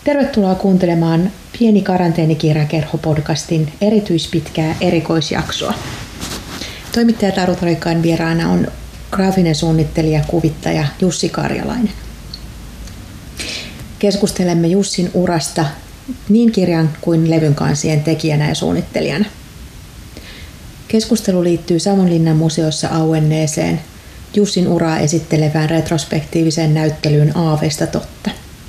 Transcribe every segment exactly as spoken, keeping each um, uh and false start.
Tervetuloa kuuntelemaan Pieni karanteenikirjakerho-podcastin erityispitkää erikoisjaksoa. Toimittaja Taru Troikkaan vieraana on graafinen suunnittelija, kuvittaja Jussi Karjalainen. Keskustelemme Jussin urasta niin kirjan kuin levyn kansien tekijänä ja suunnittelijana. Keskustelu liittyy Savonlinnan museossa auenneeseen Jussin uraa esittelevään retrospektiiviseen näyttelyyn Aaveista totta.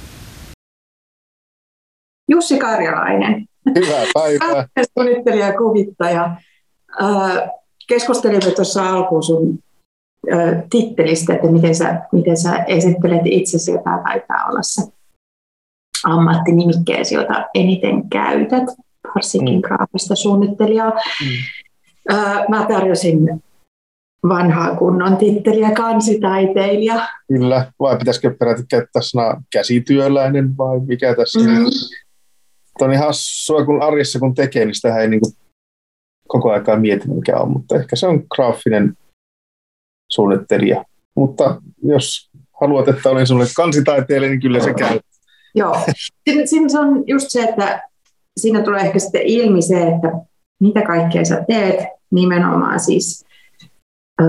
Jussi Karjalainen. Hyvää päivää. Suunnittelija ja kuvittaja. Keskustelimme tuossa alkuun sun tittelistä, että miten sä, miten sä esittelet itsesi, jota taitaa olla se ammattinimikkeesi, jota eniten käytät, varsinkin mm. graafista suunnittelijaa. Mm. Mä tarjosin vanhaa kunnon titteliä kansitaiteilija. Kyllä, vai pitäisikö peräti käyttää sanaa käsityöläinen vai mikä tässä? Mm. On ihan hassua, kun arjessa kun tekee, niin sitä ei niin kuin koko aikaa mieti mikä on, mutta ehkä se on graafinen suunnittelija. Mutta jos haluat, että olen sinulle kansitaiteilija, niin kyllä se käy. Joo, siinä se on just se, että siinä tulee ehkä sitten ilmi se, että mitä kaikkea sä teet, nimenomaan siis ö,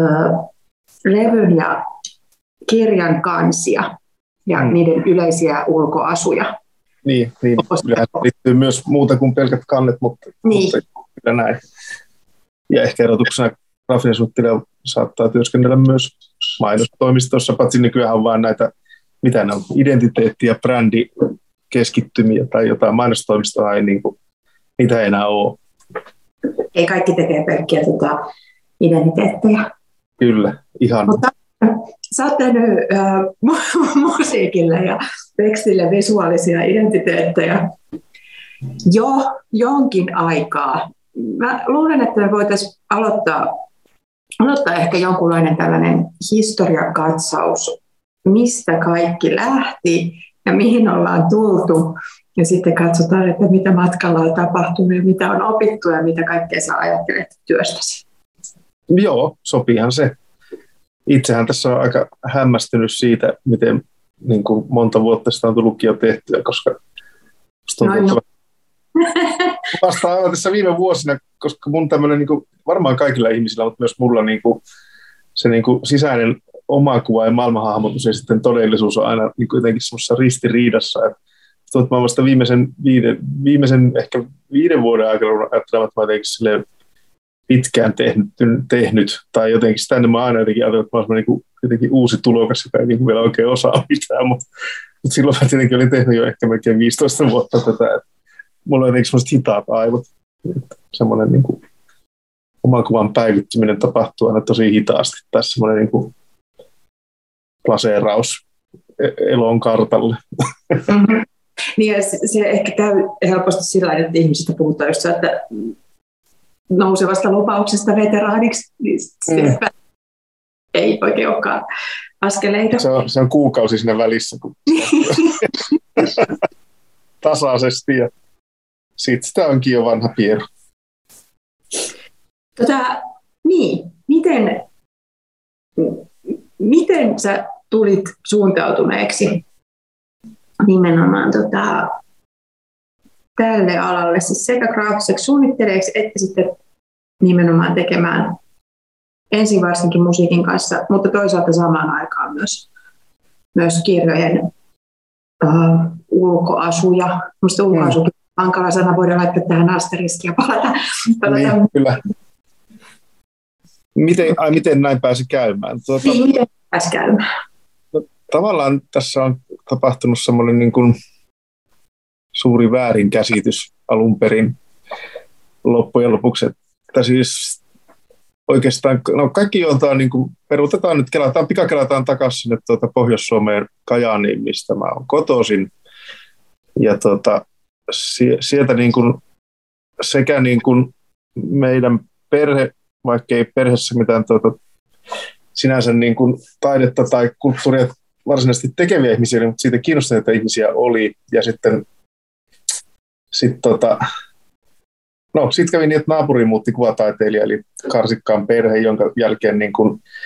levyn ja kirjan kansia ja mm. niiden yleisiä ulkoasuja. Niin, niin. Kyllähän liittyy myös muuta kuin pelkät kannet, mutta, niin. mutta kyllä näin. Ja ehkä erotuksena graafinen suunnittelija saattaa työskennellä myös mainostoimistossa, patsi nykyään on vain näitä, mitä ne on, identiteetti- ja brändikeskittymiä tai jotain mainostoimistoa, ei niin kuin, niitä ei enää ole. Ei kaikki tekee pelkkiä tota, identiteettejä. Kyllä, ihan. Mutta sä oot tehnyt äh, musiikille ja tekstille visuaalisia identiteettejä jo jonkin aikaa. Mä luulen, että me voitaisiin aloittaa, aloittaa ehkä jonkunlainen tällainen historiakatsaus, mistä kaikki lähti ja mihin ollaan tultu. Ja sitten katsotaan, että mitä matkalla on tapahtunut ja mitä on opittu ja mitä kaikkea sä ajattelet työstäsi. Joo, sopiihan se. Itsehän tässä on aika hämmästynyt siitä, miten niin kuin monta vuotta sitä on tullutkin jo tehtyä, koska tuntuu, no, vasta aivan tässä viime vuosina, koska mun tämmöinen, niin kuin, varmaan kaikilla ihmisillä, mutta myös mulla niin kuin, se niin kuin sisäinen omakuva ja maailmanhahmotus ja sitten todellisuus on aina niin kuin jotenkin semmoisessa ristiriidassa. Että tuntuu, että mä vasta viimeisen, viiden, viimeisen ehkä viiden vuoden aikana ajattelen, että mä jotenkin silleen pitkään tehnyt, tehnyt, tai jotenkin sitä ennen mä aina jotenkin ajattelin, että mä olisin niin jotenkin uusi tulokas, joka ei niin vielä oikein osaa mitään, mutta, mutta silloin mä tietenkin olin tehnyt jo ehkä melkein viisitoista vuotta tätä, että mulla on jotenkin semmoiset hitaat aivot, että semmoinen niin kuin oman kuvan päivittyminen tapahtuu aina tosi hitaasti, tässä semmoinen niin kuin plaseeraus elon kartalle. Mm-hmm. Niin ja se, se ehkä käy helposti sillä tavalla, että ihmisistä puhutaan just että nousevasta lupauksesta veteraaniksi, niin mm. ei oikein olekaan askeleita. Se on, se on kuukausi siinä välissä, kun tasaisesti ja sitten sitä onkin jo vanha pieru. Tota, niin, miten, miten sä tulit suuntautuneeksi nimenomaan tota, tälle alalle, siis sekä graafiseksi suunnittelijaksi että sitten nimenomaan tekemään ensin varsinkin musiikin kanssa, mutta toisaalta samaan aikaan myös, myös kirjojen uh, ulkoasuja. Minusta ulkoasu on hankala sana, voidaan laittaa tähän asteriskiin ja palata. Niin, kyllä. Miten, ai, miten näin pääsi käymään? Tuota, niin, miten pääsi käymään? No, tavallaan tässä on tapahtunut semmoinen niin kuin suuri väärinkäsitys alun perin loppujen lopuksi. Että siis oikeastaan, no kaikki joiltaan niin kuin peruutetaan nyt, kelataan, pikakelataan takaisin sinne tuota Pohjois-Suomeen Kajaaniin, mistä mä oon kotoisin. Ja tuota, sieltä niin kuin sekä niin kuin meidän perhe, vaikka ei perheessä mitään tuota, sinänsä niin kuin taidetta tai kulttuuria varsinaisesti tekeviä ihmisiä, mutta siitä kiinnostuneita ihmisiä oli. Ja sitten sit tota, no, sitten kävi niin, että naapuri muutti kuvataiteilija, eli Karsikkaan perhe, jonka jälkeen niin kun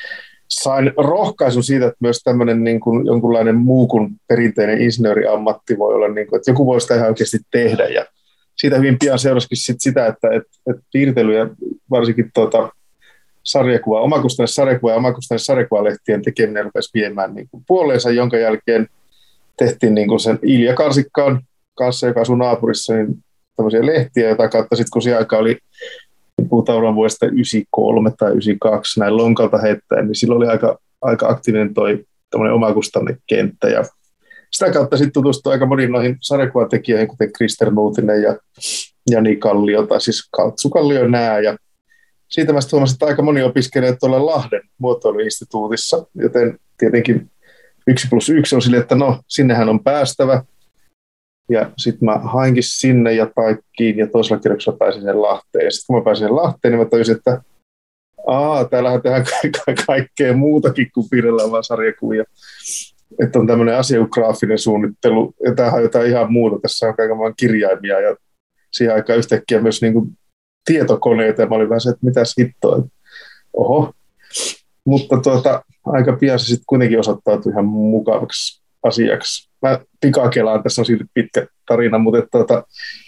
sain rohkaisun siitä, että myös tämmöinen niin kuin jonkunlainen muu kuin perinteinen insinööriammatti voi olla, niin kuin, että joku voi sitä ihan oikeasti tehdä. Ja siitä hyvin pian seurasikin sit sitä, että et, et piirtely ja varsinkin tuota, sarjakuva, omakustainen sarjakuva ja omakustainen sarjakuvalehtien tekeminen rupesi viemään niin kuin puoleensa, jonka jälkeen tehtiin niin kuin sen Ilja Karsikkaan kanssa, joka asui naapurissa, niin tämmöisiä lehtiä, jota kautta sitten kun se aika oli, niin puhutaan vuodesta yhdeksänkymmentäkolme tai yhdeksänkymmentäkaksi näin lonkalta heittäen, niin silloin oli aika, aika aktiivinen toi tämmöinen omakustannekenttä. Ja sitä kautta sitten tutustui aika moniin noihin sarjakuvatekijöihin, kuten Krister Nuutinen ja Jani Kallio, tai siis Kaltsu Kallio nää. Ja siitä mä sitten huomasin, että aika moni opiskelee tuolla Lahden muotoiluinstituutissa, joten tietenkin yksi plus yksi on sille, että no, sinnehän on päästävä. Ja sitten mä hainkin sinne ja Taikkiin ja toisella kierroksella pääsin sen Lahteen. Ja sitten kun mä pääsin sen Lahteen, niin mä tajusin, että aa, täällähän tehdään ka- ka- kaikkea muutakin kuin piirrellään vaan sarjakuvia. Että on tämmöinen asiagraafinen suunnittelu, ja tämähän on jotain ihan muuta. Tässä on kaiken maan kirjaimia ja siihen aikaan yhtäkkiä myös niin kuin tietokoneita. Ja mä olin vähän se, että mitäs hittoa. Oho. Mutta tuota, aika pian se sitten kuitenkin osoittautui ihan mukavaksi asiaksi. Mä pikakelaan, tässä on siitä pitkä tarina, mutta tuota,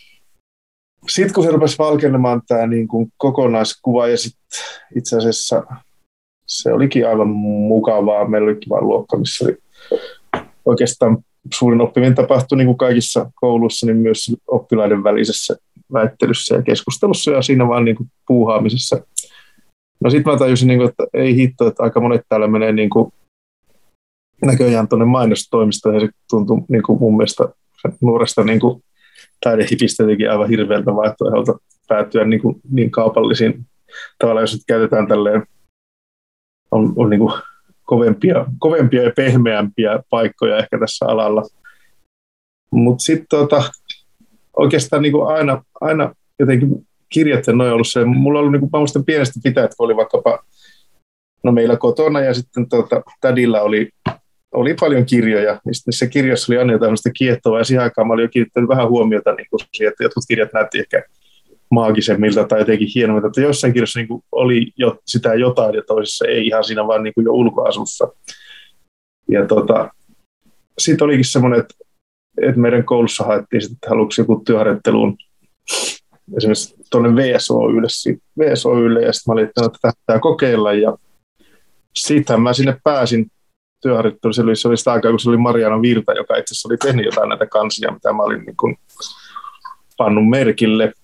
sitten kun se rupesi valkenemaan tämä niin kuin kokonaiskuva ja sitten itse asiassa se olikin aivan mukavaa. Meillä oli kiva luokka, missä oli oikeastaan suurin oppiminen tapahtui niin kuin kaikissa kouluissa, niin myös oppilaiden välisessä väittelyssä ja keskustelussa ja siinä vaan niin kuin puuhaamisessa. No sitten mä tajusin, niin kuin, että ei hitto, että aika monet täällä menee niin kuin näköjään tuonne mainostoimistoon ja se tuntui niin kuin mun mielestä nuoresta niin kuin taidehipistä jotenkin aivan hirveältä vaihtoehdolta päätyä niin, kuin, niin kaupallisiin. Tavallaan jos nyt käytetään tälleen, on, on niin kuin kovempia, kovempia ja pehmeämpiä paikkoja ehkä tässä alalla. Mutta sitten tota, oikeastaan niin kuin aina, aina jotenkin kirjat ja noin on ollut se, mulla on ollut niin kuin, mä muistan pienestä pitää, että oli vaikkapa no meillä kotona ja sitten tota, tädillä oli oli paljon kirjoja, ja sitten se kirjassa oli aina jotain kiehtovaa, ja siihen aikaan mä olin jo kiinnittänyt vähän huomiota niin siihen, että jotkut kirjat näytti ehkä maagisemmilta tai jotenkin hienommilta, että jossain kirjassa niin kuin oli jo sitä jotain, ja toisessa ei ihan siinä vaan niin kuin jo ulkoasussa. Ja tota, sitten olikin semmoinen, että, että meidän koulussa haettiin, että haluatko joku työharjoitteluun esimerkiksi tuonne V S Oy:lle, V S Oy:lle, ja sitten mä olin, että tätä pitää kokeilla, ja sittenhän mä sinne pääsin työharjoittelu. Se oli, se oli sitä aikaa, kun se oli Mariana Virta, joka itse asiassa oli tehnyt jotain näitä kansia, mitä mä olin niin kuin pannut merkille.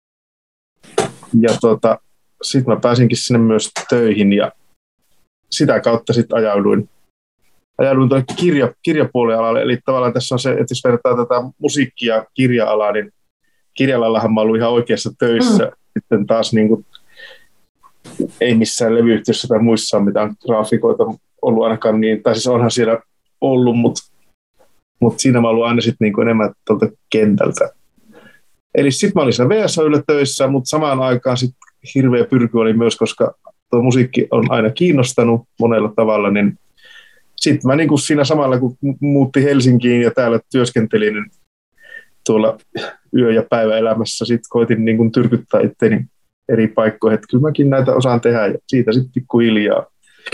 Ja tota, sitten mä pääsinkin sinne myös töihin ja sitä kautta sitten ajauduin, ajauduin tuonne kirja, kirjapuolen alalle. Eli tavallaan tässä on se, että jos verrataan tätä musiikkia ja kirja-alaa, niin kirja-alallahan mä ollut ihan oikeassa töissä. Mm. Sitten taas niin kuin, ei missään levyyhtiössä tai muissa mitään graafikoita ollut ainakaan niin, tai siis onhan siellä ollut, mutta, mutta siinä mä ollut aina sitten niin enemmän tuolta kentältä. Eli sitten mä olin siellä V S Oy:llä töissä, mutta samaan aikaan sitten hirveä pyrky oli myös, koska tuo musiikki on aina kiinnostanut monella tavalla, niin sitten mä niin kuin siinä samalla, kun muutti Helsinkiin ja täällä työskentelin, niin tuolla yö- ja päiväelämässä sitten koitin niin kuin tyrkyttää itseäni eri paikkoihin, että kyllä mäkin näitä osaan tehdä ja siitä sitten pikkuhiljaa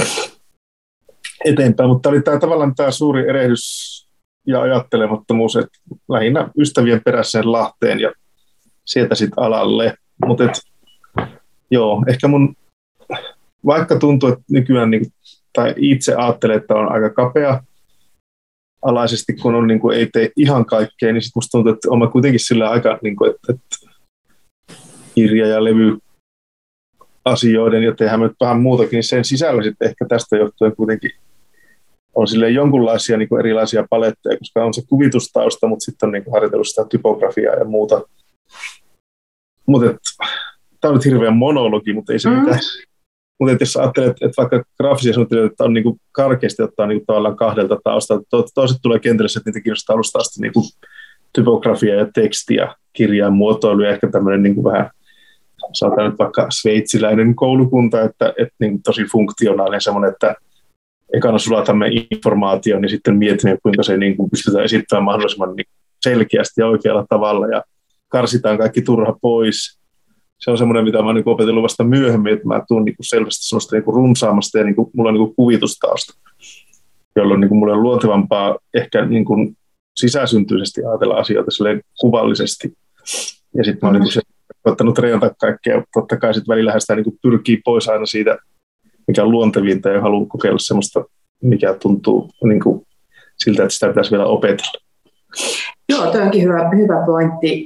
eteenpäin, mutta oli tämä tavallaan tämä suuri erehdys ja ajattelemattomuus, että lähinnä ystävien perässeen Lahteen ja sieltä sitten alalle, mutta joo, ehkä mun, vaikka tuntuu, että nykyään niin, tai itse ajattelen, että on aika kapea alaisesti, kun on, niin kuin, ei tee ihan kaikkea, niin sitten musta tuntuu, että on kuitenkin sillä aika, niin kuin, että, että kirja- ja levy asioiden ja tehdään nyt vähän muutakin, niin sen sisällä sitten ehkä tästä johtuen kuitenkin on silleen jonkunlaisia niin kuin erilaisia paletteja, koska on se kuvitustausta, mutta sitten on niin kuin harjoitellut sitä typografiaa ja muuta. Mutta tämä on nyt hirveän monologi, mutta ei se mm. mitään. Mutta jos ajattelet, että vaikka graafisia suunnittelijoita on niin kuin karkeasti ottaa niin kuin tavallaan kahdelta taustalta, to, toiset tulee kentälle, että niitä kiinnostaa alusta asti niin kuin typografia ja teksti ja kirjain muotoilu ja ehkä tämmöinen niin kuin vähän sanotaan nyt vaikka sveitsiläinen koulukunta, että, että niin tosi funktionaalinen semmoinen, että ekana sulatamme informaatio, niin sitten mietimme, kuinka se niin kuin pystytään esittämään mahdollisimman niin selkeästi ja oikealla tavalla ja karsitaan kaikki turha pois. se on semmoinen, mitä mä oon niin opetellut vasta myöhemmin, että mä tuun niin selvästi semmoista niin runsaamasta ja niin kuin, mulla on niin kuvitustausta, jolloin niin mulle on luontevampaa ehkä niin kuin sisäsyntyisesti ajatella asioita silleen kuvallisesti. Ja sitten mä oon mm. niin ottanut treenata kaikkea. Totta kai sitten välillä sitä niin pyrkii pois aina siitä, mikä on luontevinta ja haluaa kokeilla semmoista, mikä tuntuu niin kuin siltä, että sitä pitäisi vielä opetella. Joo, toi onkin hyvä, hyvä pointti.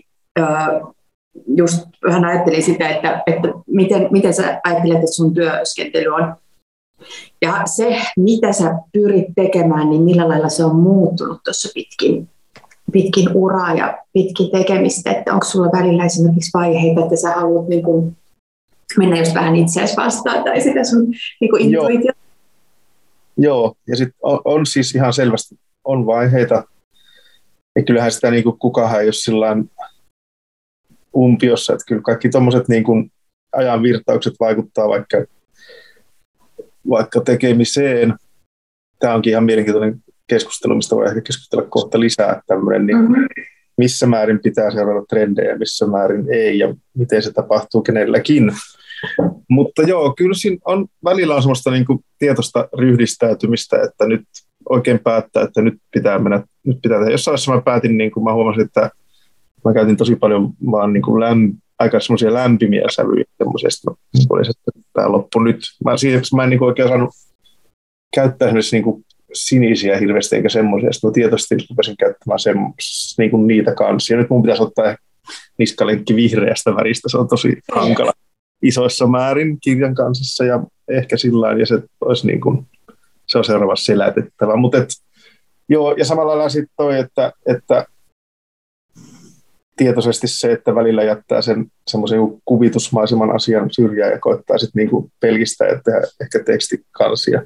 Just vähän ajattelin sitä, että, että miten, miten sä ajattelet, että sun työskentely on. Ja se, mitä sä pyrit tekemään, niin millä lailla se on muuttunut tuossa pitkin, pitkin uraa ja pitkin tekemistä. Että onko sulla välillä esimerkiksi vaiheita, että sä haluat niin kuin mennä just vähän itseäsi vastaan tai sitä sun niin kuin intuitio? Joo. Joo, ja sitten on, on siis ihan selvästi on vaiheita. Ja kyllähän sitä niin kuin kukaan ei ole sillain umpiossa, että kyllä kaikki tuommoiset niin kuin ajan virtaukset vaikuttaa vaikka, vaikka tekemiseen. Tämä onkin ihan mielenkiintoinen keskustelu, mistä voi ehkä keskustella kohta lisää, tämmöinen, niin mm-hmm. missä määrin pitää seurata trendejä, missä määrin ei ja miten se tapahtuu kenelläkin. Mutta joo, kyllä siinä on, välillä on semmoista niin kuin tietoista ryhdistäytymistä, että nyt oikein päättää, että nyt pitää mennä, nyt pitää tehdä. Jossain vaiheessa mä päätin, niin kuin mä huomasin, että mä käytin tosi paljon vaan niin kuin läm, aika semmoisia lämpimiä sävyjä semmoisesta. Oli se, että tämä loppu nyt. Mä, siinä, mä en niin kuin oikein saanut käyttää esimerkiksi niin kuin sinisiä hirveästi eikä semmoisia. Sitten mä tietoisesti rupesin käyttämään semmos, niin kuin niitä kanssa. Ja nyt mun pitäisi ottaa niskalenkki vihreästä väristä. Se on tosi hankala isoissa määrin kirjan kansissa ja ehkä sillain. Ja se olisi niin kuin, se on seuraavassa selätettävä. Mutta et, joo, ja samalla lailla sitten toi, että, että tietoisesti se, että välillä jättää sen semmoisen kuvitusmaiseman asian syrjään ja koettaa sitten niinku pelkistää ja tehdä ehkä tekstikansia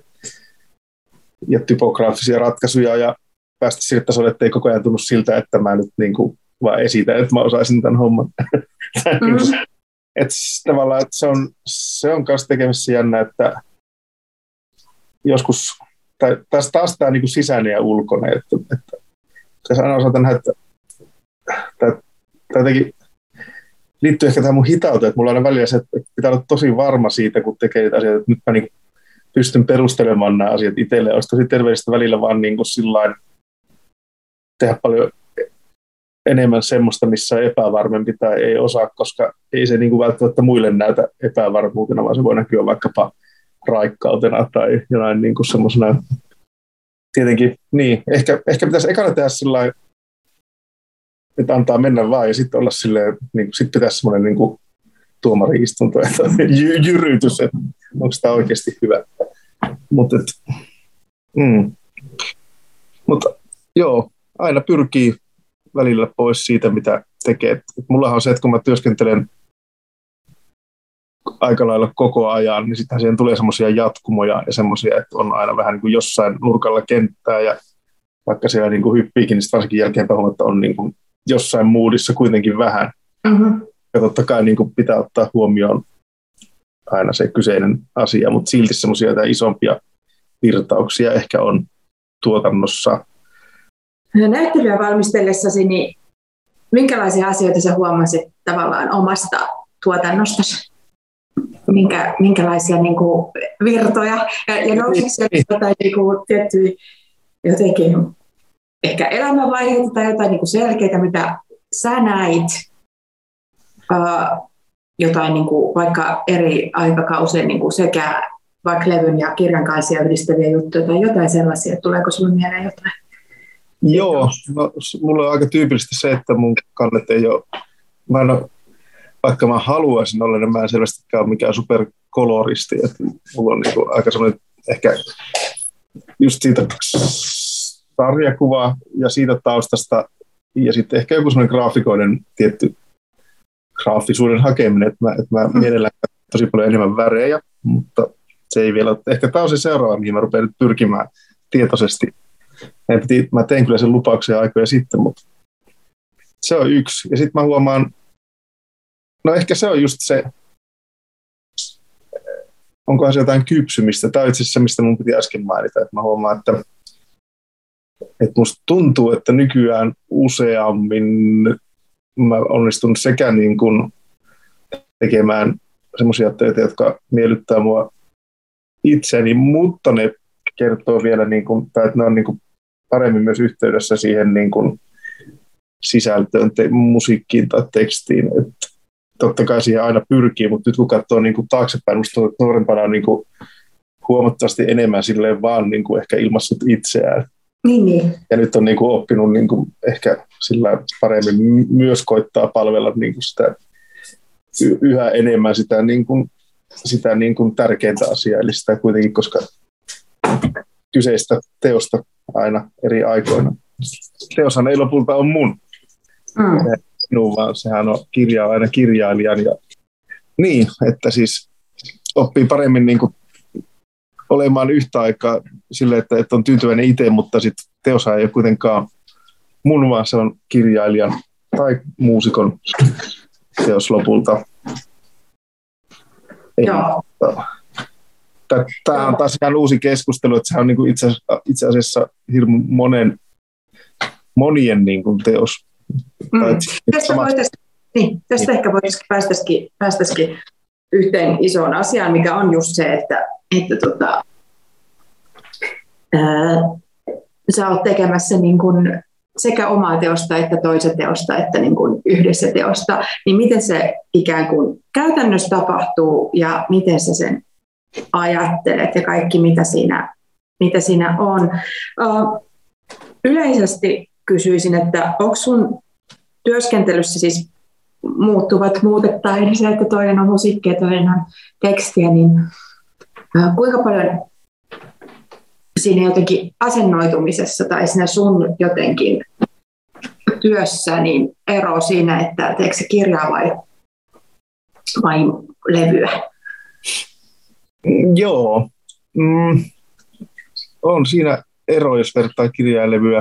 ja typograafisia ratkaisuja ja päästä sille tasolle, että ei koko ajan tunnu siltä, että mä nyt niinku vaan esitän, että mä osaisin tämän homman. Mm. Että tavallaan että se on se on kanssa tekemässä jännä, että joskus, tai taas, taas tämä niinku sisäinen ja ulkoinen, että, että tässä aina osataan nähdä, että tai jotenkin liittyy ehkä tähän mun hitauteen, että mulla on välillä se, että pitää olla tosi varma siitä, kun tekee niitä asioita, että nyt mä niin pystyn perustelemaan nämä asiat itselleen. Olisi tosi terveellistä välillä vaan niin kuin sillain tehdä paljon enemmän semmoista, missä on epävarmempi tai ei osaa, koska ei se niin kuin välttämättä muille näytä epävarmuutena, vaan se voi näkyä vaikkapa raikkautena tai jonain niin kuin semmoisena. Tietenkin, niin, ehkä, ehkä pitäisi ekana tehdä sillain, että antaa mennä vaan ja sitten olla silleen, niin sitten pitäisi semmoinen niin kuin tuomari-istunto, että jy- jyrytys, että onko tämä oikeasti hyvä. Mutta mm. Mut, joo, aina pyrkii välillä pois siitä, mitä tekee. Et mullahan on se, että kun mä työskentelen aika lailla koko ajan, niin sittenhän siihen tulee semmoisia jatkumoja ja semmoisia, että on aina vähän niin kuin jossain nurkalla kenttää ja vaikka siellä niin kuin hyppiikin, niin sitten varsinkin jälkeenpäin huomaa, että on niin kuin jossain moodissa kuitenkin vähän. Mm-hmm. Ja totta kai niin kuin pitää ottaa huomioon aina se kyseinen asia, mutta silti semmoisia isompia virtauksia ehkä on tuotannossa. Näyttelyä valmistellessasi, niin minkälaisia asioita sä huomasit tavallaan omasta tuotannostasi? Minkä, minkälaisia niin kuin virtoja? Ja, ja nousiko sieltä jotain niin kuin tiettyjä jotenkin ehkä elämänvaiheita tai jotain niin kuin selkeitä, mitä sä näit, uh, jotain niin kuin vaikka eri aikakausien niin kuin sekä vaikka levyn ja kirjan kanssa yhdistäviä juttuja tai jotain sellaisia. Tuleeko sinulle mieleen jotain? Joo, no, mulla on aika tyypillisesti se, että mun kannet ei ole, mä en ole, vaikka mä haluaisin olla, niin mä en selvästikään ole mikään superkoloristi. Että mulla on niin kuin aika semmoinen ehkä just siitä sarjakuva ja siitä taustasta ja sitten ehkä joku semmoinen graafikoiden tietty graafisuuden hakeminen, että mä, että mä mm. mielellään tosi paljon enemmän värejä, mutta se ei vielä, ehkä tämä on se seuraava, mihin mä rupean nyt pyrkimään tietoisesti. Mä tein kyllä sen lupauksen aikoja sitten, mutta se on yksi. Ja sitten mä huomaan, no ehkä se on just se, onkohan se jotain kypsymistä. Tämä on itse asiassa se, mistä mun piti äsken mainita, että mä huomaan, että että musta tuntuu, että nykyään useammin mä onnistun sekä niin kuin tekemään semmoisia töitä, jotka miellyttää mua itseäni, mutta ne kertoo vielä, niin kuin, tai että ne on niin kuin paremmin myös yhteydessä siihen niin kuin sisältöön, te, musiikkiin tai tekstiin. Et totta kai siihen aina pyrkii, mutta nyt kun katsoo niin kuin taaksepäin, musta tuntuu, että nuorempana on niin kuin huomattavasti enemmän silleen vaan niin kuin ehkä ilmaissut itseään. Niin, niin. Ja nyt on niin kuin oppinut niin kuin ehkä sillä paremmin myös koittaa palvella niin kuin sitä, yhä enemmän sitä, niin kuin, sitä niin kuin tärkeintä asiaa, eli sitä kuitenkin, koska kyseistä teosta aina eri aikoina. Teoshan ei lopulta ole mun, mm. minun, vaan sehän on kirja, aina kirjailijan. Ja niin, että siis oppii paremmin niin kuin olemaan yhtä aikaa sille, että, että on tyytyväinen itse, mutta sitten teosa ei ole kuitenkaan mun, vaan se on kirjailijan tai muusikon teos lopulta. Joo. Tämä on taas ihan uusi keskustelu, että se on niin kuin itse, itse asiassa hirmu monen, monien niin kuin teos. Mm. Tästä, voitaisiin, niin, tästä niin. Ehkä voitaisiin päästäisikin, päästäisikin yhteen isoon asiaan, mikä on just se, että, että tota, ää, sä oot tekemässä niin kuin sekä omaa teosta että toisen teosta että niin kuin yhdessä teosta, niin miten se ikään kuin käytännössä tapahtuu ja miten sä sen ajattelet ja kaikki, mitä siinä, mitä siinä on. Uh, yleisesti kysyisin, että onko sun työskentelyssä siis muuttuvat muutettaen se, että toinen on musiikkia ja toinen on tekstiä, niin uh, kuinka paljon siinä jotenkin asennoitumisessa tai siinä sun jotenkin työssä niin ero siinä, että teekö se kirjaa vai, vai levyä? Joo. Mm. On siinä ero, jos vertaa kirjaa ja levyä.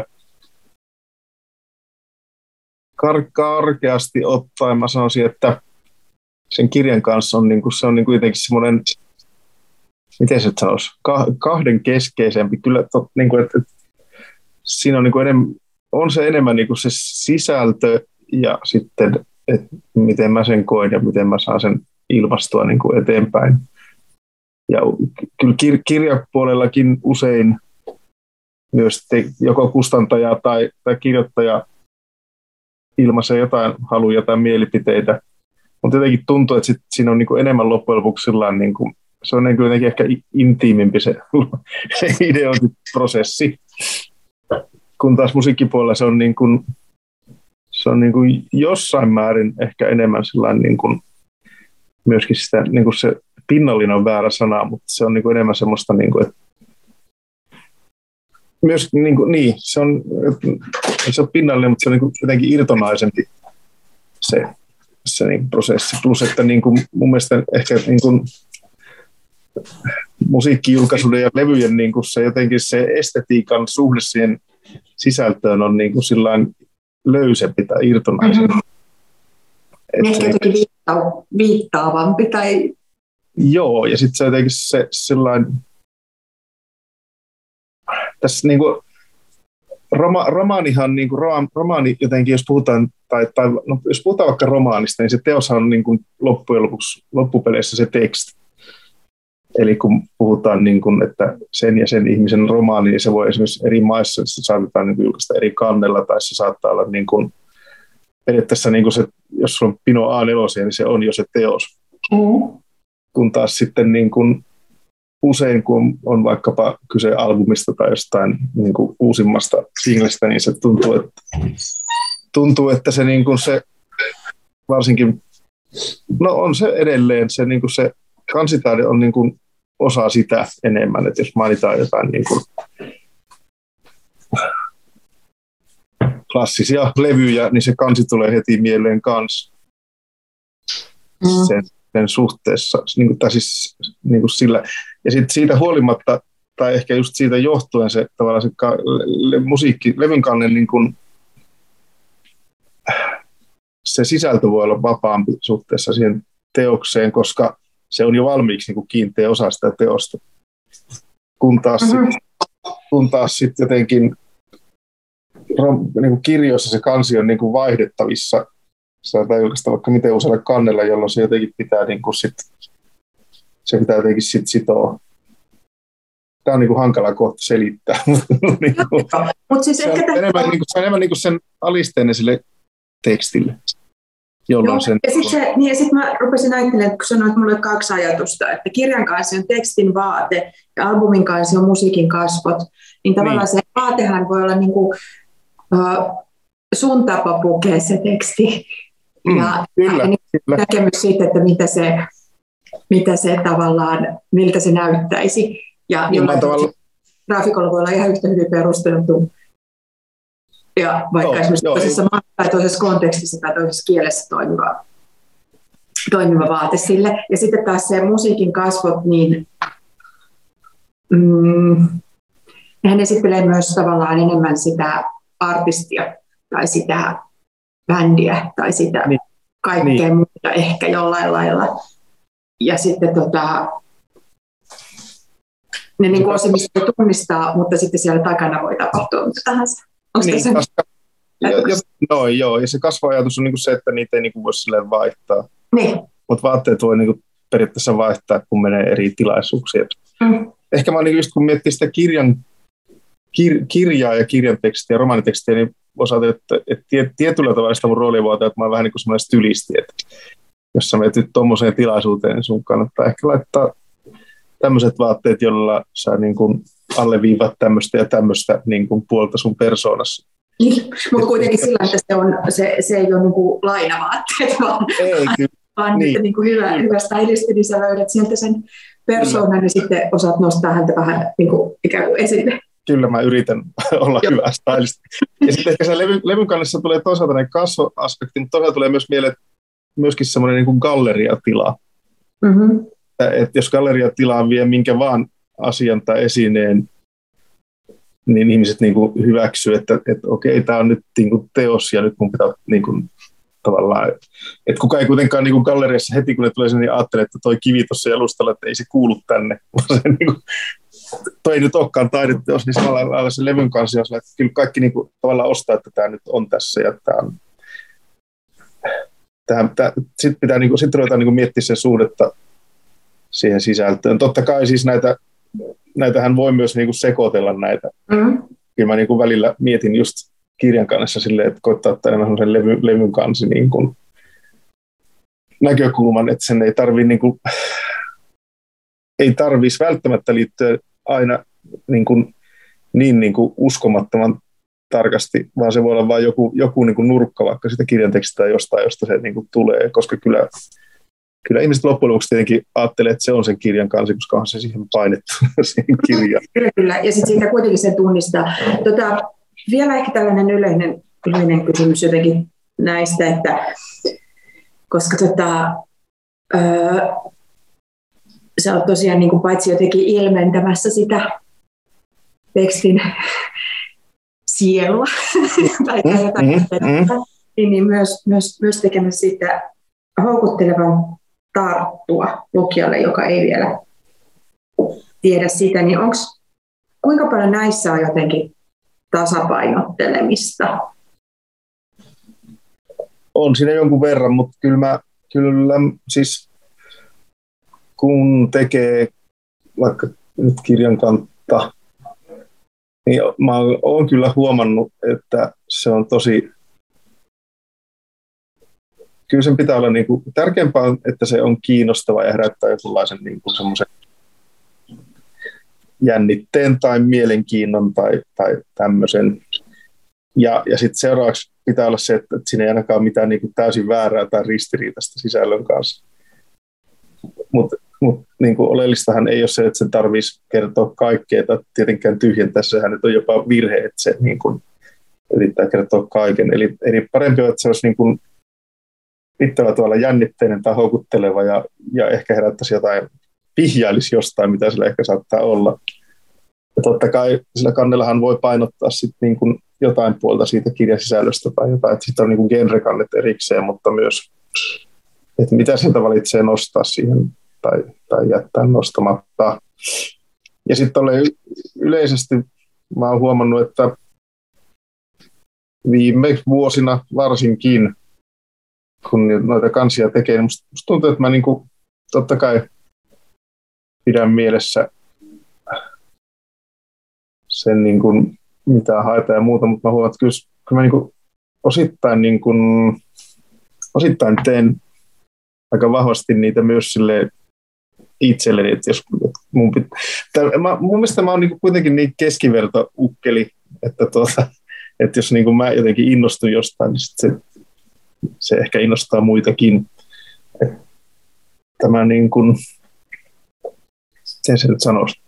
Kar- karkeasti ottaen mä sanoisin, että sen kirjan kanssa on, niinku, se on niinku jotenkin semmoinen, miten se sanoisi, kahden keskeisempi. Kyllä, to, niinku, että, että siinä on, niinku enem, on se enemmän niinku se sisältö ja sitten, että miten mä sen koen ja miten mä saan sen ilmastua niinku eteenpäin. Ja kyllä kir- kirjapuolellakin usein myös te, joko kustantaja tai, tai kirjoittaja ilmaisee jotain haluja tai mielipiteitä, mutta jotenkin tuntuu, että sit siinä on niinku enemmän loppujen lopuksi sillain, niinku, se on niinku jotenkin ehkä intiimimpi se, se ideointiprosessi, kun taas musiikkipuolella se on, niinku, se on niinku jossain määrin ehkä enemmän sillain, niinku, myöskin sitä, niinku se pinnallinen on väärä sana, mutta se on niinku enemmän semmoista, niinku, että myös niinku, niin, se on, se on pinnallinen, mutta se on niinku jotenkin irtonaisempi se, se niinku prosessi. Plus, että niinku, mun mielestä ehkä niinku, musiikkijulkaisuuden ja levyjen niinku, se jotenkin se estetiikan suhde siihen sisältöön on niinku sillain löysempi tai irtonaisempi. Mm-hmm. Ehkä jotenkin viitta- viittaavampi tai... Joo, ja sitten se jotenkin se sellainen, tässä niinku, roma, romaanihan, niinku, romaani jotenkin, jos puhutaan, tai, tai no, jos puhutaan vaikka romaanista, niin se teoshan on niinku, loppujen lopuksi, loppupeleissä se teksti. Eli kun puhutaan, niinku, että sen ja sen ihmisen romaani, niin se voi esimerkiksi eri maissa, se saatetaan niinku, julkaista eri kannella, tai se saattaa olla niinku, periaatteessa, niinku se, jos sulla on pino A neljä, niin se on jo se teos. Mm. Kun taas sitten niin kuin usein, kun on vaikkapa kyse albumista tai jostain niin kuin uusimmasta singlestä, niin se tuntuu, että, tuntuu, että se, niin kuin se varsinkin, no on se edelleen, se, niin kuin se kansitaide on niin kuin osa sitä enemmän, että jos mainitaan jotain niin kuin klassisia levyjä, niin se kansi tulee heti mieleen kanssa. Mm. Sen, sen suhteessa, niin kuin, tai siis niin kuin sillä. Ja sitten siitä huolimatta, tai ehkä just siitä johtuen se tavallaan se ka, le, musiikki, levyn kannen, niin kuin, se sisältö voi olla vapaampi suhteessa siihen teokseen, koska se on jo valmiiksi niin kuin kiinteä osa sitä teosta. Kun taas mm-hmm. sitten sit jotenkin niin kuin kirjoissa se kansi on niin kuin vaihdettavissa saattaa julkaista vaikka miten usealla kannella, jolloin se jotenkin pitää niin kuin sit, se pitää jotenkin sit sitoa. Tämä on niin kuin hankala kohta selittää. niin kuin, Mut siis se, on ehkä enemmän, niin kuin, se on enemmän niin kuin sen alisteinen sille tekstille. Jolloin sen, ja sitten niin, sit mä rupesin ajattelemaan, kun sanoin, että mulla oli kaksi ajatusta, että kirjan kanssa on tekstin vaate ja albumin kanssa on musiikin kasvot, niin tavallaan niin. Se vaatehan voi olla niin kuin, uh, sun tapa pukea se teksti mm, ja, kyllä, ja niin kyllä. näkemys siitä, että mitä se, mitä se tavallaan, miltä se näyttäisi. Ja jollain tavalla graafikolla voi olla ihan yhtä hyvin perusteltu. Ja vaikka joo, esimerkiksi joo, toisessa maassa tai toisessa kontekstissa tai toisessa kielessä toimiva, toimiva vaate sille. Ja sitten taas se musiikin kasvot, niin mm, nehän esittelee myös tavallaan enemmän sitä artistia tai sitä bändiä tai sitä niin. kaikkea niin. muuta ehkä jollain lailla. Ja sitten tota, ne niin osimista tunnistaa, mutta sitten siellä takana voi tapahtua mitä tahansa. Onko niin, se kasva, ja, ja, no, joo, ja se kasva-ajatus on niin se, että niitä ei niin voi silleen vaihtaa. Niin. Mutta vaatteet voi niin periaatteessa vaihtaa, kun menee eri tilaisuuksiin. Mm. Ehkä mä niin just kun miettii sitä kirjan, kir, kirjaa ja kirjan tekstiä ja romaanitekstiä, niin osaat, että, että tietyllä tavalla sitä mun roolia vaatii, että mä oon vähän niin kuin semmoinen stylisti, että jos sä menet nyt tuommoiseen tilaisuuteen, niin sun kannattaa ehkä laittaa tämmöiset vaatteet, joilla sä niin kuin alleviivat tämmöistä ja tämmöistä niin kuin puolta sun persoonassa. Niin, mutta kuitenkin sillä, että se, on, se, se ei ole niin kuin lainavaatteet, vaan, ei, vaan niin. Niin kuin hyvä, hyvä stylisti, niin sä löydät sieltä sen persoonan ja sitten osaat nostaa häntä vähän niin kuin ikään kuin esille. Kyllä mä yritän olla Joo. hyvä stylisti. Ja sitten ehkä se levy, levyn kannessa tulee toisaalta ne kasvoaspekti, mutta toisaalta tulee myös mieleen myöskin semmoinen niin kuin galleriatila. Mm-hmm. Että jos galleriatilaan vie minkä vaan asian tai esineen, niin ihmiset niin kuin hyväksyy, että, että okei, tämä on nyt niin kuin teos ja nyt mun pitää niin kuin, tavallaan, että kukaan ei kuitenkaan niin kuin galleriassa heti, kun ne tulee sinne, niin ajattelee, että toi kivi tuossa jalustalla, että ei se kuulu tänne. Se, niin kuin, toi ei nyt olekaan taideteos, niin samalla lailla se levyn kanssa, jos että kyllä kaikki niin kuin, tavallaan ostaa, että tämä nyt on tässä ja tämä on. Sitten pitää niin kuin, sit ruvetaan niin kuin miettiä sen suhdetta siihen sisältöön. Totta kai siis näitä, näitähän voi myös niin kuin sekoitella näitä. Mm. Kyllä mä niin kuin välillä mietin just kirjan kannessa silleen, että koittaa ottaa enemmän semmoisen levy, levyn kanssa niin kuin näkökulman, että sen ei tarvitse niin kuin, ei tarvitsisi välttämättä liittyä aina niin, kuin, niin, niin kuin uskomattoman tarkasti, vaan se voi olla vain joku, joku niin kuin nurkka vaikka sitä kirjan tekstistä tai jostain, josta se niin kuin tulee, koska kyllä Kyllä ihmiset loppujen lopuksi tietenkin ajattelee, että se on sen kirjan kansi, koska onhan se siihen painettu siihen kirjaan. Kyllä, kyllä. Ja sitten siitä kuitenkin sen tunnistaa. Tota, vielä ehkä tällainen yleinen, yleinen kysymys jotenkin näistä, että koska tota, öö, sä oot tosiaan niin kuin paitsi jotenkin ilmentämässä sitä tekstin sielua tai jotain, mm, mm, niin, niin myös, myös, myös tekemässä siitä houkuttelevan tarttua lukijalle, joka ei vielä tiedä sitä, niin onks, kuinka paljon näissä on jotenkin tasapainottelemista? On siinä jonkun verran, mutta kyllä mä, kyllä siis kun tekee vaikka nyt kirjan kantta, niin mä oon kyllä huomannut, että se on tosi, kyllä sen pitää olla, niin kuin, tärkeämpää on, että se on kiinnostava ja herättää jonkunlaisen niin kuin semmoisen jännitteen tai mielenkiinnon tai, tai tämmöisen. Ja, ja sitten seuraavaksi pitää olla se, että, että siinä ei ainakaan ole mitään niin kuin täysin väärää tai ristiriitaista sisällön kanssa. Mutta mut, niin kuin oleellistahan ei ole se, että sen tarvitsisi kertoa kaikkea tai tietenkään tyhjentää. Sehän nyt on jopa virhe, että se niin kuin yrittää kertoa kaiken. Eli, eli parempi on, että se olisi niin kuin riittävällä tavalla jännitteinen tai houkutteleva ja, ja ehkä herättäisi jotain, vihjailisi jostain, mitä sillä ehkä saattaa olla. Ja totta kai sillä kannellahan voi painottaa sit niin kuin jotain puolta siitä kirjasisällöstä tai jotain, että sitten on niin kuin genrekannet erikseen, mutta myös, että mitä sieltä valitsee nostaa siihen tai, tai jättää nostamatta. Ja sitten yleisesti mä oon huomannut, että viime vuosina varsinkin, kun noita kansia tekee, niin musta, musta tuntuu, että mä niin kuin, totta kai pidän mielessä sen, niin kuin, mitä haetaan ja muuta, mutta mä huomaan, että kyllä, kyllä mä niin kuin, osittain, niin kuin, osittain teen aika vahvasti niitä myös silleen itselleni, että jos mun, pit... Tää, mä, mun mielestä mä oon niin kuin kuitenkin niin keskivertoukkeli, että, tuota, että jos niin kuin mä jotenkin innostun jostain, niin sit se, se ehkä innostaa muitakin. Et tämä niin kuin, sen se nyt sanoisi.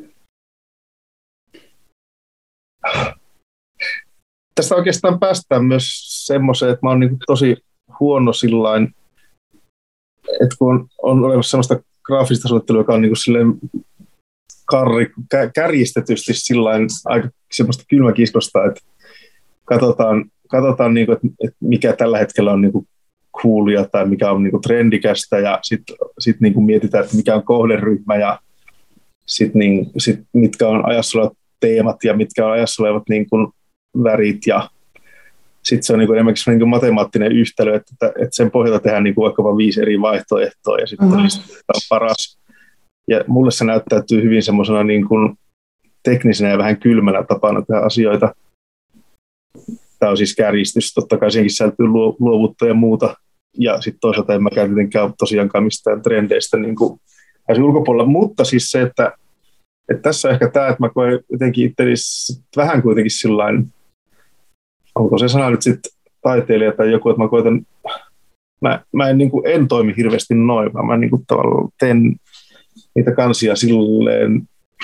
Tästä oikeastaan päästään myös semmoiseen, että mä oon niin kuin tosi huono sillain, että kun on, on olemassa semmoista graafista suunnittelua, joka on niin kuin silleen karri, kä, kärjistetysti sillain aika semmoista kylmäkiskosta, että katsotaan, katsotaan niin kuin, että, että mikä tällä hetkellä on niin kuin coolia tai mikä on niin kuin trendikästä ja sitten sit niin kuin mietitään, että mikä on kohderyhmä ja sitten niin, sit mitkä on ajassa olevat teemat ja mitkä on ajassa olevat niin kuin värit ja sitten se on niin kuin enemmänkin niin kuin matemaattinen yhtälö, että, että sen pohjalta tehdään niin kuin vaikkapa viisi eri vaihtoehtoa ja sitten mm-hmm. on paras. Ja mulle se näyttäytyy hyvin semmoisena niin kuin teknisenä ja vähän kylmänä tapana tehdä asioita. Tämä on siis kärjistys, totta kai senkin sisältyy luovuutta ja muuta. Ja sitten toisaalta en mäkään tietenkään tosiaankaan mistään trendeistä niin kuin ulkopuolella. Mutta siis se, että, että tässä on ehkä tämä, että mä koen jotenkin itteni vähän kuitenkin sillain, onko se sana nyt sitten taiteilija tai joku, että mä koitan, mä, mä en, niin kuin, en toimi hirveästi noin, vaan mä niin kuin, tavallaan teen niitä kansia silleen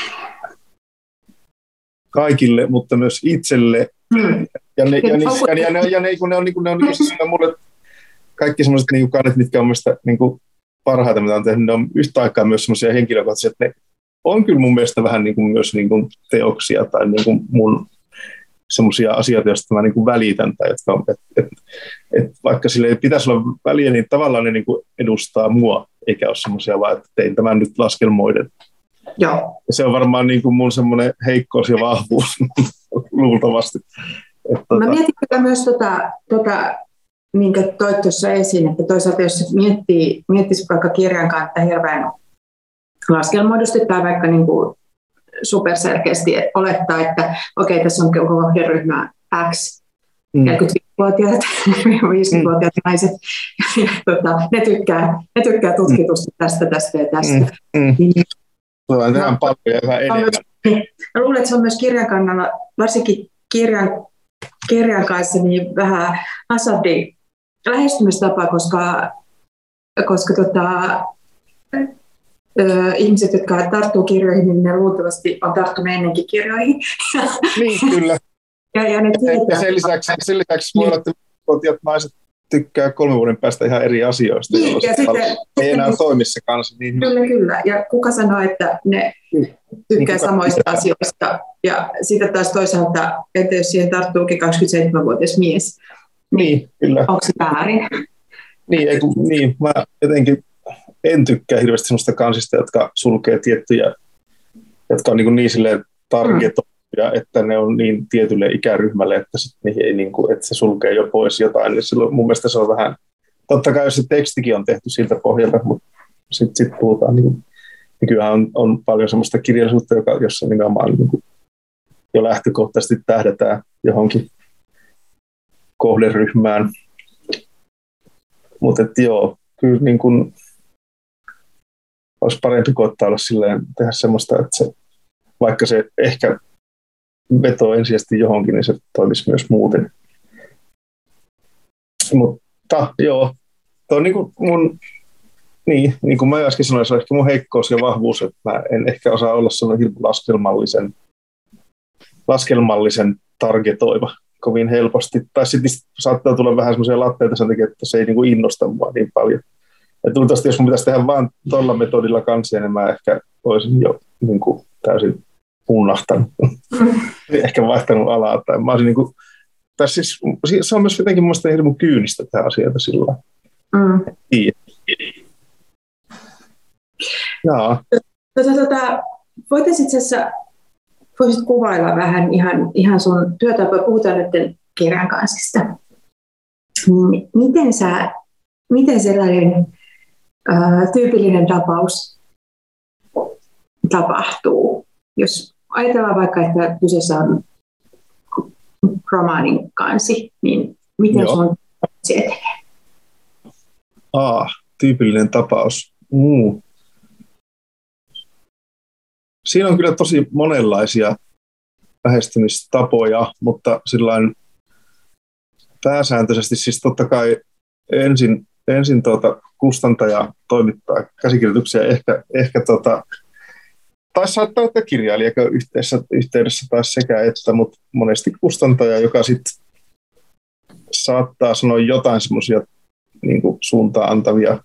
kaikille, mutta myös itselle. Mm. Ja ne, ja, niissä, ja, ne, ja ne, kun ne on, niin kuin, ne on niin kuin, siis mulle kaikki sellaiset niin kuin kannet, mitkä on mielestäni niin kuin parhaita, mitä on tehnyt, ne on yhtä aikaa myös sellaisia henkilökohtaisia, että ne on kyllä mun mielestä vähän niin kuin myös niin kuin teoksia tai niin kuin mun semmoisia asioita, joista mä niin kuin välitän, tai jotka on, et, et, et vaikka sille ei pitäisi olla väliä, niin tavallaan ne niin kuin edustaa mua, eikä ole semmoisia vaan, että tein tämän nyt laskelmoiden. Joo. Ja se on varmaan niin kuin mun semmoinen heikkous ja vahvuus luultavasti. Että, mä mietin kyllä myös tota, tota, minkä toit tuossa esiin, että toisaalta jos miettii, miettisi vaikka kirjan kanssa hirveän laskelmoidusti tai vaikka niin kuin superselkeästi olettaa, että okei, okay, tässä on kohderyhmä X, mm. neljäkymmentäviisivuotiaat, viisikymmentävuotiaat mm. naiset, ja, ja tota, ne, tykkää, ne tykkää tutkitusti mm. tästä, tästä ja tästä. Mm. Mm. Niin, Tuo on tähän paljon ja vähän enemmän. Niin, mä luulen, että se on myös kirjan kannalla, varsinkin kirjan, kirjan kanssa, niin vähän hasardi lähestymistapa, koska, koska tota, Öö, ihmiset, jotka tarttuu kirjoihin, niin ne luultavasti on tarttunut ennenkin kirjoihin. Niin, kyllä. ja, ja, ne ja sen lisäksi, sen lisäksi voi olla, että vuotiaat naiset tykkää kolmen vuoden päästä ihan eri asioista, niin, ja sitten, ei sitten, enää niin, toimi se kanssa. Niin kyllä, kyllä. Ja kuka sanoo, että ne tykkää niin, samoista kuka asioista. Ja sitten taas toisaalta, että jos siihen tarttuukin kaksikymmentäseitsemänvuotias mies, niin, niin kyllä. Onko se väärin? Niin, ei, kun, niin, mä jotenkin en tykkää hirveästi sellaista kansista, jotka sulkee tiettyjä, jotka on niin, niin silleen targetoituja, että ne on niin tietylle ikäryhmälle, että, sit ei niin kuin, että se sulkee jo pois jotain. Niin silloin mun mielestä se on vähän, totta kai jos se tekstikin on tehty siltä pohjalta, mutta sitten sit puhutaan, niin, niin kyllähän on, on paljon sellaista kirjallisuutta, joka, jossa nimenomaan niin kuin, jo lähtökohtaisesti tähdätään johonkin kohderyhmään. Mutta joo, kyllä niin kuin olisi parempi koittaa olla silleen, tehdä semmoista, että se, vaikka se ehkä vetoo ensisijaisesti johonkin, niin se toimisi myös muuten. Mutta joo, tuo on niin kuin mun, niin, niin kuin mä äsken sanoin, se on ehkä mun heikkous ja vahvuus, että mä en ehkä osaa olla sellainen laskelmallisen, laskelmallisen targetoiva kovin helposti. Tai sitten saattaa tulla vähän semmoisia latteita sen takia, että se ei niin kuin innosta mua niin paljon. Ja luultavasti, jos mun pitäisi tehdä vaan tuolla metodilla kansia, niin mä ehkä olisin jo niin kuin täysin unnahtanut. Ehkä vaihtanut alaa. Tai mä olisin niin kuin, tai siis, se on myös jotenkin mun mielestä hirveän kyynistä tehdä asioita sillä mm. Jaa. Tota, tota, voitaisiin itse asiassa voisit kuvailla vähän ihan, ihan sun työtapaa, puhutaan nyt kirjan kansista. Miten sä miten sellainen ää, tyypillinen tapaus tapahtuu? Jos ajatellaan vaikka, että kyseessä on romaanin kansi, niin miten Joo. sun se etenee? Ah, tyypillinen tapaus. Mm. Siinä on kyllä tosi monenlaisia lähestymistapoja, mutta sillain pääsääntöisesti siis totta kai ensin, ensin tuota kustantaja toimittaa käsikirjoituksia, ehkä, ehkä tuota, tai saattaa olla kirjailija yhteydessä, yhteydessä taas sekä että, mutta monesti kustantaja, joka sitten saattaa sanoa jotain semmoisia niin kuin suuntaan antavia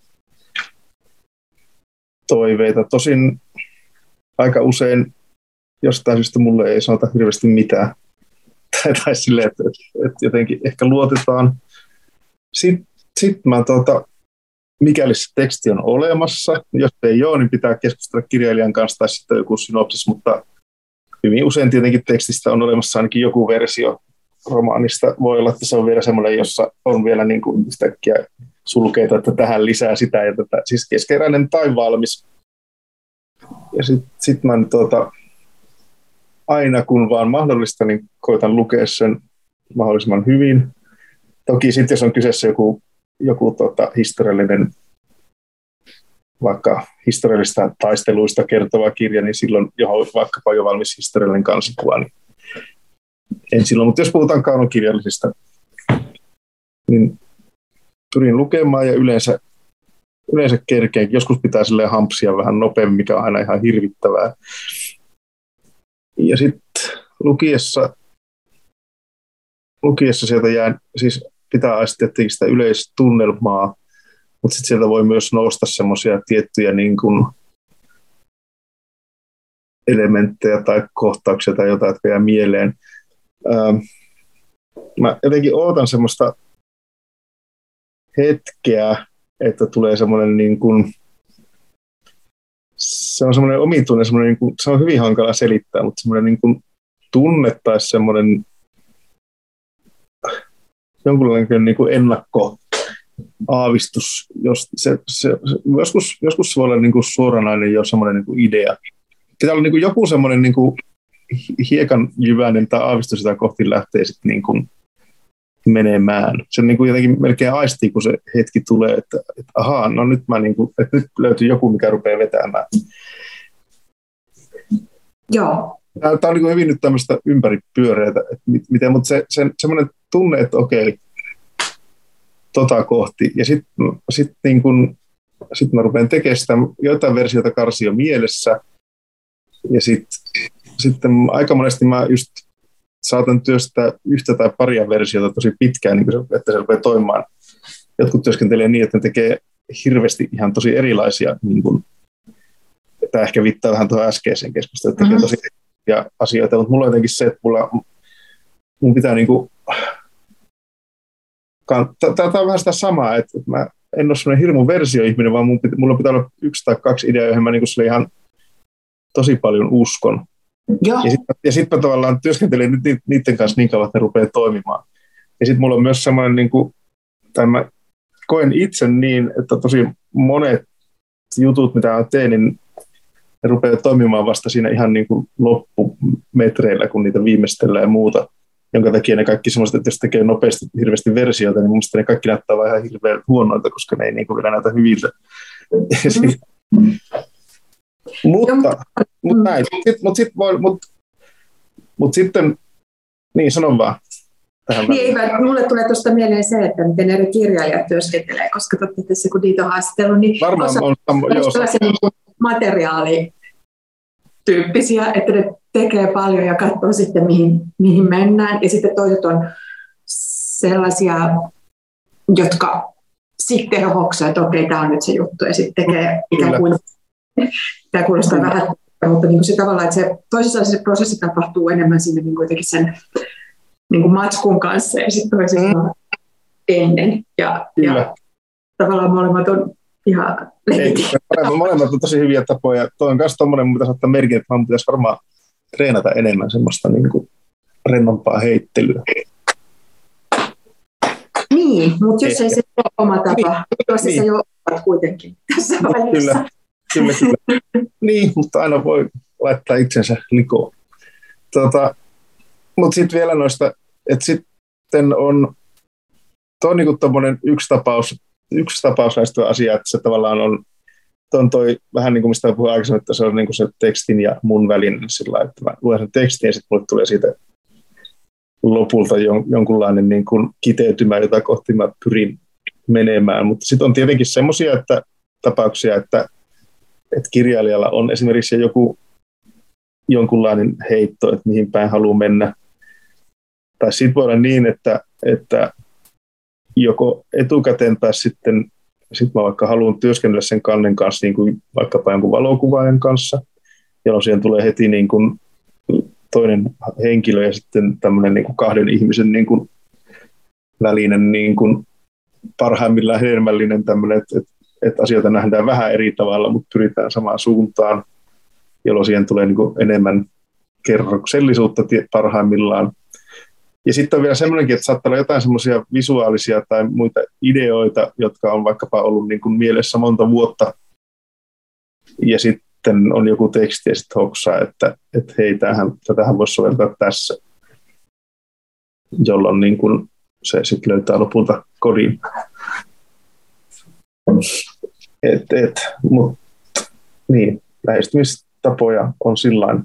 toiveita. Tosin aika usein jostain syystä mulle ei sanota hirveästi mitään. Tai, tai silleen, että, että jotenkin ehkä luotetaan. Sitten sit mä, tuota, mikäli se teksti on olemassa, jos ei ole, niin pitää keskustella kirjailijan kanssa tai sitten joku synopsis, mutta hyvin usein tietenkin tekstistä on olemassa ainakin joku versio romaanista. Voi olla, että se on vielä semmoinen, jossa on vielä niin kuin yhtäkkiä sulkeita, että tähän lisää sitä ja tätä, siis keskeräinen tai valmis. Ja sitten sit mä tuota, aina kun vaan mahdollista, niin koitan lukea sen mahdollisimman hyvin. Toki sitten jos on kyseessä joku, joku tota, historiallinen, vaikka historiallisista taisteluista kertova kirja, niin silloin johon vaikkapa jo valmis historiallinen kansikuva, niin en silloin. Mutta jos puhutaan kaunokirjallisista, niin pyrin lukemaan ja yleensä, yleensä kerkeen. Joskus pitää silleen hampsia vähän nopeammin, mikä on aina ihan hirvittävää. Ja sitten lukiessa, lukiessa sieltä jää, siis pitää aistia tietenkin sitä yleistunnelmaa, mutta sitten sieltä voi myös nousta semmoisia tiettyjä niin kuin elementtejä tai kohtauksia tai jotain, jotka jää mieleen. Ähm, mä jotenkin ootan semmoista hetkeä, että tulee semmoinen niin kuin, se on semmoinen omituinen, semmoinen niin kuin, se on hyvin hankala selittää, mutta semmoinen niin kuin tunne tai semmoinen jonkunlainen niin kuin ennakkoaavistus, jos se, se, se, joskus, joskus se voi olla niin kuin suoranainen jo semmoinen niin kuin idea. Pitää olla niin kuin joku semmoinen niin kuin hiekanjyväinen tai aavistus, jota kohti lähtee sitten niin kuin menemään. Se niin kuin jotenkin melkein aistii, kun se hetki tulee, että, että ahaa, no nyt, mä niin kuin, että nyt löytyy joku, mikä rupeaa vetämään. Joo. Tämä on niin kuin hyvin nyt tämmöistä ympäripyöreitä, että miten, mutta se, se, semmoinen tunne, että okei, tota kohti. Ja sitten sit niin kuin, sit mä rupean tekemään sitä, jotain versioita karsia mielessä. Ja sitten sitten aika monesti mä just saatan työstää yhtä tai paria versiota tosi pitkään, niin se, että se rupeaa toimimaan. Jotkut työskentelee niin, että ne tekee hirveästi ihan tosi erilaisia, niin kuin, tämä ehkä viittaa vähän tuohon äskeiseen keskusteluun, että tekee tosi erilaisia asioita, mutta mulla on jotenkin se, että mulla, mun pitää niin kuin, tämä on vähän sitä samaa, että mä en ole sellainen hirmu versioihminen, vaan mun pitä, mulla pitää olla yksi tai kaksi ideaa, joihin mä niin kuin ihan tosi paljon uskon. Joo. Ja sitten sit mä tavallaan työskentelen nyt niiden kanssa niin kauan, että ne rupeaa toimimaan. Ja sitten mulla on myös semmoinen, niin kuin, tai mä koen itse niin, että tosi monet jutut, mitä mä teen, niin ne rupeaa toimimaan vasta siinä ihan niin kuin loppumetreillä, kun niitä viimeistellään ja muuta. Jonka takia ne kaikki semmoiset, että jos tekee nopeasti hirveästi versioita, niin mun mielestä ne kaikki näyttää vaan ihan hirveän huonoilta, koska ne ei niin kuin vielä näytä hyviltä. Mm. Mutta, mutta näin. Sitten, mutta, sit voi, mutta, mutta sitten, niin sanon vaan. Niin, ei, mulle tulee tuosta mieleen se, että miten eri kirjailijat työskentelee, koska totta tässä kun niitä on haastattelut, niin varmaan osa on, on on sellaisia materiaalityyppisiä, että ne tekee paljon ja katsoo sitten, mihin, mihin mennään. Ja sitten toiset on sellaisia, jotka sitten hoksaa, että okei, tämä on nyt se juttu, ja sitten tekee ikään kuin, tämä kuulostaa Kyllä. vähän, mutta niin kuin se tavallaan, että se, toisessa se prosessi tapahtuu enemmän sinne niin kuitenkin sen niin kuin matskun kanssa, ja sitten toisessa mm. ennen. Ja, ja tavallaan molemmat on ihan legitiimiä. Molemmat on tosi hyviä tapoja. Tuo on myös tuommoinen, mitä saattaa merkitä, että minun pitäisi varmaan treenata enemmän semmoista niin kuin rennompaa heittelyä. Niin, Niin, mutta jos ei se ole oma tapa, jos niin. Se jo ovat kuitenkin tässä vaiheessa. Kyllä, kyllä, kyllä. Niin, mutta aina voi laittaa itsensä likoon. Tota, mutta sitten vielä noista, että sitten on, tuo on niinku yksi tapaus, yksi tapaus näistä asiaa, että se tavallaan on, on toi vähän niin kuin mistä puhuin aikaisemmin, että se on niin kuin se tekstin ja mun välinen sillä, että mä luen sen tekstin ja sitten mulle tulee siitä lopulta jon, jonkunlainen niin kuin kiteytymä, jota kohti mä pyrin menemään. Mutta sitten on tietenkin semmoisia että, tapauksia, että, että kirjailijalla on esimerkiksi joku jonkunlainen heitto, että mihin päin haluaa mennä. Tai sitten voi olla niin, että, että joko etukäteen tai sitten sit mä vaikka haluan työskennellä sen kannen kanssa niin kuin vaikkapa jonkun valokuvaajan kanssa, jolloin siihen tulee heti niin kuin toinen henkilö ja sitten tämmöinen niin kuin kahden ihmisen niin kuin välinen niin kuin parhaimmillaan hedelmällinen tämmöinen, että, että, että asioita nähdään vähän eri tavalla, mutta pyritään samaan suuntaan, jolloin siihen tulee niin kuin enemmän kerroksellisuutta parhaimmillaan. Ja sitten on vielä semmoinenkin, että saattaa olla jotain semmoisia visuaalisia tai muita ideoita, jotka on vaikkapa ollut niin kuin mielessä monta vuotta. Ja sitten on joku teksti ja sitten hoksaa, että, että hei, tämähän, tätähän voisi soveltaa tässä. Jolloin niin kuin se sitten löytää lopulta kodin. Et, et, mut, niin, lähestymistapoja on sillain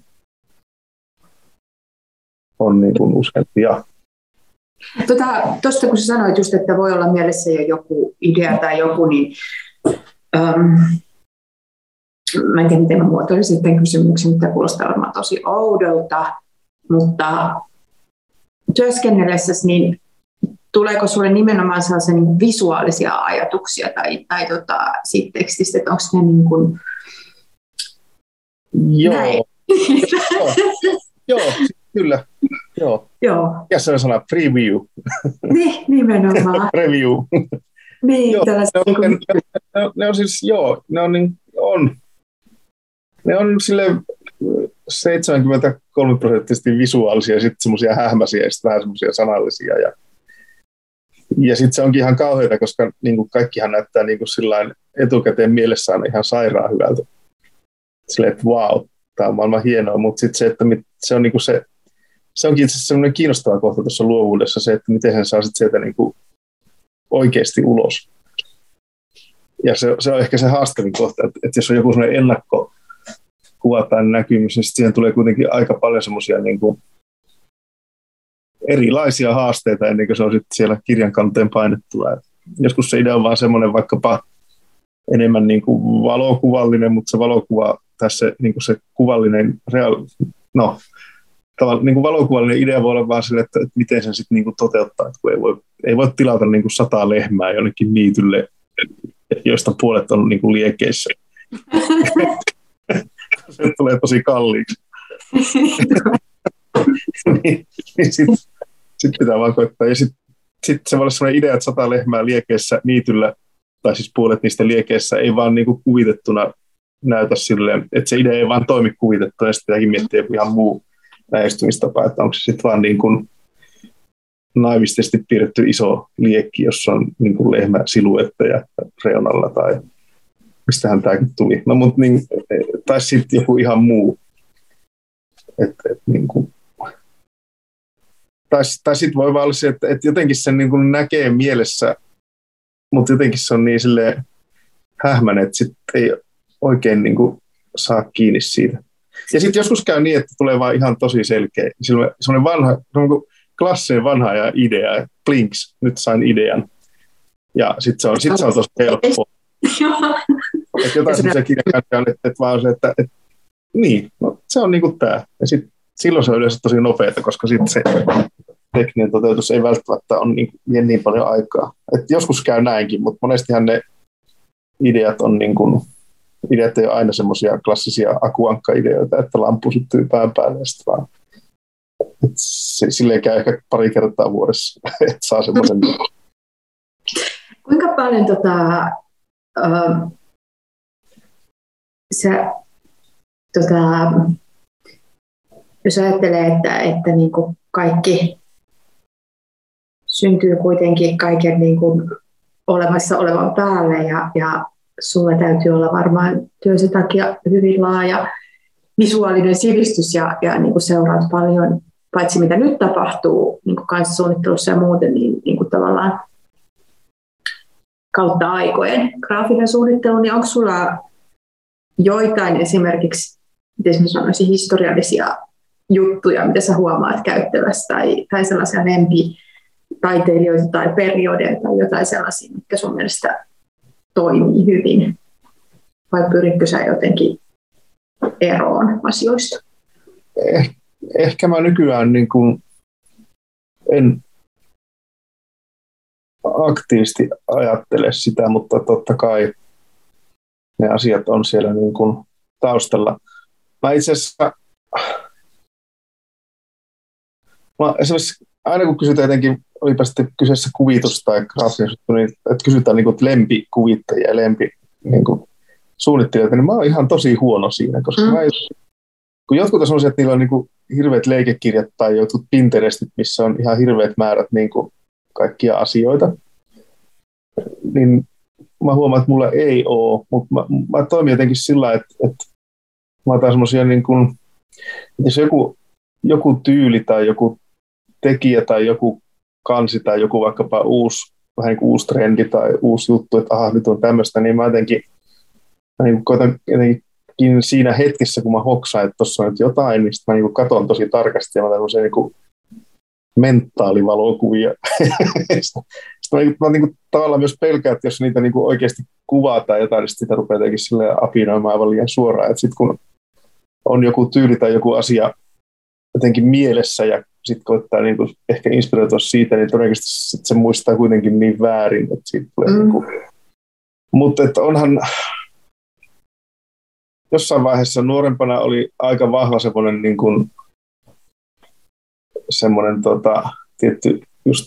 on niin kuin useampia. Tuosta tota, kun sä sanoit just, että voi olla mielessä jo joku idea tai joku, niin ähm, mä en tiedä, miten mä muotoilisin sitten kysymyksen, mitä kuulostaa varmaan tosi oudolta, mutta työskennellessäsi, niin tuleeko sulle nimenomaan sellaisia niin visuaalisia ajatuksia tai, tai tota, siitä tekstistä, että onko ne niin kuin Joo. Näin? Joo. Joo, kyllä. Joo. Joo. Ja se on sana preview. Niin, nimenomaan. Review. Niin, joo, tällaiset. Ne on, ne, ne, ne on siis, joo, ne on, niin, on, ne on sille seitsemänkymmentäkolme prosenttisesti visuaalisia ja sitten semmoisia hähmäisiä ja sitten vähän semmoisia sanallisia. Ja, ja sitten se onkin ihan kauheata, koska niin kuin kaikkihan näyttää niin kuin sillain etukäteen mielessään ihan sairaan hyvältä. Silleen, että vau, tämä on maailman hienoa, mutta sitten se, että mit, se on niin kuin se, se onkin itse asiassa semmoinen kiinnostava kohta tuossa luovuudessa, se, että miten sen saa sitten sieltä niin kuin oikeasti ulos. Ja se, se on ehkä se haastavin kohta, että, että jos on joku semmoinen ennakkokuva tai näkymys, niin siihen tulee kuitenkin aika paljon semmoisia niin kuin erilaisia haasteita ennen kuin se on sitten siellä kirjan kanteen painettua. Et joskus se idea on vaan semmoinen vaikkapa enemmän niin kuin valokuvallinen, mutta se valokuva tässä niin kuin se kuvallinen, real, no, tavallaan niin kuin valokuvallinen idea voi olla vaan sille, että, että miten sen sitten niin kuin toteuttaa, että kun ei voi, ei voi tilata niin kuin sataa lehmää jonnekin niitylle, joista puolet on niin kuin liekeissä. Se tulee tosi kalliiksi. niin, niin sitten sit pitää vaan koittaa. Ja sitten sit se voi olla sellainen idea, että sata lehmää liekeissä niityllä, tai siis puolet niistä liekeissä ei vaan niin kuin kuvitettuna näytä silleen, että se idea ei vaan toimi kuvitettuna, ja sitten pitääkin miettiä ihan muu lähestymistapa, että onko se sitten vaan niin kuin naivistisesti piirretty iso liekki, jossa on niin kuin lehmäsiluetteja reunalla, tai mistähän tämäkin tuli. No, mutta niin, tai sitten joku ihan muu. Et, et, niin kuin. Tai, tai sitten voi vaan olla se, että, että jotenkin sen niin kuin näkee mielessä, mutta jotenkin se on niin silleen hähmäinen, että sitten ei oikein niin kuin saa kiinni siitä. Ja sitten joskus käy niin, että tulee vaan ihan tosi selkeä. Sellainen vanha, klassinen vanha ja idea, että blinks, nyt sain idean. Ja sitten se on, sit se on tosi helppoa. Että jotain sellaisia kirjakäyttöjä on, että, että vaan se, että, että niin, no, se on niin kuin tämä. Ja sit, silloin se on yleensä tosi nopeata, koska sitten se tekninen toteutus ei välttämättä ole niin, vie niin paljon aikaa. Et joskus käy näinkin, mutta monestihan ne ideat on niin kuin, ideat ei ole aina semmoisia klassisia akuankka-ideoita, että lampu syttyy pään päälle ja sitten vaan. Et se, silleen käy ehkä pari kertaa vuodessa, että saa semmoisen. Kuinka paljon tota, uh, sä, tota, jos ajattelee, että, että niin kuin kaikki syntyy kuitenkin kaiken niin kuin olemassa olevan päälle ja, ja sulla täytyy olla varmaan työsi takia hyvin laaja visuaalinen sivistys ja, ja niin kuin seuraat paljon, paitsi mitä nyt tapahtuu niin kuin kanssasuunnittelussa ja muuten, niin, niin kuin tavallaan kautta aikojen graafinen suunnittelu, niin onko sulla joitain esimerkiksi, miten sanoisin, historiallisia juttuja, mitä sä huomaat käyttävässä tai, tai sellaisia lempitaiteilijoita tai periodeja tai jotain sellaisia, mitkä sun mielestä toimii hyvin? Vai pyritkö sä jotenkin eroon asioista? Eh, ehkä mä nykyään niin kuin en aktiivisesti ajattele sitä, mutta totta kai ne asiat on siellä niin kuin taustalla. Mä itse asiassa mä esimerkiksi aina kun kysytään jotenkin, olipa sitten kyseessä kuvitus tai graafinen, niin että kysytään niin kuin lempikuvittajia ja lempi niin kuin suunnittelijoita, niin mä oon ihan tosi huono siinä, koska mm. mä, kun jotkut on sellaisia, että niillä on niin kuin hirveät leikekirjat tai jotkut Pinterestit, missä on ihan hirveät määrät niin kuin kaikkia asioita, niin mä huomaan, että mulla ei ole, mutta mä, mä toimin jotenkin sillä, että, että mä otan semmoisia, niin kuin, jos joku, joku tyyli tai joku tekijä tai joku kansi tai joku vaikkapa uusi, vähän niin kuin uusi trendi tai uusi juttu, että aha, nyt on tämmöistä, niin mä jotenkin, mä niin kuin koitan jotenkin siinä hetkessä, kun mä hoksaan, että tuossa on nyt jotain, niin sitten mä niin katson tosi tarkasti ja mä otan semmoisia niin mentaalivalokuvia. Sitten mä, mä niin kuin tavallaan myös pelkään, että jos niitä niin kuin oikeasti kuvaa tai jotain, niin sitä rupeaa jotenkin silleen apinoimaan aivan liian suoraan. Että sitten kun on joku tyyli tai joku asia jotenkin mielessä ja sitten koittaa niin kuin ehkä inspiroitua siitä, niin todennäköisesti sit se muistaa kuitenkin niin väärin, että siitä tulee mm. niin kuin... Mutta että onhan jossain vaiheessa nuorempana oli aika vahva semmoinen niin kuin semmoinen tota, tietty just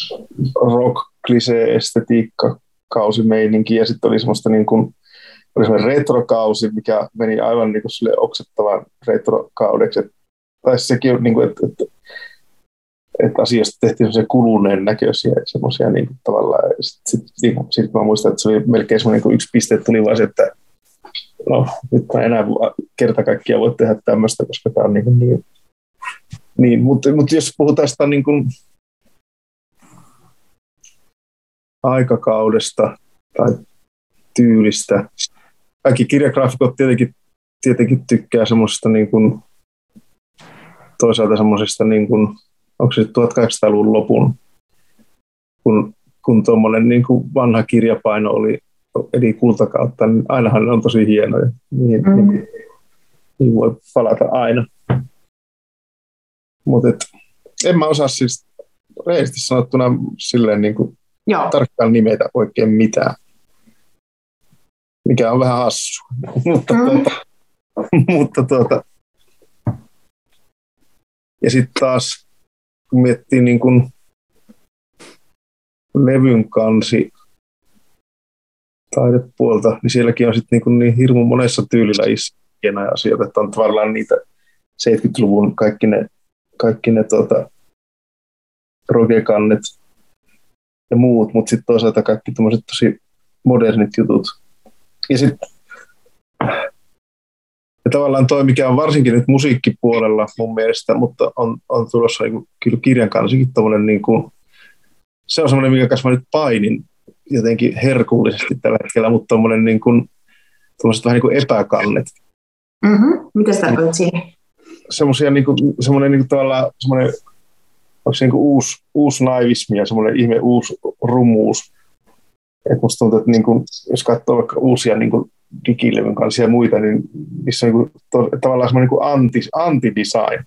rock-klisee-estetiikka kausimeininki ja sitten oli semmoista niin kuin, oli semmoinen retrokausi, mikä meni aivan niin kuin sille oksettavan retrokaudeksi. Et, tai sekin niin kuin, että et, et asiasta tehtiin semmoisia kuluneen näköisiä semmoisia niin kuin tavallaan. Sitten sit, sit, sit mä muistan, että se oli melkein semmoinen niin yksi piste tuli vaan se, että no nyt mä enää kerta kaikkiaan voi tehdä tämmöistä, koska tämä on niin kuin niin. Niin, mutta, mutta jos puhutaan sitä niin kuin aikakaudesta tai tyylistä, kaikki kirjagraafikot tietenkin, tietenkin tykkää semmoisesta niin kuin, toisaalta semmoisesta, niin kuin, onko se tuhatkahdeksansataaluvun lopun, kun, kun tuommoinen niin kuin vanha kirjapaino oli eli kultakautta, niin ainahan ne on tosi hienoja. Niihin, mm. niin, niin voi palata aina. Mutta en mä osaa siis rehellisesti sanottuna silleen niin kuin tarkkaan nimetä oikein mitään, mikä on vähän hassu. mutta, mm. tuota, mutta tuota. Ja sitten taas, kun miettii niin kuin levyn kansi taidepuolta, niin sielläkin on sitten niin, niin hirmu monessa tyylilajissa hienoja asioita, että on tavallaan niitä seitsemänkymmentäluvun kaikki ne kaikki ne tuota, rogekannet ja muut, mutta sitten toisaalta kaikki tommoset tosi modernit jutut. Ja sitten tavallaan toi, mikä on varsinkin nyt musiikkipuolella mun mielestä, mutta on, on tulossa niin kyllä kirjan kansikin tommonen, niin kuin, se on semmoinen, mikä kanssa mä nyt painin jotenkin herkullisesti tällä hetkellä, mutta tommonen niin kuin, tommoset vähän niin kuin epäkannet. Mm-hmm. Mitä sä tarkoitat siinä? Semmoisia niinku semmoinen niinku tavallaan semmoinen onko se niinku uusi uusi naivismi ja semmoinen ihme uusi rumuus. Et musta tuntuu, että niinku, jos katsoo vaikka uusia niinku digilevyn kanssa ja muita, niin niissä on niinku to, tavallaan semmoinen niinku anti anti-design.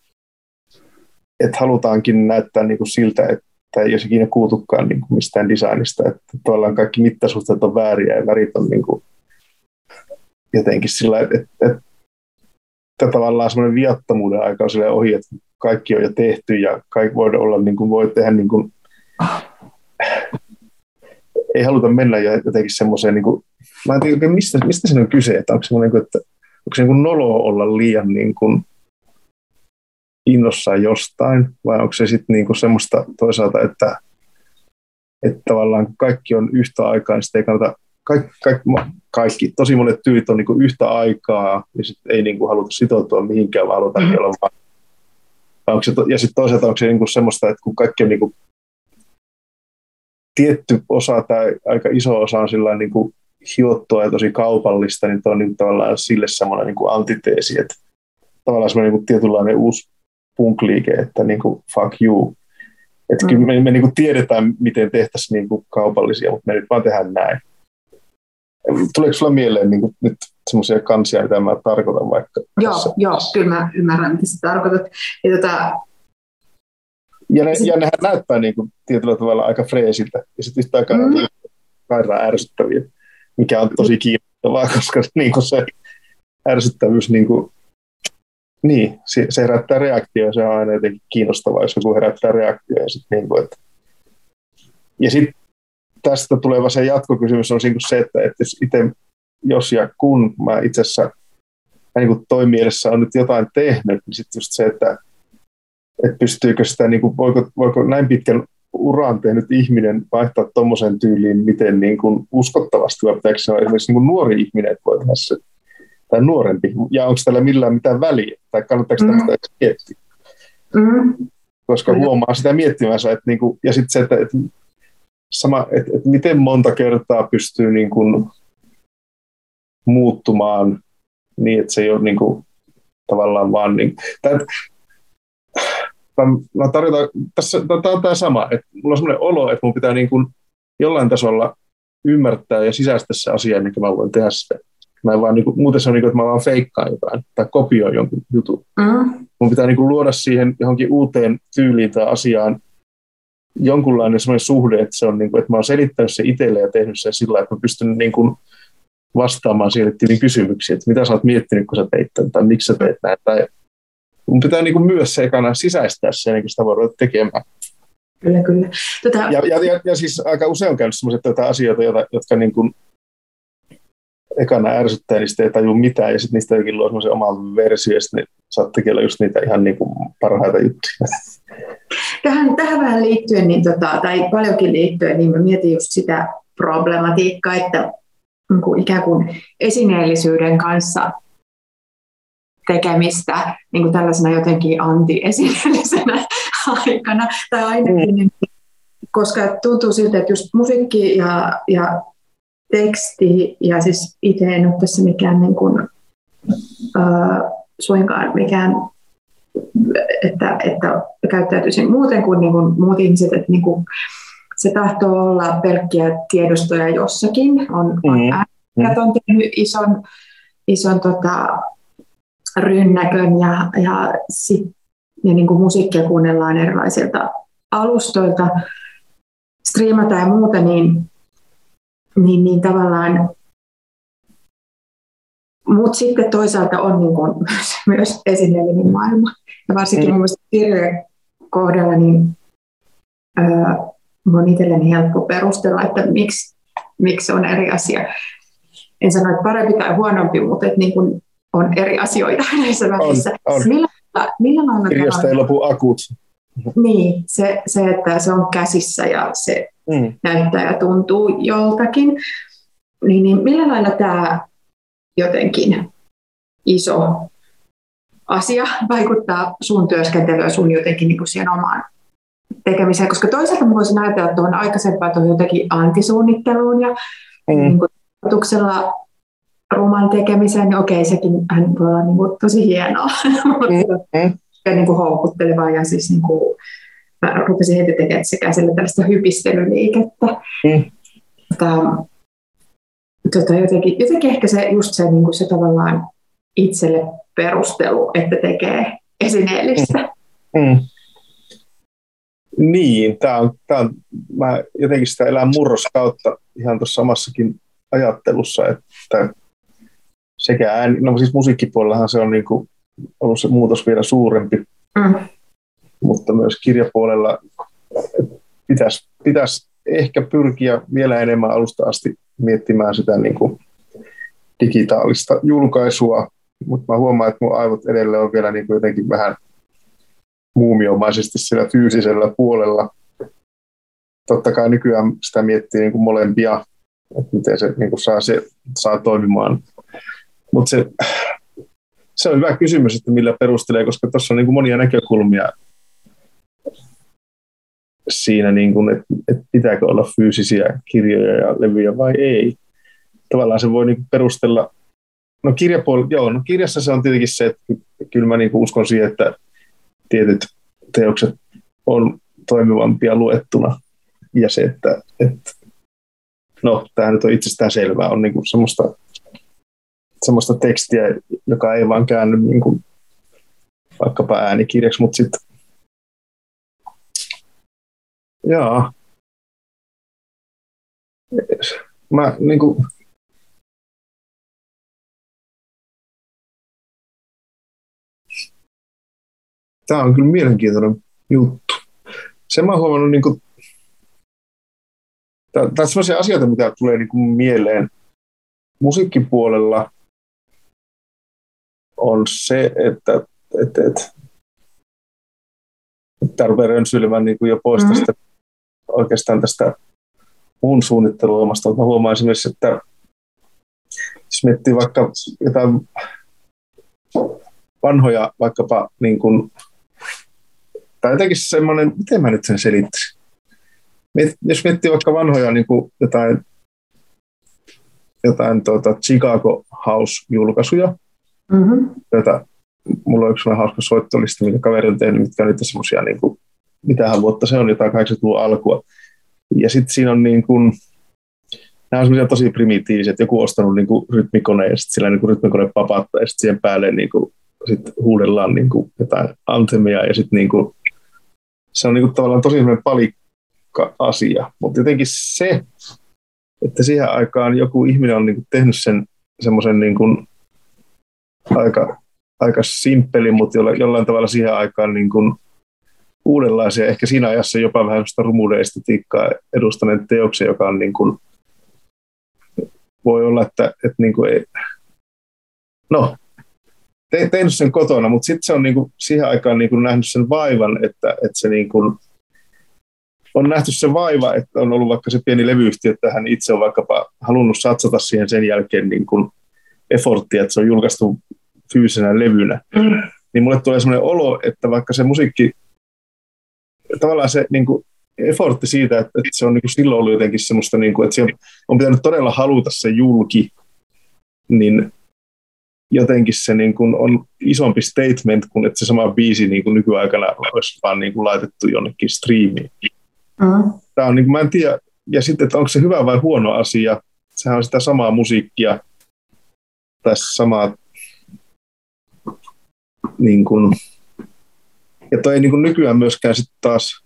Että halutaankin näyttää niinku siltä, että ei olisi ikinä kuultukaan niinku mistään designista, että tavallaan kaikki mittasuhteet on vääriä ja värit on niinku jotenkin sillä, että et, et, että tavallaan semmoinen viattomuuden aika on silleen ohi, että kaikki on jo tehty ja kaikki voi olla niin kuin voi tehdä niin kuin, ei haluta mennä jotenkin semmoiseen niin kuin, mä en tiedä mistä, mistä siinä on kyse, että onko semmoinen, että onko se niin kuin noloa olla liian niin kuin innossaan jostain vai onko se sitten niin kuin semmoista toisaalta, että että tavallaan kun kaikki on yhtä aikaa, niin sitten ei kannata, kaikki, kaikki, kaikki tosi monet tyylit on niin kuin yhtä aikaa, ja sitten ei niin kuin haluta sitoutua mihinkään, vaan halutaan mm-hmm. olla vaan. Onko se, ja sitten toisaalta onko se niin kuin semmoista, että kun kaikki on niin kuin tietty osa tai aika iso osa on sillä niin kuin hiottua ja tosi kaupallista, niin on niin kuin tavallaan sille semmoinen niin kuin antiteesi, että tavallaan semmoinen niin kuin tietynlainen uusi punk-liike, että niin kuin fuck you. Että mm. kyllä me, me niin kuin tiedetään, miten tehtäisiin niin kuin kaupallisia, mutta me nyt vaan tehdään näin. Tuleeko sulla mieleen niin kuin nyt semmoisia kansia, mitä mä tarkoitan vaikka? Joo, tässä? joo kyllä mä ymmärrän, mitä sä tarkoitat. Ja, tota... ja, ne, ja nehän näyttää niin kuin tietyllä tavalla aika freesiltä, ja sitten yhtä aikaa mm. kairaan ärsyttäviä, mikä on tosi kiinnostavaa, koska niin kuin se ärsyttävyys niin kuin Niin, se herättää reaktioon, se on aina jotenkin kiinnostavaa, jos joku herättää reaktioon. Ja sitten niin kuin, ja sit tästä tuleva se jatkokysymys on se, että, että jos, ite, jos ja kun mä itse asiassa niin kuin toi mielessä on nyt jotain tehnyt, niin sitten just se, että, että pystyykö sitä, niin kuin, voiko, voiko näin pitkän uran tehnyt ihminen vaihtaa tuommoisen tyyliin, miten niin kuin uskottavasti, vai pitääkö se olla esimerkiksi niin kuin nuori ihminen, että voi tehdä se tai nuorempi, ja onko tällä millään mitään väliä, tai kannattaako mm. tästä miettiä. Mm. Koska mm. huomaa sitä miettimänsä, että niinku, ja sitten se, että, että, sama, että, että miten monta kertaa pystyy niinku muuttumaan niin, että se ei ole niinku, tavallaan vaan niin, tai, mä tarjotan, tässä, tämä on tämä sama, että mulla on sellainen olo, että mun pitää niinku jollain tasolla ymmärtää ja sisäistää se asia, ennen kuin mä voin tehdä sitä. Mä vaan, niin kuin, muuten se on niin kuin, että mä vaan feikkaan jotain tai kopioin jonkun jutun. Mm. Mun pitää niin kuin, luoda siihen johonkin uuteen tyyliin tai asiaan jonkunlainen sellainen suhde, että, se on, niin kuin, että mä oon selittänyt sen itselle ja tehnyt sen sillä, että mä pystyn niin kuin, vastaamaan siihen kysymyksiin, että mitä sä oot miettinyt, kun sä teit tämän, tai miksi sä teet näin. Tai mun pitää niin kuin, myös se ekana sisäistää se, ennen kuin sitä voi ruveta tekemään. Kyllä, kyllä. Tätä... Ja, ja, ja, ja siis aika usein on käynyt sellaiset asioita, jotka niin kuin, ekana ärsyttää, niin sitten ei tajua mitään, ja sitten niistä jotenkin luo semmoisen oman versio, ja sitten saat tekemään just niitä ihan niin kuin parhaita juttuja. Tähän, tähän vähän liittyen, niin tota, tai paljonkin liittyen, niin mä mietin just sitä problematiikkaa, että niin kuin ikään kuin esineellisyyden kanssa tekemistä niin kuin tällaisena jotenkin anti-esineellisenä aikana, tai ainakin, niin, koska tuntuu siltä, että just musiikki ja, ja teksti, ja siis itse en ole tässä mikään niin kuin, äh, suinkaan mikään, että, että käyttäytyisin muuten kuin, niin kuin muut ihmiset, että niin kuin, se tahtoo olla pelkkiä tiedostoja jossakin. On, on mm. äänet on tehnyt ison, ison tota, rynnäkön, ja, ja, sit, ja niin kuin musiikkia kuunnellaan erilaisilta alustoilta, striimataan ja muuta, niin Niin, niin tavallaan, mutta sitten toisaalta on niin kuin myös, myös esineellinen maailma. Ja varsinkin mm. mun mielestä kirjojen kohdalla, niin öö, on itselleni helppo perustella, että miksi, miksi on eri asia. En sano, että parempi tai huonompi, mutta että niin kuin on eri asioita näissä välissä. On, on. Millä, millä lailla kirjasta ei lopu akut. Niin, se, se, että se on käsissä ja se mm. näyttää ja tuntuu joltakin. Niin, niin millä lailla tämä jotenkin iso asia vaikuttaa sun työskentelyyn, sun jotenkin niin kuin siihen omaan tekemiseen? Koska toisaalta mä voisin ajatella tuohon aikaisempaan tuohon jotenkin antisuunnitteluun ja mm. niin kuin tarkoituksella ruman tekemiseen, niin okei, sekin voi olla niin kuin tosi hienoa. Mm. Niin kuin houkuttelevaa, ja siis niin kuin, mä rupesin heti tekemään sekä tällaista hypistelyliikettä. Mm. Tota, tota, jotenkin, jotenkin ehkä se, just se, niin kuin se tavallaan itselle perustelu, että tekee esineellistä. Mm. Mm. Niin, tämä on, tää on, mä jotenkin sitä elän murroskautta ihan tuossa samassakin ajattelussa, että sekä ääni, no siis musiikkipuolellahan se on niin kuin ollut se muutos vielä suurempi, mm. mutta myös kirjapuolella pitäisi, pitäisi ehkä pyrkiä vielä enemmän alusta asti miettimään sitä niin kuin digitaalista julkaisua, mutta mä huomaan, että mun aivot edelleen on vielä niin kuin jotenkin vähän muumiomaisesti siellä fyysisellä puolella. totta kai nykyään sitä miettii niin kuin molempia, että miten se, niin kuin saa, se saa toimimaan. Mutta se, se on hyvä kysymys, että millä perustelee, koska tuossa on niin kuin monia näkökulmia siinä, niin kuin, että, että pitääkö olla fyysisiä kirjoja ja levyjä vai ei. Tavallaan se voi niin kuin perustella. No, kirjapuoli, joo, no kirjassa se on tietenkin se, että kyllä mä niin kuin uskon siihen, että tietyt teokset on toimivampia luettuna. Ja se, että, että no, tämä nyt on itsestään selvää, on niin kuin semmoista, semmoista tekstiä, joka ei vaan käänny niin kuin vaikkapa äänikirjaksi, mutta sitten jaa. Mä niin kuin tämä on kyllä mielenkiintoinen juttu. Se mä oon huomannut, niin kuin, tämä on sellaisia asioita, mitä tulee niin kuin mieleen musiikkipuolella, on se, että, että, että tämä rupeaa rönsyilemään niin kuin jo pois mm-hmm. tästä, oikeastaan tästä mun suunnitteluomasta. Mä huomaan esimerkiksi, että jos miettii vaikka jotain vanhoja vaikkapa niin kuin, tai jotenkin semmoinen, miten mä nyt sen selittäisin? Jos miettii vaikka vanhoja niin kuin jotain, jotain tuota Chicago House-julkaisuja, mm-hmm. joita mulla on yksi hauska soittolista, mitä kaveri on tehnyt, mitkä on nyt semmoisia, niin kuin, mitähän vuotta se on, jotain kahdeksankymmentäluvun alkua. Ja sitten siinä on niin kuin, nämä on semmoisia tosi primitiivisiä, että joku on ostanut niin kuin rytmikoneen ja sitten sillä niin kuin rytmikone papattaa ja sitten siihen päälle niin kuin, sit huudellaan niin kuin jotain anthemia ja sitten niin kuin, se on niin kuin tavallaan tosi semmoinen palikka-asia, mutta jotenkin se, että siihen aikaan joku ihminen on niin kuin tehnyt sen semmoisen niin kuin aika, aika simppeli, mutta jollain tavalla siihen aikaan niin kuin uudenlaisia, ehkä siinä ajassa jopa vähän sitä rumuuden estetiikkaa edustaneen teoksen, joka on niin kuin, voi olla, että, että niin kuin ei, no, te, tehnyt sen kotona, mutta sitten se on niin kuin siihen aikaan niin kuin nähnyt sen vaivan, että, että se niin kuin, on nähty se vaiva, että on ollut vaikka se pieni levyyhtiö, että hän itse on vaikkapa halunnut satsata siihen sen jälkeen niin kuin efforttia, että se on julkaistu fyysisenä levynä. Mm. Niin mulle tulee sellainen olo, että vaikka se musiikki, tavallaan se niin kuin effortti siitä, että, että se on niin kuin silloin ollut jotenkin semmoista, niin kuin, että siellä on pitänyt todella haluta se julki, niin jotenkin se niin kuin on isompi statement kuin että se sama biisi niin kuin nykyaikana olisi vaan niin kuin laitettu jonnekin striimiin. Mm. Tämä on niin kuin, mä en tiedä, ja sitten, että onko se hyvä vai huono asia, sehän on sitä samaa musiikkia, tai samaa niin kuin, ja toi ei niin kuin nykyään myöskään sitten taas,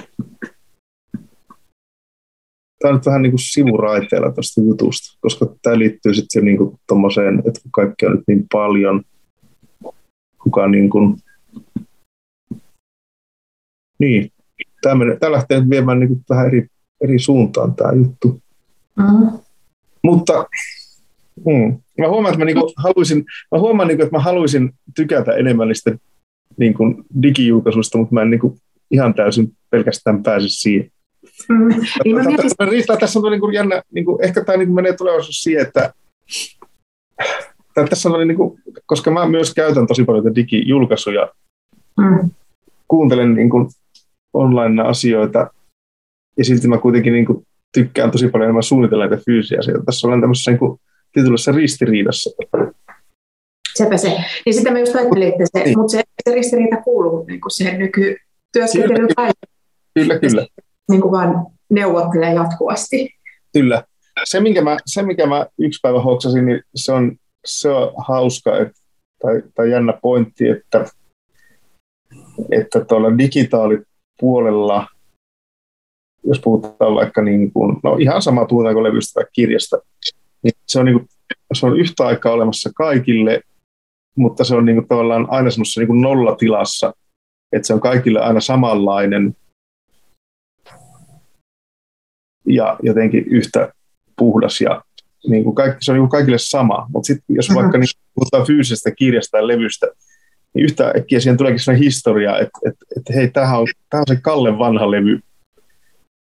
tämä on nyt vähän niin kuin sivuraiteella tuosta jutusta, koska tämä liittyy sitten niin kuin tommoseen, että kun kaikki on nyt niin paljon, kuka niin kuin, niin, tämä, menee, tämä lähtee nyt viemään niin kuin vähän eri, eri suuntaan tämä juttu. Mm. Mutta mm, mä huomaan, että mä, niin kuin haluaisin, mä huomaan, niin kuin, että mä haluaisin tykätä enemmän niistä niin kuin digijulkaisuista, mutta mä en niin kuin ihan täysin pelkästään pääse siihen. Mm. Niin tässä, mietin... tässä on niin kuin jännä, niin kuin, ehkä tämä niin kuin menee tulevaisuus siihen, että tässä on, niin kuin, koska mä myös käytän tosi paljon digijulkaisuja, mm. kuuntelen niin kuin online asioita ja silti mä kuitenkin niin kuin tykkään tosi paljon enemmän suunnitella näitä fyysisiä asioita. Tässä olen tämmöisessä niin kuin tietynlaisessa ristiriidassa. Sepä se. Niin sitten mä just ajattelin, että se, niin. Mutta se, se ristiriita kuuluu niin kuin siihen nykytyöskentelyyn päivään. Kyllä, kyllä. Niin kuin vaan neuvottelee jatkuvasti. Kyllä. Se, minkä mä, se, mikä mä yksi päivä hoksasin, niin se on, se on hauska että, tai, tai jännä pointti, että, että tuolla digitaalipuolella, jos puhutaan vaikka niin kuin, no ihan sama puhutaanko levystä tai kirjasta, niin se on, niin kuin, se on yhtä aikaa olemassa kaikille, mutta se on niin kuin tavallaan aina semmoisessa niin kuin nollatilassa, että se on kaikille aina samanlainen ja jotenkin yhtä puhdas ja niin kuin kaikki, se on niin kuin kaikille sama, mutta sitten jos mm-hmm. vaikka niin puhutaan fyysisestä kirjasta tai levystä, niin yhtäkkiä siihen tuleekin sellainen historia, että, että, että hei, tämähän on, tämä on se Kallen vanha levy.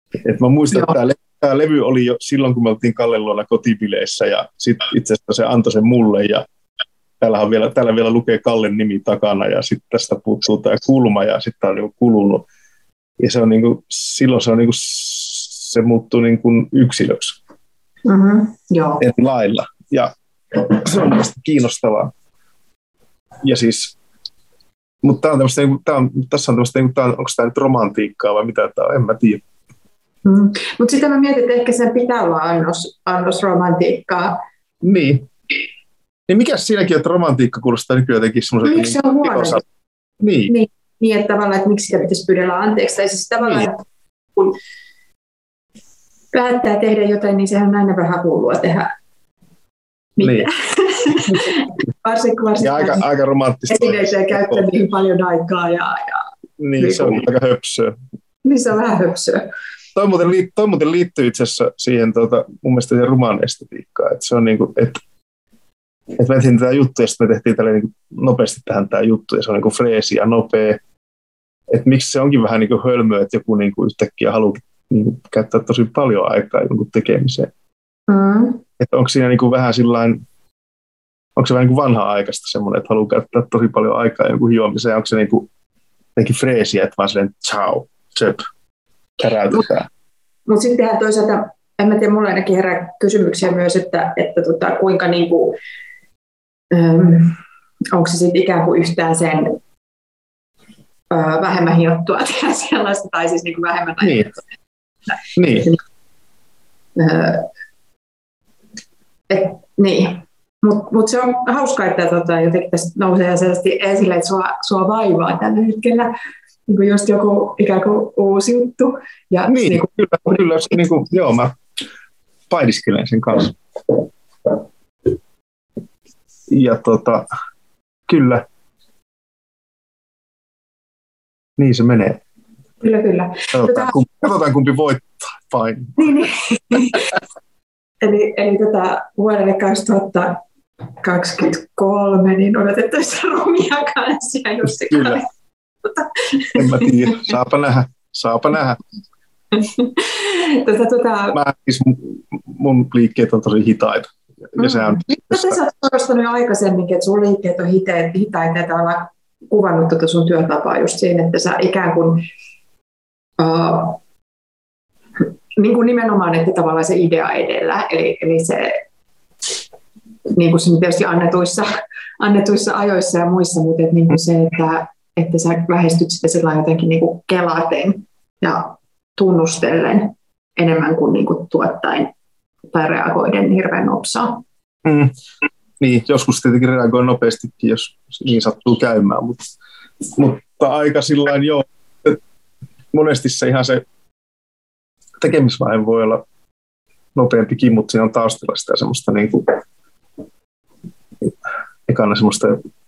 Et mä muistan, että tämä, tämä levy oli jo silloin, kun me oltiin Kallen luona kotibileissä, ja sitten itse asiassa se antoi sen mulle, ja täällä vielä, täällä vielä lukee Kallen nimi takana, ja sitten tästä puuttuu tämä kulma, ja sitten tämä on niinku kulunut. Ja se on niinku, silloin se, on niinku, se muuttuu niinku yksilöksi. Mm-hmm, joo. Eri lailla. Ja se on mielestäni kiinnostavaa. Ja siis, mutta tämä on tämmöistä, tämä on, tässä on tämmöistä, onko tämä nyt romantiikkaa vai mitä tämä on, en mä tiedä. Mm. Mutta sitten mä mietin, että ehkä sen pitää olla annos, annos romantiikkaa. Niin. Niin mikäs siinäkin, että romantiikka kuulostaa nykyään jotenkin semmoiselta... Miksi se on huono? Niin. niin. Niin, että tavallaan, että miksi sitä pitäisi pyydellä anteeksi. Tai siis tavallaan, niin. Kun päättää tehdä jotain, niin sehän on aina vähän hullua tehdä. Mitä? Niin. varsinkin varsinkin aika, aika romanttista. Esineitä käyttää niin paljon aikaa. Ja, ja niin, se on aika höpsöä. Niin, se on vähän höpsöä. Toi muuten, liittyy, toi muuten liittyy itse asiassa siihen tuota, mun mielestä siihen romaaniestetiikkaan. Että se on niin kuin, että et me tehtiin tätä juttua, ja sitten me tehtiin tälle niin nopeasti tähän tämä juttu, ja se on niin kuin freesi ja nopea. Että miksi se onkin vähän niin kuin hölmöä, että joku niin kuin yhtäkkiä haluaa niin kuin käyttää tosi paljon aikaa jonkun tekemiseen. Mm. Että onko siinä niin kuin vähän sillain, onko se vähän niin kuin vanha-aikaista semmoinen, että haluaa käyttää tosi paljon aikaa jonkun hiomiseen, onko se niin kuin jotenkin freesiä, että vaan silleen ciao, tsöp, käräytetään. Mutta sittenhän toisaalta, en mä tiedä, mulla ainakin herää kysymyksiä myös, että, että tota, kuinka niin kuin, äm, onko se sitten ikään kuin yhtään sen ö, vähemmän hiottua tehdä sellaista, tai siis niin kuin vähemmän niin. Niin. Öö, et, niin. Mutta mut se on hauskaa, että tota, jotenkin tästä nousee sellaisesti esille, että sua, sua vaivaa tällä hetkellä niin kuin just joku ikään kuin uusi juttu. Ja, niin, niin kuin, kyllä, kyllä niin kuin, joo, mä painiskelen sen kanssa. Ja tota, kyllä, niin se menee. Kyllä, kyllä. Katsotaan, tota, kumpi, katsotaan kumpi voittaa. Fine. Niin, niin. eli eli tota, vuodelle kaksituhattakaksikymmentäkolme niin odotettaisiin Rumia kanssa ja Jussi Kyllä. En mä tiedä. Saapa nähdä. Saapa nähdä. tota, tota... Mä, siis mun, mun liikkeet on tosi hitaita. Ja mm. se on, Mitä sä oot korostanut jo aikaisemminkin, että sun liikkeet on hitaita, hitaita että ollaan kuvannut tuota sun työtapaa just siinä, että sä ikään kuin uh, niin kuin nimenomaan, että tavallaan se idea edellä, eli, eli se, niin kuin se tietysti annetuissa, annetuissa ajoissa ja muissa, mutta että, niin kuin se, että, että sä lähestyt sitä sellainen jotenkin niin kuin kelaten ja tunnustellen enemmän kuin, niin kuin tuottaen tai reagoiden hirveän nopsaa. Mm. Niin, joskus tietenkin reagoi nopeastikin, jos niin sattuu käymään, mutta, mutta aika sillain joo. Monesti se ihan se tekemisvaihe voi olla nopeampikin, mutta siinä on taustalla sitä semmoista niin kuin, ekana semmoista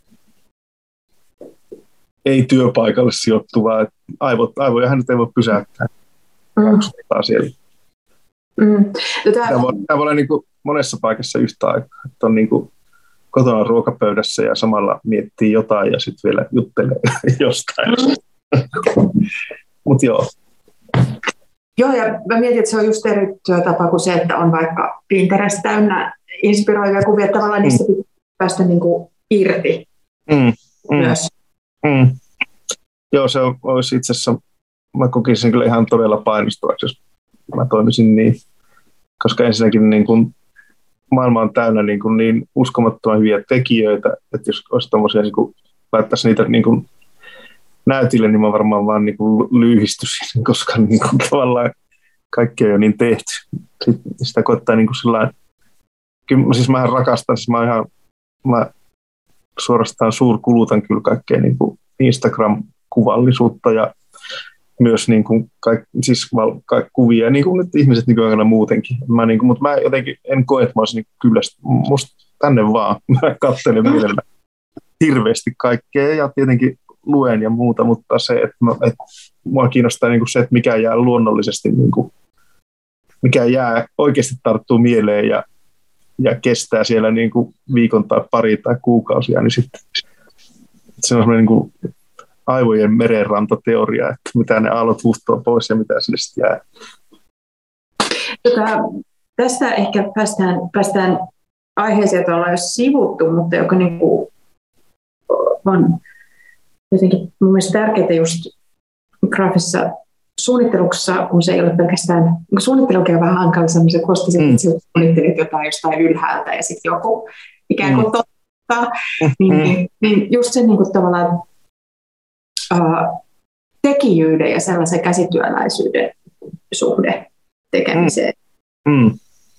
ei työpaikalle sijoittuvaa, että aivot, aivojahan nyt ei voi pysäyttää. Mm. Siellä. Mm. Tämä voi, tämä voi olla niin kuin monessa paikassa yhtä aikaa, että on niin kuin kotona ruokapöydässä ja samalla miettii jotain ja sitten vielä juttelee jostain. Mm. Mutta joo. Joo, ja mä mietin, että se on just eri työtapa kuin se, että on vaikka Pinterest täynnä inspiroivia kuvia, että tavallaan mm. niistä pitää päästä niin kuin irti mm. myös. Mm. Joo, se olisi itse asiassa, mä kokisin kyllä ihan todella painostavaksi, jos mä toimisin niin, koska ensinnäkin niin kuin maailma on täynnä niin, kuin niin uskomattoman hyviä tekijöitä, että jos olisi tommosia, niin kuin laittaisi niitä niin kuin näytille, niin mä varmaan vaan niin kuin lyhistyisin, koska niin kuin tavallaan kaikki on jo niin tehty. Sitten sitä koittaa niin kuin sellainen, kyllä siis mä rakastan, siis mä ihan, mä suorastaan suurkulutan kyllä kaikkea niin kuin Instagram-kuvallisuutta ja myös niin kuin kaik, siis val, kaik, kuvia, niin kuin nyt ihmiset nykyaikana muutenkin. Mä niin kuin, mutta mä jotenkin en koe, että mä olisin niin kyllä, musta tänne vaan, mä katselen mielellä hirveästi kaikkea ja tietenkin luen ja muuta, mutta se, että, mä, että mua kiinnostaa niin kuin se, että mikä jää luonnollisesti, niin kuin, mikä jää oikeasti tarttuu mieleen ja, ja kestää siellä niin kuin viikon tai pari tai kuukausia, niin sitten se on semmoinen niin kuin aivojen merenrantateoria, että mitä ne aallot huhtoo pois ja mitä sinne sitten jää. Tota, tästä ehkä päästään, päästään aiheeseen, jota ollaan jo sivuttu, mutta joka niin kuin on jotenkin mun mielestä tärkeää just graafisessa suunnittelussa, kun se ei ole pelkästään, suunnittelukin on vähän hankala sellaisen kosti, mm. että suunnittelit jotain jostain ylhäältä ja sitten joku ikään kuin mm. totta, niin, mm. niin just se niin kuin tavallaan uh, tekijyyden ja sellaisen käsityöläisyyden suhde tekemiseen. Mm. Mm.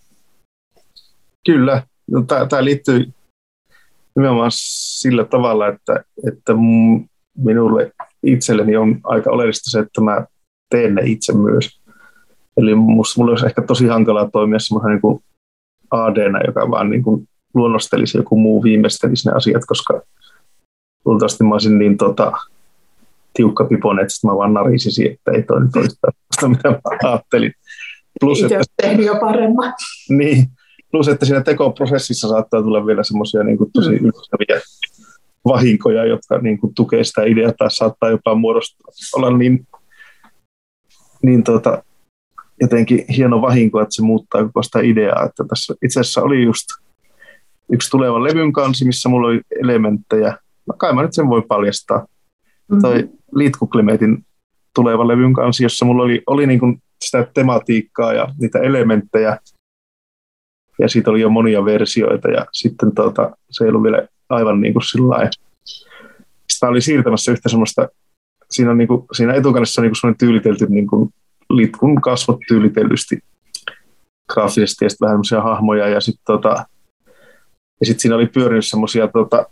Kyllä, no, tämä liittyy nimenomaan sillä tavalla, että, että minulle itselleni on aika oleellista se, että mä teen ne itse myös. Eli musta mulla olisi ehkä tosi hankalaa toimia semmoinen niin kuin A D:nä, joka vaan niin kuin luonnostelisi, joku muu viimeistelisi ne asiat, koska luultavasti mä olisin niin tota, tiukka piponen, että mä vaan narisisin, että ei toi nyt olisi sitä, mitä mä ajattelin. Plus, itse olisi tehnyt jo paremmin. Niin, plus, että siinä tekoprosessissa saattaa tulla vielä semmoisia niin kuin tosi mm. yllättäviä vahinkoja, jotka niin kuin tukee sitä ideaa tai saattaa jopa muodostua, olla niin, niin tuota, jotenkin hieno vahinko, että se muuttaa koko sitä ideaa. Että tässä itse asiassa oli just yksi tuleva levyn kansi, missä mulla oli elementtejä. No kai mä nyt sen voi paljastaa. Mm-hmm. Toi Liitkuklimeetin tuleva levyn kansi, jossa mulla oli, oli niin kuin sitä tematiikkaa ja niitä elementtejä. Ja siitä oli jo monia versioita ja sitten tuota, se ei ollut vielä aivan niin kuin sillain. Sitten mä olin siirtämässä yhtä semmoista, siinä, on niin kuin, siinä etukannessa on niin kuin semmoinen tyylitelty niin kuin litkun kasvot tyylitellysti graafisesti ja sitten vähän semmoisia hahmoja ja sitten tota, ja sit siinä oli pyörinyt semmoisia tota,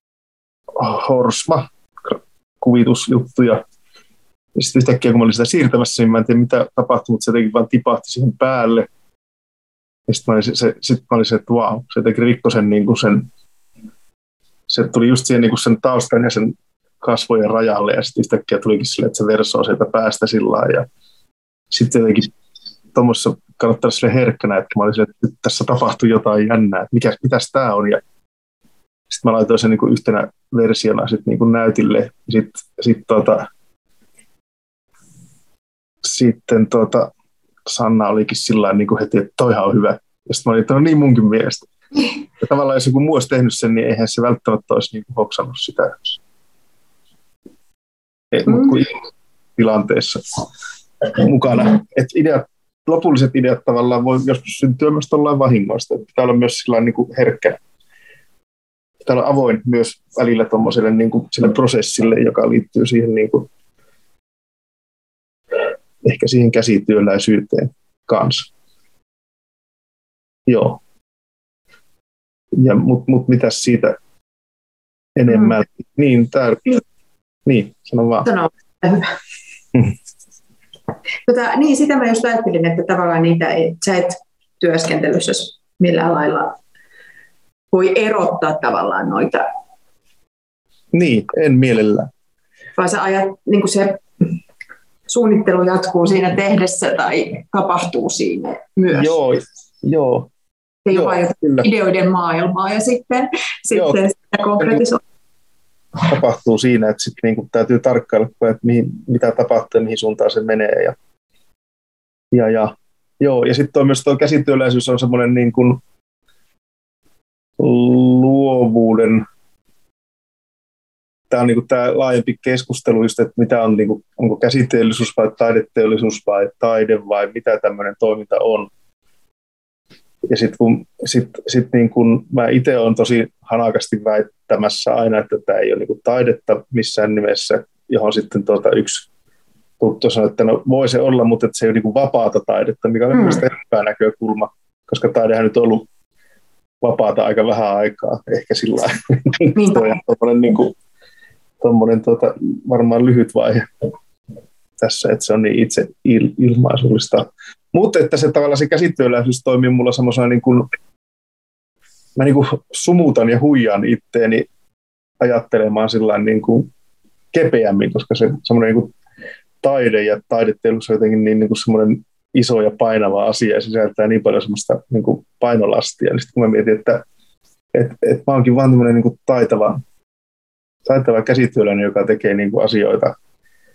horsma-kuvitusjuttuja. Ja sitten yhtäkkiä kun mä olin sitä siirtämässä, niin mä en tiedä mitä tapahtui, mutta se jotenkin vaan tipahti siihen päälle. Ja sitten mä olin se, se, sit mä olin se että vau, se jotenkin rikkoi sen, niin kuin sen se tuli just siihen niin kuin sen taustan ja sen kasvojen rajalle ja sitten yhtäkkiä tulikin silleen, että se versoo sieltä päästä sillä lailla. Ja sitten jotenkin tuommoisessa kannattaa sille herkkänä, että mä olin silleen, että nyt tässä tapahtui jotain jännää, että mikä, mitäs tää on. Ja sitten mä laitoin sen niin kuin yhtenä versiona sit niin kuin näytille. Sitten sit, tota, sitten tota, Sanna olikin sillä niin kuin heti, että toihan on hyvä. Ja sitten mä olin, että no niin munkin mielestä. Ja tavallaan jos joku muu olisi tehnyt sen, niin eihän se välttämättä olisi niin kuin hoksannut sitä. Ei, mm. Mutta kuin tilanteessa mukana. Et ideat, lopulliset ideat tavallaan voi joskus syntyä myös tuollain vahingoista. Pitää olla myös sillä niin kuin herkkä. Pitää olla avoin myös välillä tuommoiselle niin kuin sille prosessille, joka liittyy siihen niin kuin, ehkä siihen käsityöläisyyteen kanssa. Joo. Ja, mut, mut mitäs siitä enemmän? Mm. Niin, tää, niin, sano vaan. Sano, hyvä. Mm. Tota, niin, sitä mä just ajattelin, että tavallaan niitä ei, sä et työskentelyssä millään lailla voi erottaa tavallaan noita. Niin, en mielellään. Vaan sä ajat, niin kuin se suunnittelu jatkuu siinä tehdessä tai tapahtuu siinä myös. Joo, joo. Ei ole vain ideoiden maailmaa ja sitten, sitten sitä konkretisoida. Tapahtuu siinä, että sitten niinku täytyy tarkkailla, että mihin, mitä tapahtuu ja mihin suuntaan se menee. Ja, ja, ja, joo. ja sitten myös tuo käsityöläisyys on semmoinen niin kuin luovuuden, tämä on niin kuin tämä laajempi keskustelu, just, että mitä on, niin kuin, onko käsiteollisuus vai taideteollisuus vai taide vai mitä tämmöinen toiminta on. Ja sitten kun sit, sit niin kun mä itse olen tosi hanakasti väittämässä aina, että tämä ei ole niin kuin taidetta missään nimessä, johon sitten tuota yksi tuttu sanoi, että no voi se olla, mutta että se ei ole niin kuin vapaata taidetta, mikä on mm. hyvä näkökulma, koska taidehän nyt on ollut vapaata aika vähän aikaa, ehkä sillä lailla. Tuommoinen niin kuin, tuota, varmaan lyhyt vaihe tässä, että se on niin itse il- ilmaisullista. Mutta että se tavallaan se käsityöläisyys toimii mulla semmoisena niin kuin, mä niin kuin sumutan ja huijaan itteeni ajattelemaan sillain niin kuin kepeämmin, koska se semmoinen niin kuin taide ja taideteollisuus on jotenkin niin, niin kuin semmoinen iso ja painava asia ja sisältää niin paljon semmoista niin kuin painolastia. Ja sitten kun mä mietin, että et, et mä oonkin vaan tämmöinen niin kuin taitava, taitava käsityöläinen, joka tekee niin kuin asioita,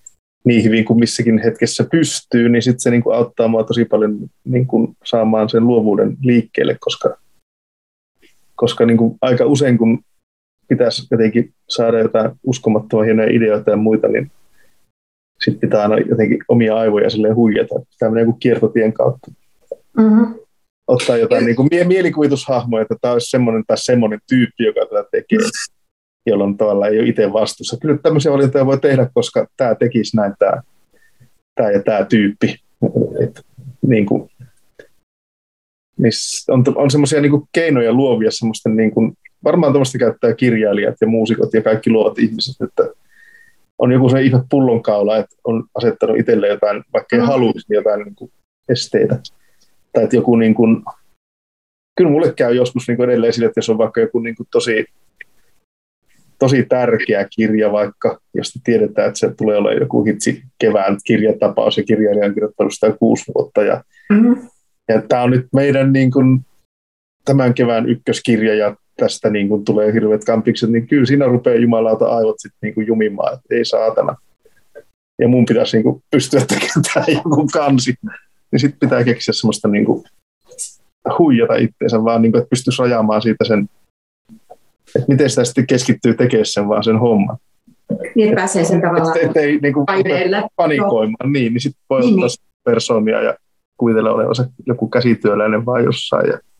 niin hyvin kuin missäkin hetkessä pystyy, niin sitten se niin kuin auttaa mua tosi paljon niin kuin saamaan sen luovuuden liikkeelle, koska, koska niin kuin aika usein, kun pitäisi jotenkin saada jotain uskomattoman hienoja ideoita ja muita, niin sitten pitää aina jotenkin omia aivoja silleen huijata. Tämä menee joku kiertotien kautta. Mm-hmm. Ottaa jotain niin kuin mie- mielikuvitushahmoja, että tämä olisi semmoinen tai semmoinen tyyppi, joka tätä tekee, jolloin tavallaan ei ole itse vastuussa. Kyllä tämmöisiä valintoja voi tehdä, koska tämä tekisi näin tämä, tämä ja tämä tyyppi. Et, niin kuin, niin on on semmoisia niin kuin keinoja luovia semmoisten, niin kuin, varmaan tämmöistä käyttää kirjailijat ja muusikot ja kaikki luovat ihmiset, että on joku se ihme pullonkaula, että on asettanut itselleen jotain, vaikka ei haluaisi, niin jotain niin kuin esteitä. Tai että joku, niin kuin, kyllä mulle käy joskus niin kuin edelleen sille, että jos on vaikka joku niin kuin tosi, tosi tärkeä kirja vaikka, josta tiedetään, että se tulee olemaan joku hitsi kevään kirjatapaus ja kirjailija on kirjoittanut sitä kuusi vuotta. Ja, mm-hmm. ja tämä on nyt meidän niin kuin, tämän kevään ykköskirja ja tästä niin kuin tulee hirveät kampikset, niin kyllä siinä rupeaa jumalauta aivot sitten niin kuin jumimaan, että ei saatana. Ja mun pitäisi niin kuin pystyä tekemään joku kansi. Niin sitten pitää keksiä semmoista niin kuin huijata itseensä, vaan niin kuin, että pystyisi rajaamaan siitä sen, että miten sitä sitten keskittyy tekemään sen vaan sen homman. Niin, että pääsee sen tavallaan et, ei niin kuin panikoimaan, no. niin, niin sitten voi niin, ottaa niin. persoonia ja kuvitella olevansa joku käsityöläinen vaan jossain. Ja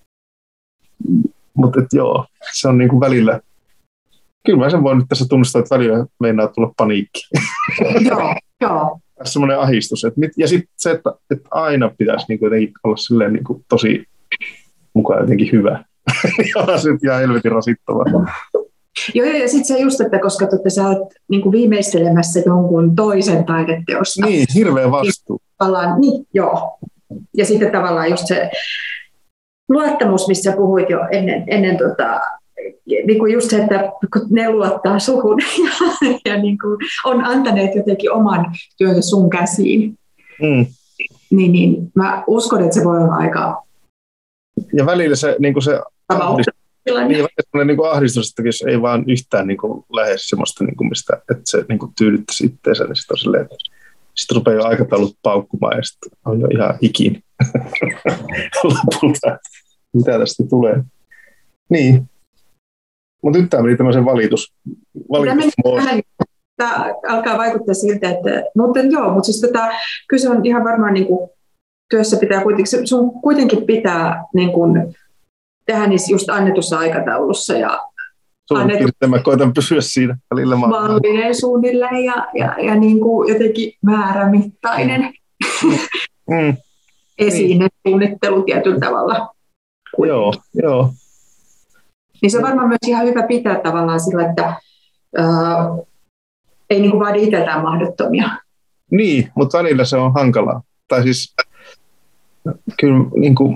mutta joo, se on niinku välillä, kyllä mä sen voin nyt tässä tunnustaa, että välillä meinaa tulla paniikki. Joo, joo. Semmoinen ahdistus. Että mit, ja sitten se, että, että aina pitäisi niinku jotenkin olla silleen niinku tosi mukaan jotenkin hyvä. Ja se ihan helvetin rasittavaa. Joo, ja sitten se just, että koska totta, sä oot niinku viimeistelemässä jonkun toisen taideteosta. Niin, hirveä vastuu. Niin, niin, joo. Ja sitten tavallaan just se luottamus, missä puhuit jo ennen, ennen tota, niin kuin just se, että kun ne luottaa suhun ja, ja niin kuin on antaneet jotenkin oman työnsä sun käsiin, mm. niin, niin mä uskon, että se voi olla aika... Ja välillä se, niin kuin se ahdistus, niin, niin kuin ahdistus, että jos ei vaan yhtään niin kuin lähde semmoista, niin kuin mistä, että se niin kuin tyydyttäisi itteensä, niin sitten on silleen, että sitten rupeaa jo aikataulut paukkumaan ja sitten on jo ihan ikin lopulta. Mitä tästä tulee? Niin. Mutta nyt tämä meni tämmöisen valitus. valitus Tämä alkaa vaikuttaa siltä, että... Mutta joo, mutta siis tota, kyllä se on ihan varmaan niin kuin, työssä pitää kuitenkin... Sun kuitenkin pitää niin kuin, tehdä niissä just annetussa aikataulussa ja... Annettu, mä koitan pysyä siinä välillä. Mallinen suunnilleen ja, ja, ja niin kuin jotenkin määrämittainen mm. Mm. esine suunnittelu tietyllä tavalla. Kuin. Joo, joo. Niin se on varmaan myös ihan hyvä pitää tavallaan sillä, että ää, ei niin kuin vaadi itseltään mahdottomia. Niin, mutta välillä se on hankalaa. Tai siis kyllä niin kuin,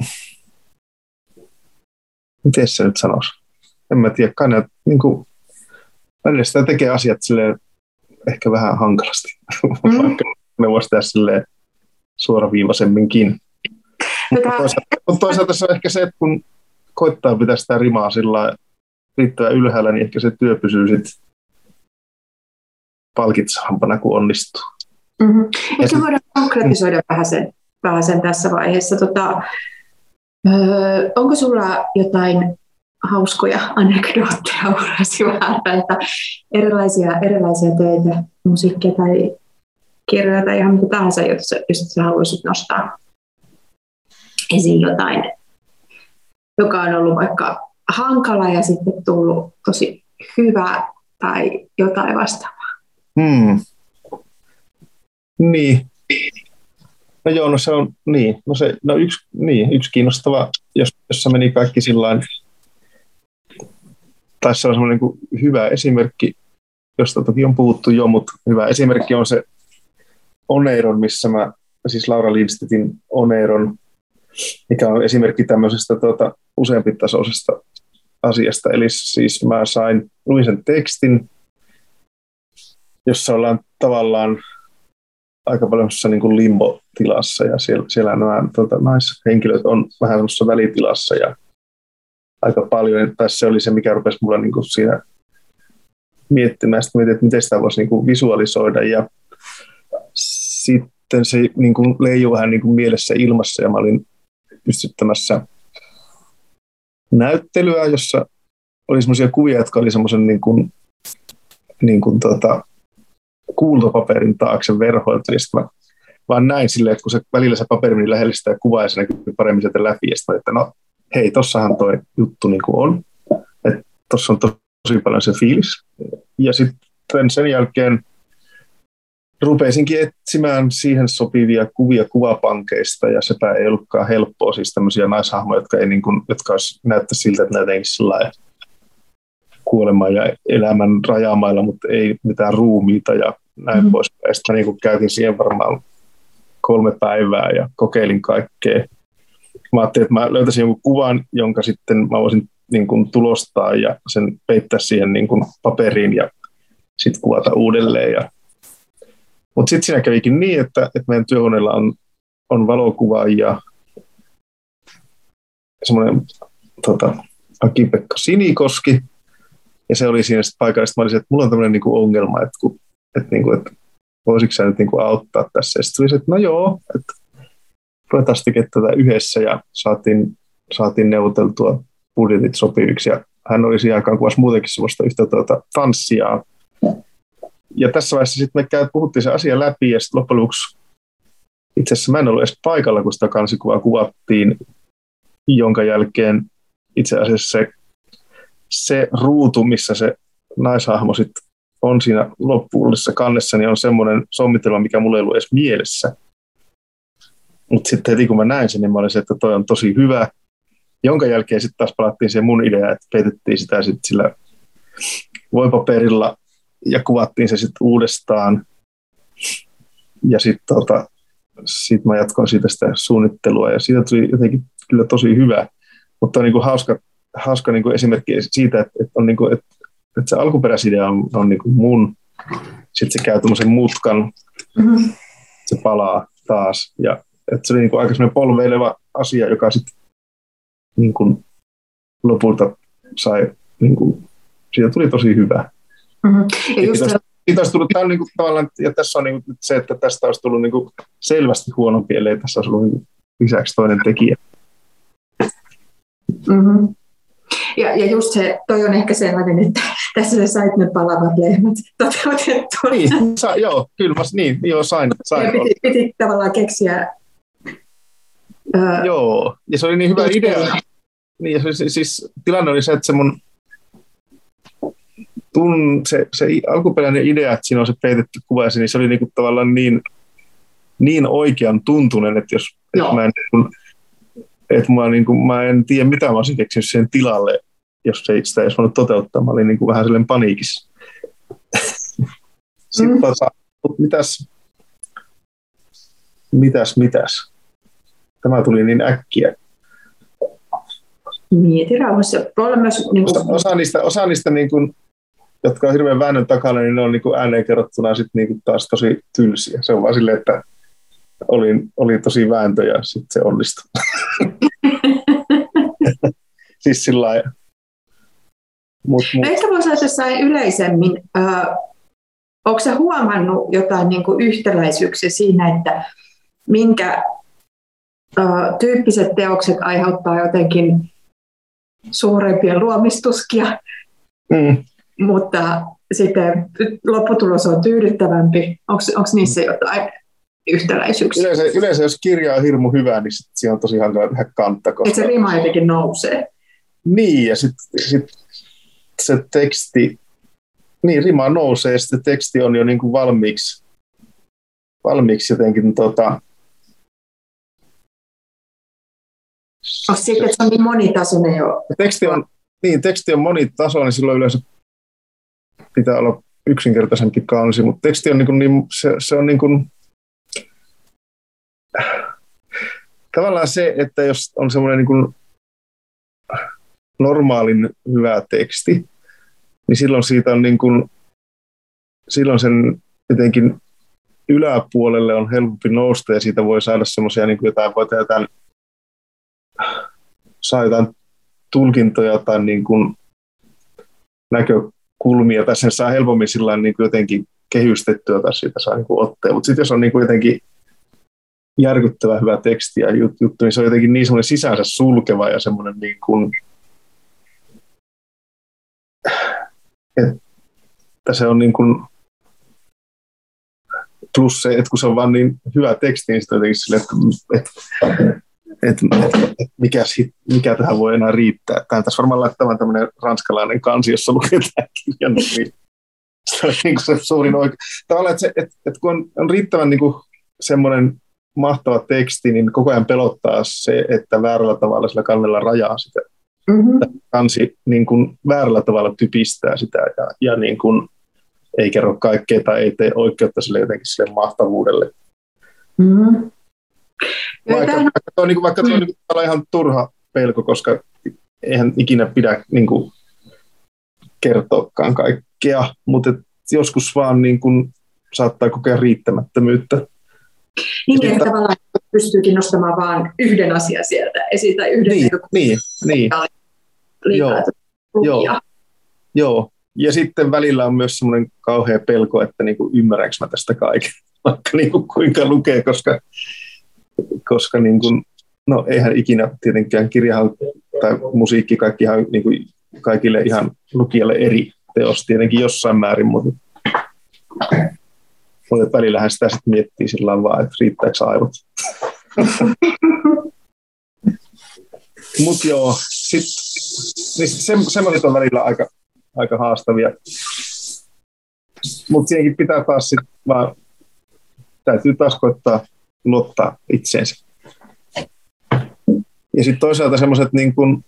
miten se nyt sanoisi? En mä tiedä, kai ne, niin kuin, välillä sitä tekee asiat silleen ehkä vähän hankalasti. Mm. Vaikka ne voisi tehdä silleen suoraviivaisemminkin. Mutta toisaalta, mutta toisaalta se on ehkä se, että kun koittaa pitää sitä rimaa sillä riittävän ylhäällä, niin ehkä se työ pysyy sitten palkitsevampana, kun onnistuu. Mm-hmm. Ehkä sit... voidaan konkretisoida vähän sen, vähän sen tässä vaiheessa. Tota, öö, onko sulla jotain hauskoja anekdootteja urasi väärältä? Erilaisia, erilaisia töitä, musiikkia tai kirjoja tai ihan mitä tahansa, jos sä haluaisit nostaa esiin jotain, joka on ollut vaikka hankala ja sitten tullut tosi hyvä tai jotain vastaavaa. Hmm. Niin. No joo, no se on, niin. No se, no yksi, niin, yksi kiinnostava, jos, jossa meni kaikki sillain, tai se on semmoinen niin kuin hyvä esimerkki, josta toki on puhuttu jo, mutta hyvä esimerkki on se Oneiron, missä mä, siis Laura Lindstedtin Oneiron, mikä on esimerkki tämmöisestä tuota, useampitasoisesta asiasta. Eli siis mä sain, luin sen tekstin, jossa ollaan tavallaan aika paljon niin kuin limbo-tilassa ja siellä, siellä nämä tuota, naishenkilöt on vähän semmoisessa välitilassa ja aika paljon, tai se oli se, mikä rupesi mulla niin kuin siinä miettimään, että mietin, että miten sitä voisi niin kuin visualisoida ja sitten se niin kuin leijui vähän niin kuin mielessä ilmassa ja mä olin pystyttämässä näyttelyä, jossa oli semmoisia kuvia, jotka oli semmoisen niin kuin, niin kuin tota, kuultopaperin taakse verhoiltu. Ja sitten mä vaan näin silleen, että kun se välillä se paperi meni lähelle sitä ja kuvaa ja se näkyy paremmin sieltä läpi. Ja sitten että no hei, tossahan toi juttu niin kuin on. Että tossa on tosi paljon se fiilis. Ja sitten sen jälkeen rupesinkin etsimään siihen sopivia kuvia kuvapankeista, ja sepä ei ollutkaan helppoa, siis tämmöisiä naishahmoja, jotka, ei niin kuin, jotka näyttäisi siltä, että näitä ei kuoleman ja elämän rajamailla, mutta ei mitään ruumiita ja näin mm-hmm. poispäin. Sitten mä niin kuin käytin siihen varmaan kolme päivää ja kokeilin kaikkea. Mä ajattelin, että mä löytäisin jonkun kuvan, jonka sitten mä voisin niin kuin tulostaa ja sen peittää siihen niin kuin paperiin ja sitten kuvata uudelleen. Ja mutta sitten siinä kävikin niin, että, että meidän työhuoneella on, on valokuvaajia, semmoinen tota, Aki-Pekka Sinikoski, ja se oli siinä sitten paikalla. Sitten mä olisin, että mulla on tämmöinen niinku ongelma, että, kun, että, niinku, että voisitko sä nyt niinku auttaa tässä. Ja sitten tuli se, että no joo, että ruvetaan tekemään tätä yhdessä, ja saatiin, saatiin neuvoteltua budjetit sopiviksi. Ja hän oli siinä aikaan kuvassa muutenkin semmoista yhtä tuota, tanssia. Ja tässä vaiheessa sitten me puhuttiin se asia läpi, ja sitten loppujen lopuksi itse asiassa mä en ollut edes paikalla, kun sitä kansikuvaa kuvattiin, jonka jälkeen itse asiassa se, se ruutu, missä se naishahmo sitten on siinä loppullisessa kannessa, niin on semmoinen sommitelma, mikä mulla ei ollut edes mielessä. Mutta sitten heti kun mä näin sen, niin mä olin se, että toi on tosi hyvä, jonka jälkeen sitten taas palattiin siihen mun idea, että peitettiin sitä sitten sillä voipaperilla, ja kuvattiin se sitten uudestaan. Ja sitten tota, sit mä jatkoin siitä sitä suunnittelua, ja siitä tuli jotenkin kyllä tosi hyvä. Mutta on niinku hauska, hauska niinku esimerkki siitä, että, että, on niinku, että, että se alkuperäisidea on, on niinku mun. Sitten se käy tämmöisen mutkan, mm-hmm. se palaa taas. Ja että se oli niinku aika semmoinen polveileva asia, joka sitten niinku lopulta sai, niinku, siitä tuli tosi hyvä. Mm-hmm. Ja just tästä, siitä olisi tullut, tämä niinku, tavallaan, ja tässä on niinku se, että tästä olisi tullut niinku selvästi huonompi, ellei tässä olisi ollut niinku lisäksi toinen tekijä. Mm-hmm. Ja, ja just se, toi on ehkä sellainen, että tässä sä sait ne palavat lehmät toteutettua. Niin, sa, joo, kyllä mä niin, joo, sain. sain piti, piti tavallaan keksiä. Ää, joo, ja se oli niin hyvä idea. Niin, ja se, siis tilanne oli se, että se mun tun, se, se alkuperäinen idea, että siinä on se peitetty kuva, niin se oli niinku tavallaan niin, niin oikean tuntunen, että jos että mä en, että mä, niinku, mä en tiedä, mitä mä olisin keksinyt sen tilalle, jos ei sitä edes voinut toteuttaa. Mä olin niinku vähän sellainen paniikissa. Sitten mm. tota, mitäs, mitäs, mitäs? Tämä tuli niin äkkiä. Mieti rauhassa. Myös, niin kuin... osa, osa niistä, osa niistä niin kuin, jotka on hirveän väännön takana, niin ne on niin kuin ääneen kerrottuna sit niin kuin taas tosi tylsiä. Se on vaan silleen, että oli, oli tosi vääntö ja sitten se onnistui. Siis sillä lailla. Mut, mut. Ehkä voisi olla jossain yleisemmin. Äh, Onko sä huomannut jotain niin kuin yhtäläisyyksiä siinä, että minkä äh, tyyppiset teokset aiheuttaa jotenkin suurempia luomistuskia, mm. mutta sitten lopputulos on tyydyttävämpi. Onko niissä jotain yhtäläisyyksiä? Yleensä, yleensä jos kirja on hirmu hyvä, niin sit siinä on tosi hankala tehdä kantta. Koska... Että se rima jotenkin nousee. Niin, ja sitten sit se teksti, niin rima nousee, ja sitten teksti on jo niin kuin valmiiksi, valmiiksi jotenkin tota... Onko sitten, että se on niin monitasoinen jo? Teksti on, niin, teksti on monitasoinen, silloin yleensä pitää olla yksinkertaisempi kansi, mutta teksti on niin kuin, niin, se, se on niin kuin, tavallaan se, että jos on semmoinen niin kuin normaalin hyvä teksti, niin silloin siitä on niin kuin, silloin sen jotenkin yläpuolelle on helpompi nousta ja siitä voi saada semmoisia niin kuin jotain, voi tehdä jotain, saa jotain tulkintoja tai niin kuin näkökulmia, tai sen saa helpommin sillain niin kuin jotenkin kehystettyä tai siitä saa niin kuin otteen. Mutta sitten jos on niin kuin jotenkin järkyttävän hyvä teksti ja juttu, niin se on jotenkin niin semmoinen sisänsä sulkeva ja semmoinen niin kuin, että se on niin kuin, plus se, että kun se on vaan niin hyvä teksti, niin sitten on jotenkin silleen, että, että, että, että, että mikä, mikä tähän voi enää riittää. Tämä tässä varmaan laittamaan tämmöinen ranskalainen kansi, jossa lukee tämä kirjan, niin se on niin kuin se suurin oikein. Tavallaan, että, se, että, että kun on, on riittävän niin kuin semmoinen mahtava teksti, niin koko ajan pelottaa se, että väärällä tavalla sillä kannella rajaa sitä. Mm-hmm. Kansi niin kuin väärällä tavalla typistää sitä ja, ja niin kuin ei kerro kaikkea tai ei tee oikeutta sille jotenkin sille mahtavuudelle. Mm-hmm. Vaikka, tämän... vaikka tuo on, niin kuin, vaikka tuo on niin kuin, ihan turha pelko, koska eihän ikinä pidä niin kuin, kertoakaan kaikkea, mutta joskus vaan niin kuin, saattaa kokea riittämättömyyttä. Niin, että tavallaan pystyykin nostamaan vain yhden asian sieltä esiin tai yhden niin, niin, niin. Joo, joo, joo. Ja sitten välillä on myös semmoinen kauhea pelko, että niinku ymmärränkö mä tästä kaiken, vaikka niinku kuinka lukee, koska, koska niinku, no eihän ikinä tietenkään kirjahan tai musiikki kaikkihan, niinku, kaikille ihan lukijalle eri teos tietenkin jossain määrin, mutta, mutta välillähän sitä sitten miettii sillä tavalla vaan, että riittääkö aivot. Mutta joo, sitten niin se, semmoiset on välillä aika, aika haastavia. Mutta siihenkin pitää taas sit vaan, täytyy taas koittaa luottaa itseensä. Ja sitten toisaalta semmoiset niin kun,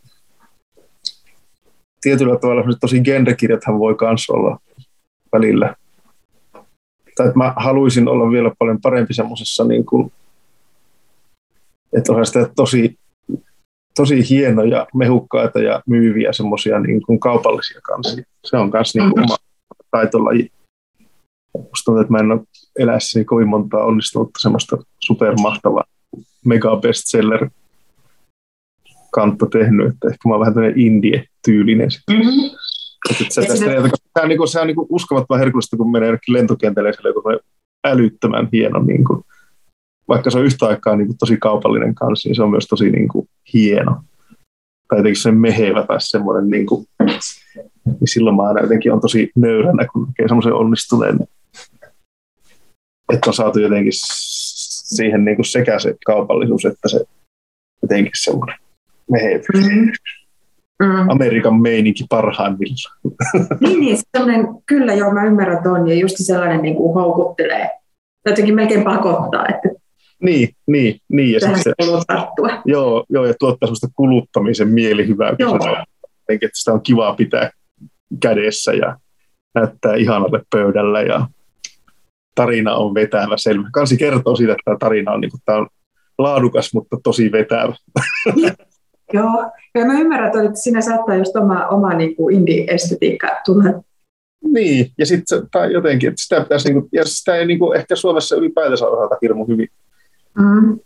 tietyllä tavalla tosi genrekirjathan voi kans olla välillä. Tai että mä haluaisin olla vielä paljon parempi semmoisessa, niin kun, että onhan sitä tosi tosi hienoja, mehukkaita ja myyviä semmoisia niin kuin kaupallisia kansia. Se on myös niin kuin oma taitolaji. Musta tuntuu, että mä en ole eläessäni kovin montaa onnistunutta semmoista supermahtavaa mega bestseller kantta tehnyt, että ehkä mä oon vähän tämmöinen indie-tyylinen. Mm-hmm. Että se, tästä, se on, niin kuin, se on niin kuin uskomattoman herkullista, kun menee jonnekin lentokentälle ja se on älyttömän hieno niin kuin, vaikka se on yhtä aikaa niin kuin tosi kaupallinen kanssa, niin se on myös tosi niin kuin hieno. Tai jotenkin se mehevä tai semmoinen, niin kuin, niin silloin mä aina jotenkin on tosi nöyränä, kun näkee semmoisen onnistuneen, että on saatu jotenkin siihen niin kuin sekä se kaupallisuus, että se jotenkin semmoinen mehevyys. Mm. Mm. Amerikan meininki parhaimmillaan. Niin, niin semmoinen, kyllä joo, mä ymmärrän ton, ja just sellainen niin kuin houkuttelee. Jotenkin melkein pakottaa, että Niin, niin, niin. Ja tähän se, tarttua. Joo, joo, ja tuottaa sellaista kuluttamisen mielihyvää, kun se on, että sitä on kiva pitää kädessä ja näyttää ihanalle pöydällä ja tarina on vetävä selvä. Kansi kertoo siitä, että tämä tarina on, niin kuin, tämä on laadukas, mutta tosi vetävä. Joo, ja mä ymmärrän, että siinä saattaa just oma, oma niin kuin indie-estetiikka tulla. Niin, ja sitten jotenkin, että sitä pitäisi, niin kuin, ja sitä ei niin kuin, ehkä Suomessa ylipäätänsä osata hirmu hyvin. Mm.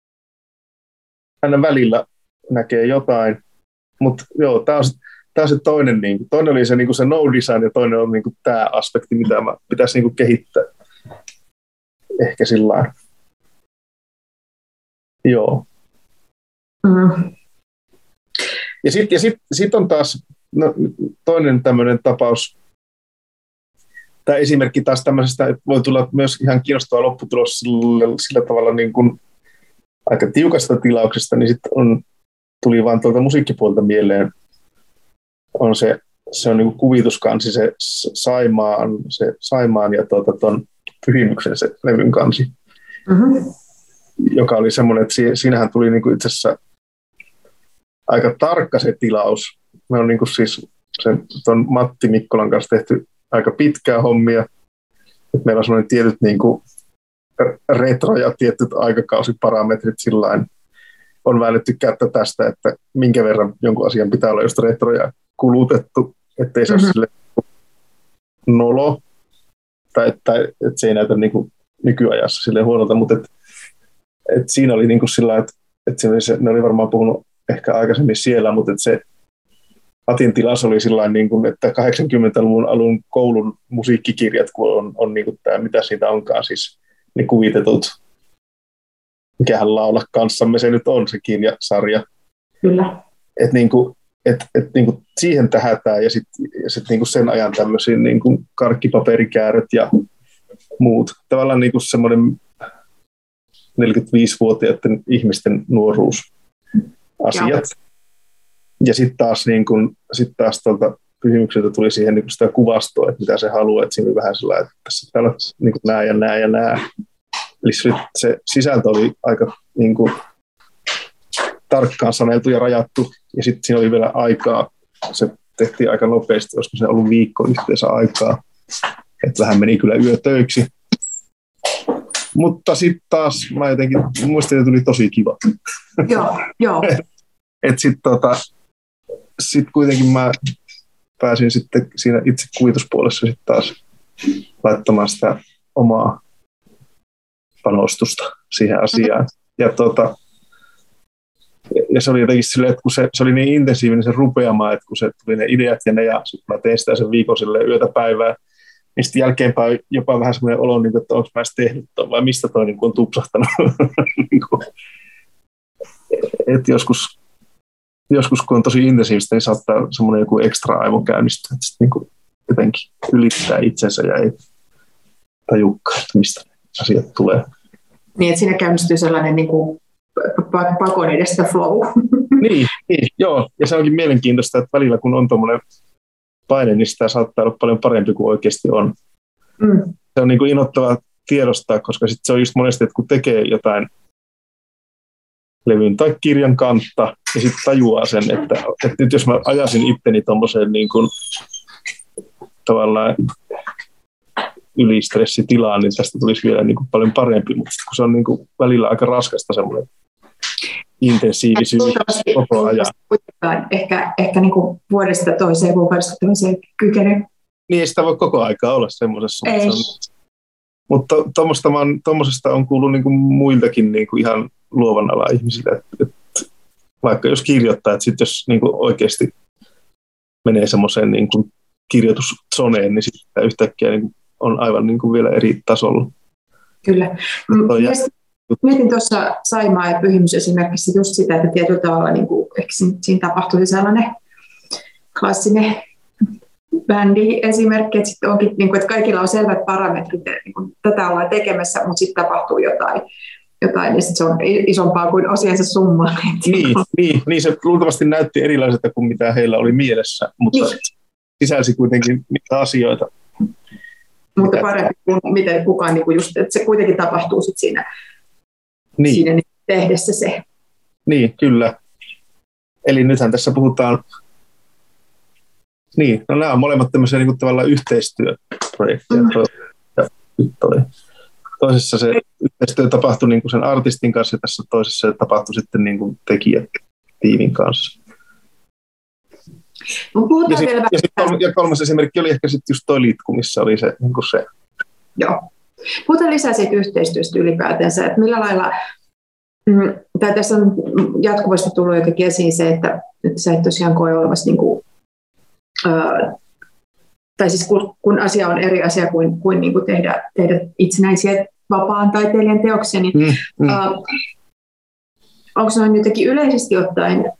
Aina välillä näkee jotain, mutta joo, tämä on, on se toinen, niin kuin, toinen oli se, niin kuin se no design ja toinen on niin kuin tämä aspekti, mitä mä pitäisi niin kuin kehittää. Ehkä sillä lailla. Joo. Mm. Ja sitten ja sit, sit on taas no, toinen tämmöinen tapaus, tämä esimerkki taas tämmöisestä, että voi tulla myös ihan kiinnostava lopputulos sillä, sillä tavalla niin kuin aika tiukasta tilauksesta, niin sitten on, tuli vaan tuolta musiikkipuolta mieleen, on se, se on niin kuin kuvituskansi, se Saimaan, se Saimaan ja tuota, ton Pyhimyksen se levyn kansi, mm-hmm. joka oli semmoinen, että si, siinähän tuli niin kuin itse asiassa aika tarkka se tilaus. Me on niin kuin siis sen, ton Matti Mikkolan kanssa tehty aika pitkää hommia. Et meillä on semmoinen tietyt niin kuin retro- ja tietyt aikakausiparametrit sillain. On väännetty kättä tästä, että minkä verran jonkun asian pitää olla just retroja kulutettu, ettei se mm-hmm. ole sille nolo, tai, tai että se ei näytä niin kuin nykyajassa sille huonolta, mutta et, et siinä oli niin kuin sillä, että et se, ne oli varmaan puhunut ehkä aikaisemmin siellä, mutta et se Atin tilassa oli sillain, niin kuin, että kahdeksankymmentäluvun alun koulun musiikkikirjat, kun on, on niin kuin tämä, mitä siitä onkaan, siis ne kuvitetut, mikähän laula kanssamme se nyt on, se kirjasarja. Kyllä. Että niin kuin, et, et, niin kuin siihen tähätään ja sitten sit, niin kuin sen ajan tämmöisiä niin kuin karkkipaperikääröt ja muut. Tavallaan niin kuin semmoinen neljäkymmentäviisivuotiaiden ihmisten nuoruusasiat. Ja sitten taas, niin kun, sit taas tuolta kysymykseltä tuli siihen niin sitä kuvastoa, että mitä se haluaa, että siinä oli vähän sellainen, että tässä täällä on niin nämä ja nämä ja nämä. Eli se, se sisältö oli aika niin kun, tarkkaan saneltu ja rajattu, ja sitten siinä oli vielä aikaa, se tehtiin aika nopeasti, koska se ollut viikko yhteensä aikaa, että vähän meni kyllä yötöiksi. Mutta sitten taas mä jotenkin, muistin, että tuli tosi kiva. Joo, joo. Että sitten tota, sit kuitenkin mä pääsin sitten siinä itse kuvituspuolessa sitten taas laittamaan sitä omaa panostusta siihen asiaan. Ja, tota, ja se oli jotenkin silleen, että kun se, se oli niin intensiivinen se rupeama, että kun se tuli ne ideat ja ne, ja sitten mä tein sitä sen viikon silleen yötä päivää, niin sitten jälkeenpäin jopa vähän semmoinen olo, että onko mä edes tehnyt ton, vai mistä toi niin on tupsahtanut. Että joskus, joskus, kun on tosi intensiivistä, niin saattaa semmoinen joku ekstra aivo käynnistyä, että sitten niin jotenkin ylittää itsensä ja ei tajukaan, että mistä asiat tulee. Niin, että siinä käynnistyy sellainen niin kuin pakon edestä flow. Niin, niin, joo. Ja se onkin mielenkiintoista, että välillä kun on tuommoinen paine, niin sitä saattaa olla paljon parempi kuin oikeasti on. Mm. Se on niin kuin innoittavaa tiedostaa, koska sit se on just monesti, että kun tekee jotain levyn tai kirjan kantta, ja sitten tajuaa sen, että, että nyt jos mä ajasin itteni tuommoiseen niin kuin tavallaan ylistressitilaan, niin tästä tulisi vielä niin kuin paljon parempi, mutta kun se on niin kuin välillä aika raskasta semmoinen intensiivisyys koko ajan. Ehkä, ehkä niin kuin vuodesta toiseen, vuodesta toiseen kykene. Niin, ei sitä voi koko aikaa olla semmoisessa. Ei. Mutta tuommoisesta on kuullut niin kuin muiltakin niin kuin ihan luovan alan ihmisille, että, että vaikka jos kirjoittaa, että sitten jos niin kuin oikeasti menee semmoiseen niin kuin kirjoituszoneen, niin sitten yhtäkkiä niin kuin on aivan niin kuin vielä eri tasolla. Kyllä. Mietin tuossa Saimaa ja Pyhimys esimerkiksi just sitä, että tietyllä tavalla niin kuin, ehkä siinä tapahtui sellainen klassinen bändi esimerkki, että, sitten onkin, niin kuin, että kaikilla on selvät parametrit, niin kuin, tätä ollaan tekemässä, mutta sitten tapahtuu jotain, jotain ja sitten se on isompaa kuin osiensa summa. Niin, niin, niin, se luultavasti näytti erilaiselta kuin mitä heillä oli mielessä, mutta niin. Sisälsi kuitenkin niitä asioita. Mutta parempi kuin miten kukaan, niin kuin just, että se kuitenkin tapahtuu sit siinä, niin. siinä niin tehdessä se. Niin, kyllä. Eli nythän tässä puhutaan, niin, no nämä on molemmat tämmöisiä niin kuin tavallaan yhteistyöprojekteja. Mm. Ja toi. Toisessa se yhteistyö tapahtui niin kuin sen artistin kanssa ja tässä toisessa se tapahtui sitten niin kuin tekijätiimin kanssa. Ja, sit, ja, sit kolmas, ja kolmas esimerkki oli ehkä sitten just toi Litku, missä oli se, niin kuin se. Joo. Puhutaan lisää siitä yhteistyöstä ylipäätänsä, että millä lailla, mm, tai tässä on jatkuvasti tullut jotenkin esiin se, että, että sä et tosiaan koe olevasi, niin kuin, äh, tai siis kun, kun asia on eri asia kuin, kuin, niin kuin tehdä, tehdä itsenäisiä vapaan taiteilijan teoksia, niin mm, mm. Äh, onko se on jotenkin yleisesti ottaen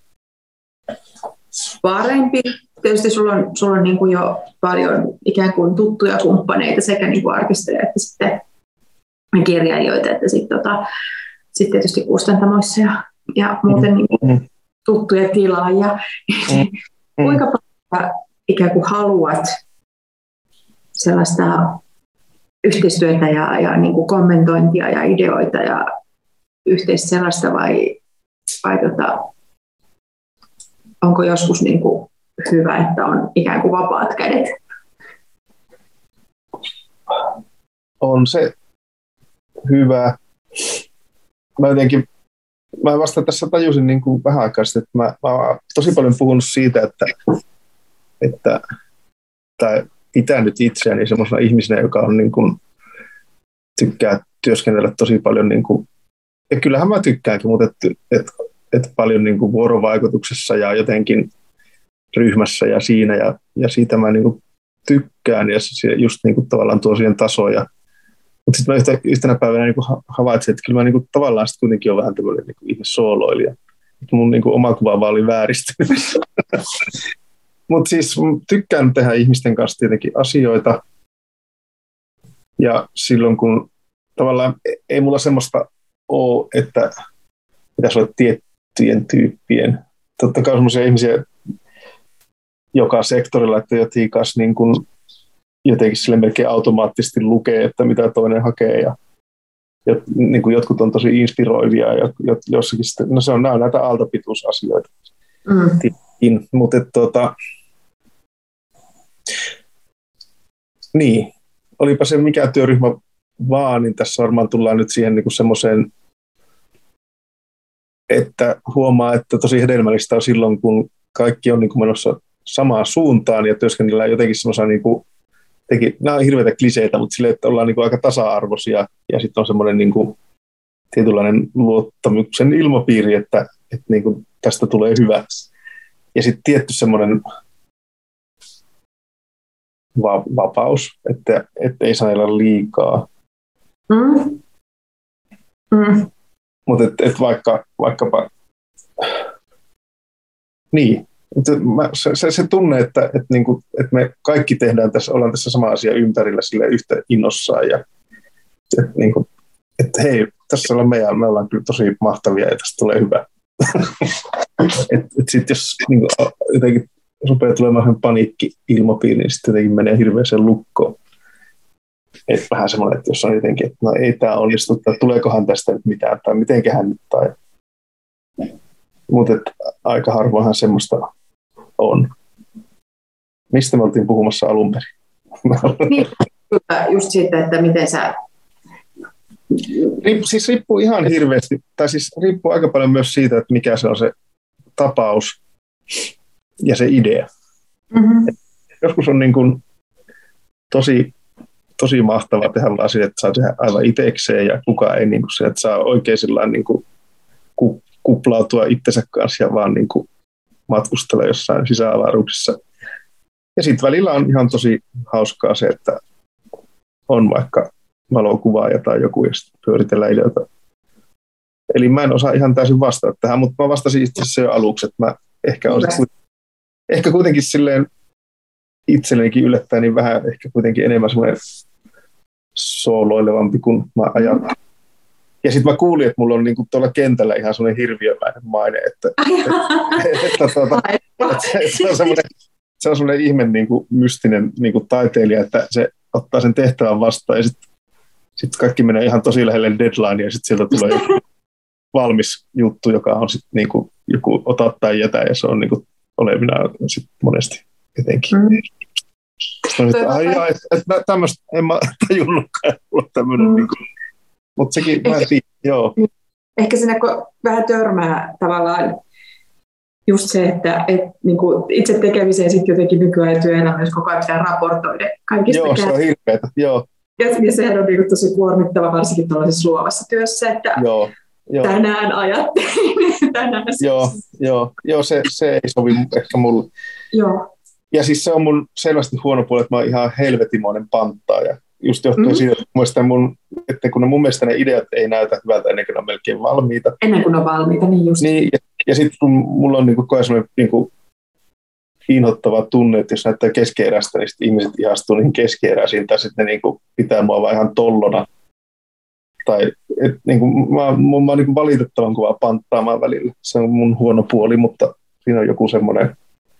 parempi? Tietysti sulla on, sulla on niin kuin jo paljon ikään kuin tuttuja kumppaneita sekä niin kuin artisteja että sitten kirjailijoita, että sitten tota, sit tietysti kustantamoissa ja, ja muuten niin kuin tuttuja tilaajia. Mm. Kuinka paljon ikään kuin haluat sellaista yhteistyötä ja, ja niin kuin kommentointia ja ideoita ja yhteistä sellaista vai, vai tota, onko joskus niin kuin hyvä, että on ikään kuin vapaat kädet? On se hyvä. Mä jotenkin, mä vasta tässä tajusin niin kuin vähän aikaa sitten, että mä, mä oon tosi paljon puhunut siitä, että, että tai pitänyt itseäni semmoisena ihmisenä, joka on niin kuin, tykkää työskennellä tosi paljon, niin kuin, ja kyllähän mä tykkäänkin, mutta että et, et paljon niin kuin vuorovaikutuksessa ja jotenkin ryhmässä ja siinä, ja, ja siitä mä niin kuin tykkään, ja se just niin kuin tavallaan tuo siihen tasoja. Mutta sitten mä yhtä, yhtenä päivänä niin kuin havaitsin, että kyllä mä niin kuin tavallaan sitten kuitenkin olen vähän tämmöinen niin ihme sooloilija. Mun niin kuin oma kuva vaan oli vääristynyt. Mutta siis tykkään tehdä ihmisten kanssa tietenkin asioita. Ja silloin kun tavallaan ei mulla semmoista ole, että pitäisi olla tiettyjen tyyppien. Totta kai semmoisia ihmisiä joka sektorilla, että jotenkin kanssa niin kuin jotenkin sille melkein automaattisesti lukee, että mitä toinen hakee. Ja, ja niin kuin jotkut on tosi inspiroivia ja jossakin sitten, no se on, nämä on näitä aaltopituusasioita. Mm. Mutta tuota, niin, olipa se mikä työryhmä vaan, niin tässä varmaan tullaan nyt siihen niin kuin semmoiseen, että huomaa, että tosi hedelmällistä on silloin, kun kaikki on niin kuin menossa samaan suuntaan ja työskennellään jotenkin semmoisena, niin kuin, teki, nämä on hirveitä kliseitä, mutta silleen, että ollaan niin kuin aika tasa-arvoisia ja sitten on semmoinen niin kuin tietynlainen luottamuksen ilmapiiri, että, että niin kuin tästä tulee hyvä. Ja sitten tietty semmoinen va- vapaus, että, että ei sanella liikaa. Mm. Mm. Mutta et, et vaikka, vaikkapa, niin, mä, se, se, se tunne, että et niinku, et me kaikki tehdään tässä, ollaan tässä sama asia ympärillä sille yhtä innossaan ja että niinku, et hei, tässä ollaan meidän, me ollaan kyllä tosi mahtavia ja tästä tulee hyvä. et, et sit jos niinku, jotenkin rupeaa tulemaan paniikki-ilmapiiri, niin sitten jotenkin menee hirveäseen lukkoon. Että vähän semmoinen, että jos on jotenkin, että no ei tämä onnistu, tai tuleekohan tästä nyt mitään, tai mitenköhän nyt, tai... Mutta aika harvoinhan semmoista on. Mistä me oltiin puhumassa alun perin? Niin, just siitä, että miten sä... Riippu, siis riippuu ihan hirveästi, tai siis riippuu aika paljon myös siitä, että mikä se on se tapaus ja se idea. Mm-hmm. Joskus on niin kuin tosi... tosi mahtavaa tehdä asia, että saa tehdä aivan itsekseen ja kukaan ei niin kuin se, että saa oikein niin kuin kuplautua itsensä kanssa ja vaan niin kuin matkustella jossain sisäavaruuksissa. Ja sitten välillä on ihan tosi hauskaa se, että on vaikka valokuvaaja tai joku ja sitten pyöritellään ideoita. Eli mä en osaa ihan täysin vastata tähän, mutta mä vastasin itse asiassa jo aluksi, että mä ehkä, olisin, ehkä kuitenkin silleen itsellenikin yllättäen niin vähän ehkä kuitenkin enemmän semmoinen sooloilevampi kuin mä ajattelin. Ja sitten mä kuulin, että mulla on niinku tuolla kentällä ihan semmoinen hirviömäinen maine, että, että, että, tuota, että se, se on semmoinen, se on semmoinen ihme niinku mystinen niinku taiteilija, että se ottaa sen tehtävän vastaan ja sitten sit kaikki menee ihan tosi lähelle deadlinea ja sitten sieltä tulee joku valmis juttu, joka on sitten niinku joku ota tai jätä ja se on niinku ole minä sitten monesti jotenkin. Mm. Sitten että ai jaa, että et, tämmöistä en mä tajunnutkaan olla tämmöinen. Mm. Niin mutta sekin, mä en tiedä, joo. Ehkä siinä kun vähän törmää tavallaan just se, että et, niin kuin itse tekemiseen sitten jotenkin nykyään työelämässä koko ajan pitää raportoida kaikista. Joo, se on hirveätä, joo. Ja sehän on niin kuin tosi kuormittava varsinkin tuollaisessa luovassa työssä, että joo, joo. tänään ajattelin, tänään joo, joo, joo, se, se ei sovi ehkä mulle. Joo. Ja siis se on mun selvästi huono puoli, että mä oon ihan helvetimoinen panttaaja. Just johtuen mm-hmm. siitä, että, mun, että kun mun mielestä ne ideat ei näytä hyvältä ennen kuin ne on melkein valmiita. Ennen kuin ne on valmiita, niin just. Niin, ja, ja sitten kun mulla on niinku koe semmoinen niinku inhottava tunne, että jos näyttää keskeeräistä, niin sitten ihmiset ihastuu niihin keskeeräisiin, tai sitten ne niinku pitää mua vaan ihan tollona. Tai et, niinku, mä, mä oon niinku valitettavan kovaa panttaamaan välillä. Se on mun huono puoli, mutta siinä on joku semmoinen.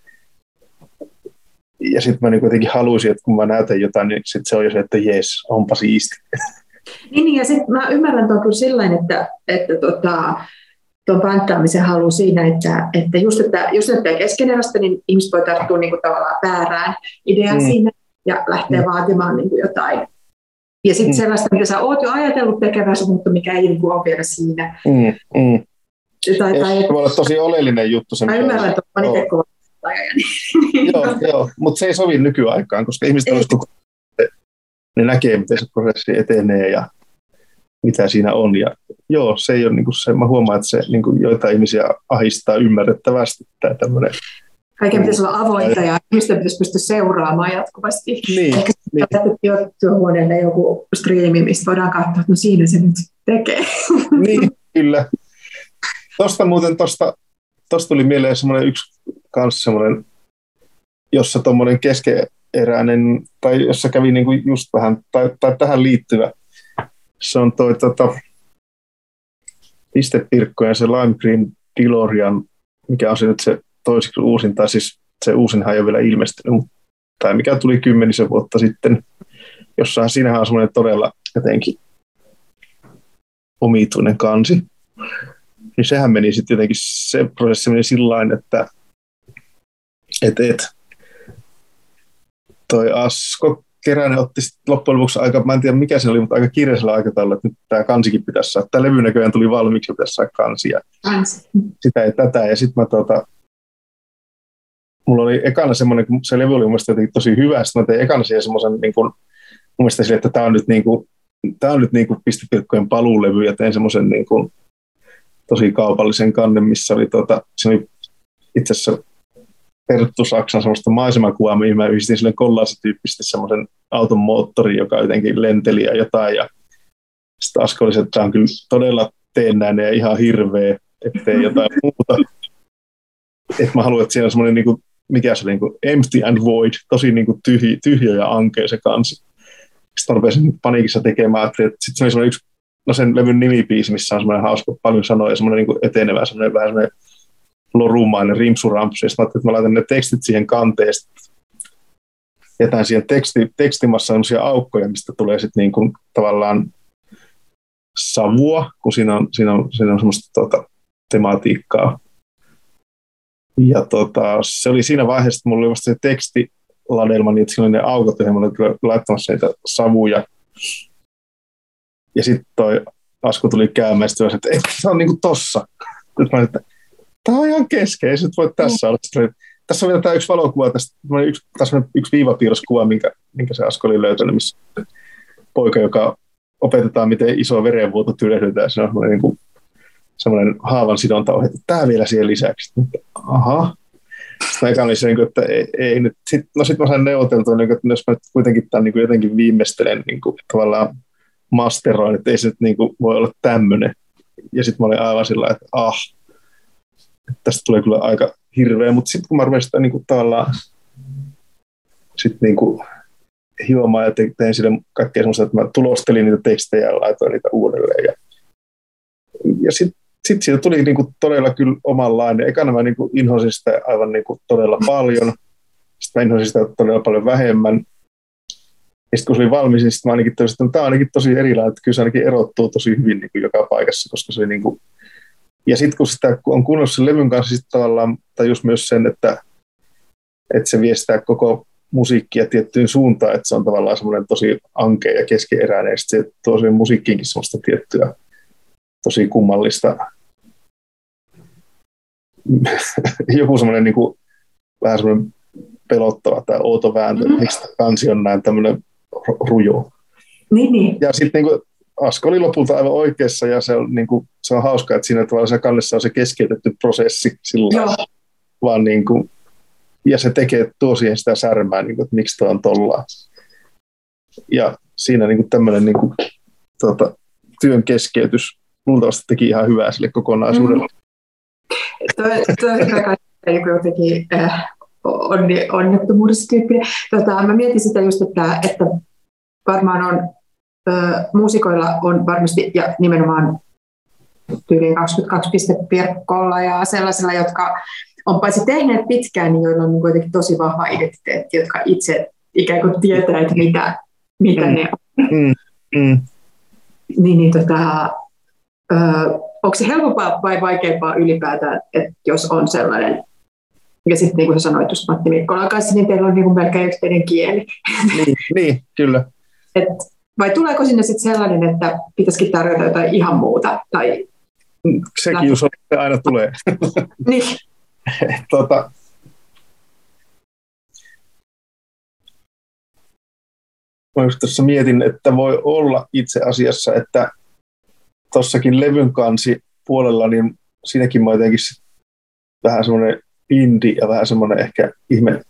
Ja sitten mä niin kuitenkin haluaisin, että kun mä näytän jotain, niin sit se on jo se, että jes, onpa siisti. Niin, ja sitten mä ymmärrän tuon kyllä sillain, että, että tota, tuon panttaamisen halu siinä, että, että just, että jos näyttää keskeneräistä, niin ihmiset voi tarttua niin kuin tavallaan väärään ideaan mm. siinä ja lähteä mm. vaatimaan niin kuin jotain. Ja sitten mm. sellaista, mitä sä oot jo ajatellut tekevänsä, mutta mikä ei niin kuin ole vielä siinä. Mm. Mm. Tai, tai, se voi olla tosi oleellinen juttu. Mä ymmärrän tuon itse kova. joo, joo, mutta se ei sovi nykyaikaan, koska ihmiset olisi koko ne näkee, miten se prosessi etenee ja mitä siinä on. Ja joo, se ei ole niin kuin se, mä huomaan, että se niin kuin joitain ihmisiä ahistaa ymmärrettävästi tämä tämmöinen Kaiken pitäisi olla avointa ja ihmisten pitäisi pystyä seuraamaan jatkuvasti. Niin, ehkä niin. sitten työhuoneelle joku striimi, mistä voidaan katsoa, että no siinä se nyt tekee. Niin, kyllä. Tuosta muuten, tuosta tuli mieleen semmoinen yksi kans semmoinen, jossa tuommoinen keskeeräinen, tai jossa kävi niinku just vähän, tai, tai tähän liittyvä. Se on toi tota, Pistepirkko ja se Lime Green DeLorean, mikä on se nyt se toiseksi uusin, tai siis se uusinhan ei ole vielä ilmestynyt, tai mikä tuli kymmenisen vuotta sitten, jossain siinähän on semmoinen todella jotenkin omituinen kansi. Niin sehän meni sitten jotenkin, se prosessi meni sillain, että et, et, toi Asko Keränen otti loppujen lopuksi aika, mä en tiedä mikä se oli, mutta aika kiireisellä aikataululla, että nyt tämä kansikin pitäisi saada. Tämä levy näköjään tuli valmiiksi ja pitäisi saada kansia. Kansi. Sitä ei tätä. Ja sitten mä tota, mulla oli ekana semmoinen, kun se levy oli mun mielestä jotenkin tosi hyvä, sitten mä tein ekana siihen semmoisen, niin kuin, mun mielestä sille, että tämä on nyt, niin kuin, tämä on nyt niin kuin Pistepirkkojen paluulevy, ja tein semmoisen niin kuin, tosi kaupallisen kannen, missä oli, tota, se oli itse asiassa Perttu Saksan semmoista maisemakuvaa, mihin mä yhdistin sille kollaasityyppisesti semmoisen auton moottori, joka jotenkin lenteli ja jotain. Ja sitten Asko oli se, että tämä on kyllä todella teennäinen ja ihan hirveä, ettei jotain muuta. Että mä haluan, että siinä on semmoinen, niin kuin, mikä se oli, niin kuin empty and void, tosi niin kuin tyhjä, tyhjä ja ankea se kansi. Sitten mä rupesin paniikissa tekemään, että sitten se oli semmoinen yksi, no sen levyn nimibiisi, missä on semmoinen hauska, paljon sanoja, semmoinen niin kuin etenevä, semmoinen vähän semmoinen lorumainen rimpsurampsu, ja sitten että mä laitan ne tekstit siihen kanteen, jätän siihen teksti, tekstimassa sellaisia aukkoja, mistä tulee sitten niin kuin tavallaan savua, kun siinä on, siinä on, siinä on semmoista tuota, tematiikkaa. Ja tota, se oli siinä vaiheessa, että mulla oli vasta se tekstiladelma, niin että siinä oli ne aukot, joihin mä olin laittamassa niitä savuja. Ja sitten toi Asko tuli käymään, ja sitten että ei, se on niin kuin tossa. Nyt mä että tämä on ihan kesken, ei se voi tässä olla. Tässä on vielä tämä yksi valokuva, tästä, yksi, tässä on yksi viivapiirroskuva, minkä, minkä se Asko oli löytänyt, missä poika, joka opetetaan, miten iso verenvuoto tyrehdetään. Se on semmoinen, niin kuin, semmoinen haavan sidontaohje. Tämä vielä siihen lisäksi. Aha. Sitten mä oli se, että ei, ei nyt. Sit, no sitten mä sain neuvoteltua, että jos mä kuitenkin tämän niin kuin jotenkin viimeistelen, niin kuin, tavallaan masteroin, että ei se nyt niin kuin, voi olla tämmöinen. Ja sitten mä olin aivan sillä että ah, tästä tulee kyllä aika hirveä, mutta sitten kun mä rupesin sitä niin kuin tavallaan sit niin kuin hiomaan ja tein sille kaikkea semmoista, että mä tulostelin niitä tekstejä ja laitoin niitä uudelleen. Ja, ja sitten sit siitä tuli niin kuin todella kyllä omanlainen. Ekana mä niin kuin inhosin sitä aivan niin kuin todella paljon, sitten mä inhosin sitä todella paljon vähemmän. Ja sitten kun se oli valmis, niin sitten mä ainakin toisin, että tämä on ainakin tosi erilainen, että kyllä se ainakin erottuu tosi hyvin niin kuin joka paikassa, koska se oli niin kuin. Ja sitten kun sitä on kuunnellut sen levyn kanssa, sitten tavallaan tajus myös sen, että, että se viestää koko musiikkia tiettyyn suuntaan, että se on tavallaan semmoinen tosi ankea ja keskeeräinen, ja sitten se tuo siihen musiikkiinkin semmoista tiettyä tosi kummallista, joku semmoinen niin kuin, vähän semmoinen pelottava tai outo vääntö, mm-hmm. miksi kansi on näin tämmöinen rujo. Niin, niin. Ja sitten niin Asko oli lopulta aivan oikeassa, ja se on, niin kuin, se on hauskaa, että siinä tavallaan se kannessa on se keskeytetty prosessi sillä vaan niin kuin, ja se tekee, tuo siihen sitä särmää, niin kuin, että miksi tuo on tollaan. Ja siinä niin kuin tämmöinen niin kuin, tuota, työn keskeytys luultavasti teki ihan hyvää sille kokonaisuudelle. Mm-hmm. Tuo on joku jotenkin äh, onnettomuudessa tyyppinen. Tota, mä mietin sitä just, että, että varmaan on Ö, muusikoilla on varmasti, ja nimenomaan tyyliin kaksikymmentäkaksi piste Pirkkolla ja sellaisilla, jotka on paitsi tehneet pitkään, niin joilla on kuitenkin tosi vahva identiteetti, jotka itse ikään kuin tietää, että mitä, mitä mm. ne on. Mm. Mm. Niin, niin, tota, ö, onko se helpompaa vai vaikeampaa ylipäätään, että jos on sellainen, ja sitten niin kuin sä sanoit just Matti Mikkolan kanssa, niin teillä on niin kuin melkein yhteinen kieli. Niin, niin kyllä. Et, vai tuleeko sinne sitten sellainen, että pitäisikin tarjota jotain ihan muuta? Tai sekin just aina tulee. Niin. tota, mä just tässä mietin, että voi olla itse asiassa, että tuossakin levyn kansi puolella, niin siinäkin mä jotenkin vähän semmoinen indie ja vähän semmoinen ehkä ihme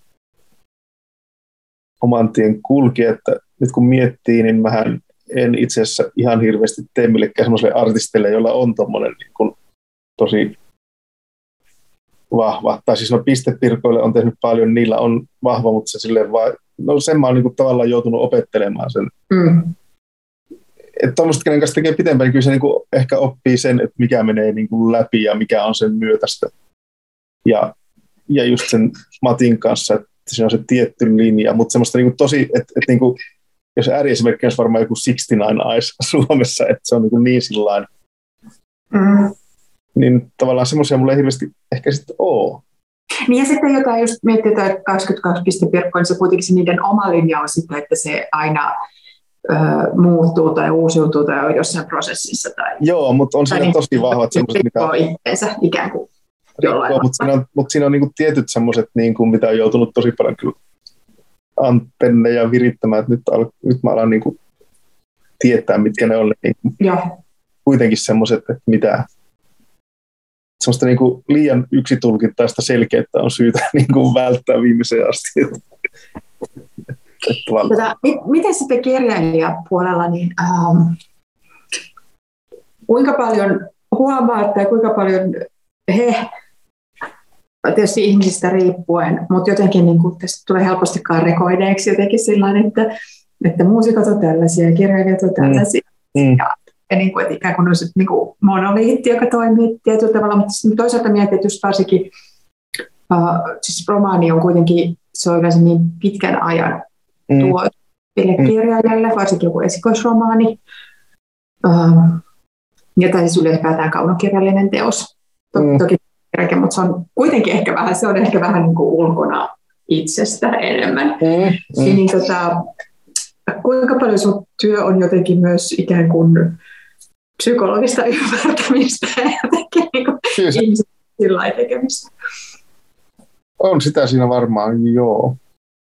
oman tien kulki, että nyt kun miettii, niin mähän en itse asiassa ihan hirveästi tee millekään semmoiselle artistille, jolla on tommoinen niin kuin tosi vahva. Tai siis no pistepirkoille on tehnyt paljon, niillä on vahva, mutta se silleen vaan, no sen mä oon niin kuin tavallaan joutunut opettelemaan sen. Mm. Että tuommoista, kenen kanssa tekee pitempään, niin kyllä se niin kuin ehkä oppii sen, että mikä menee niin kuin läpi ja mikä on sen myötästä. Ja, ja just sen Matin kanssa, että se on se tietty linja, mutta semmoista niin kuin tosi, että, että niin kuin, jos ääriesimerkki olisi varmaan joku kuusikymmentäyhdeksän Eyes Suomessa, että se on niin, kuin niin sillain, mm. niin tavallaan semmoisia mulla ei hirveästi ehkä sitten ole. Niin ja sitten jotain just miettii, että kaksikymmentäkaksi pistepirkkoa, niin se kuitenkin se niiden oma linja on sitten, että se aina ö, muuttuu tai uusiutuu tai on jossain prosessissa. Tai, joo, mutta on siinä niin, tosi vahvat semmoiset, mitä itseensä ikään kuin jollain. Mutta siinä on, mut siinä on niinku tietyt semmoiset, niinku, mitä on joutunut tosi paljon kyllä antenneja virittämään, että nyt, al, nyt mä alan niinku tietää, mitkä ne on. Niinku, kuitenkin semmoiset, että mitä semmoista niinku liian yksitulkintaista selkeyttä on syytä niinku välttää viimeiseen asti. Tätä, miten sitten kirjailijapuolella, niin ähm, kuinka paljon huomaat tai kuinka paljon he, tietysti ihmisistä riippuen, mutta jotenkin niin kuin, tästä tulee helposti karikoideeksi jotenkin sillain, että, että muusikot on tällaisia ja kirjailijat on tällaisia. Mm. Ja, ja niin kuin, että ikään kuin olisi niin kuin monoliitti, joka toimii tietyllä tavalla, mutta toisaalta mietin, että just varsinkin uh, siis romaani on kuitenkin, se on yleensä niin pitkän ajan mm. tuo mm. kirjailijalle, varsinkin joku esikoisromaani, uh, ja tai siis ylipäätään kaunokirjallinen teos. Mm. Toki mutta se on kuitenkin ehkä vähän, se on ehkä vähän niin kuin ulkona itsestä enemmän. Mm, mm. Niin, tota, kuinka paljon sun työ on jotenkin myös ikään kuin psykologista ymmärtämistä ja jotenkin niin kuin ihmisen sillä lailla tekemistä? On sitä siinä varmaan, joo.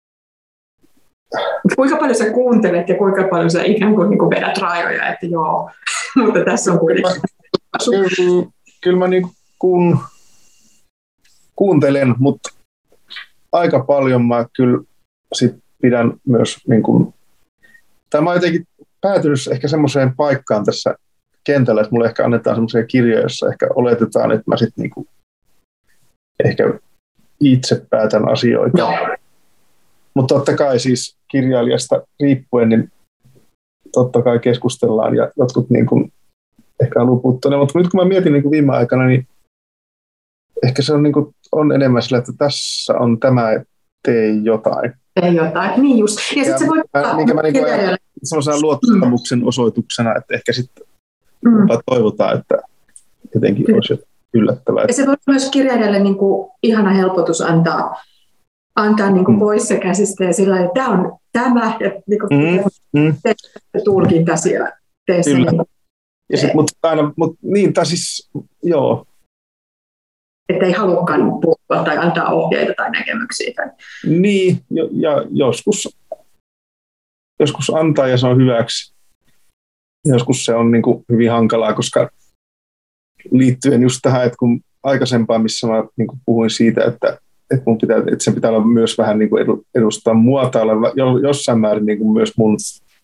Kuinka paljon sä kuuntelet ja kuinka paljon sä ikään kuin, niin kuin vedät rajoja, että joo, mutta tässä on kuitenkin. Kyllä, kyllä mä niin kuin kuuntelen, mutta aika paljon mä kyllä sit pidän myös, niin kuin, tai mä oon jotenkin päätynyt ehkä semmoiseen paikkaan tässä kentällä, että mulle ehkä annetaan semmoisia kirjoja, joissa ehkä oletetaan, että mä sitten niin kuin ehkä itse päätän asioita. No. Mutta totta kai siis kirjailijasta riippuen, niin totta kai keskustellaan ja jotkut niin kuin ehkä on luputtuneet, mutta nyt kun mä mietin niin kuin viime aikana, niin ehkä se on, niin kuin, on enemmän sillä, että tässä on tämä, tee jotain. Tee jotain, niin just. Ja, ja sitten se voi ottaa minkä mä niin ajan sellaisena luottamuksen osoituksena, että ehkä sitten mm. toivotaan, että jotenkin Kyllä. olisi yllättävää. Ja se voi myös kirjailijalle niin kuin ihana helpotus antaa, antaa niin kuin mm. pois se käsistä ja sillä että tämä on tämä, ja niin kuin mm. Mm. tee tulkintasi ja tee se. Niin ja sit, mutta aina, mutta niin, tai siis, joo. Että ei halukkaan puhua tai antaa ohjeita tai näkemyksiä. Tai. Niin, ja joskus, joskus antaa ja se on hyväksi. Joskus se on niin kuin hyvin hankalaa, koska liittyen just tähän, että kun aikaisempaan, missä mä niin kuin puhuin siitä, että, että, mun pitää, että sen pitää olla myös vähän niin kuin edustaa muotoilla jossain määrin niin kuin myös mun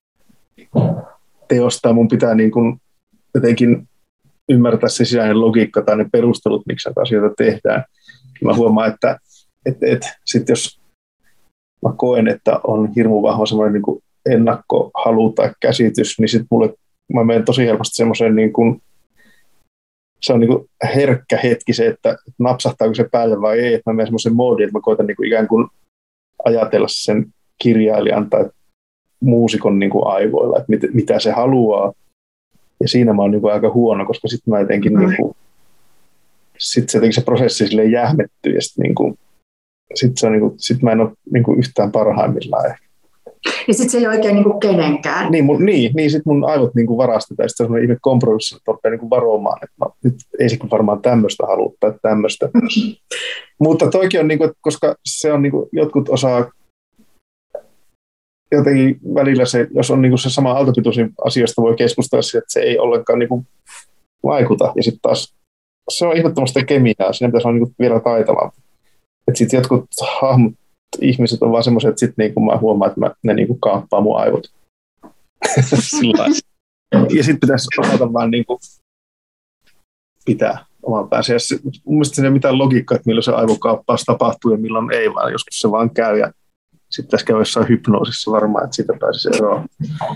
teosta. Mun pitää niin kuin jotenkin ymmärtää se sisäinen logiikka tai ne perustelut, miksi näitä asioita tehdään. Mä huomaan, että, että, että sit jos mä koen, että on hirmu vahva semmoinen niin kuin ennakkohalu tai käsitys, niin sitten mulle mä menen tosi helposti semmoiseen niin kuin, se on niin kuin herkkä hetki se, että napsahtaako se päälle vai ei, että mä menen semmoiseen moodiin, että mä koitan niin kuin ikään kuin ajatella sen kirjailijan tai muusikon niin kuin aivoilla, että mit, mitä se haluaa. Ja siinä mä oon niin aika huono, koska sitten mä jotenkin, niin kuin, sit se, se prosessi silleen jähmettyy ja sitten niin sit se on, niin kuin, sit mä en ole niin kuin yhtään parhaimmillaan ehkä. Ja sitten se ei oikein niin kuin kenenkään. Niin, mun, niin, niin sitten mun aivot niin kuin varastetaan ja sitten se on sellainen ihme kompromissi, että rupeaa niin varoamaan, että mä, nyt ei se varmaan tämmöistä halua tai tämmöistä. Mutta toikin on, niin kuin, koska se on niin kuin, jotkut osaa jotenkin välillä se, jos on niinku se sama aaltopituus, niin asiasta voi keskustella että se ei ollenkaan niinku vaikuta. Ja sitten taas se on ihmettömästi kemiaa, siinä pitäisi olla niinku vielä taitavaa. että sitten jotkut hahmot, ihmiset on vaan semmoiset, että sitten niinku mä huomaan, että mä, ne niinku kaappaa mun aivot. Ja sitten pitäisi osata vaan niinku pitää oman päänsä. Ja se, mun mielestä siinä ei ole mitään logiikkaa, että milloin se aivokaappaus tapahtuu ja milloin ei, vaan joskus se vaan käy. Ja sitten tässä käy jossain hypnoosissa varmaan, että siitä pääsisi eroon.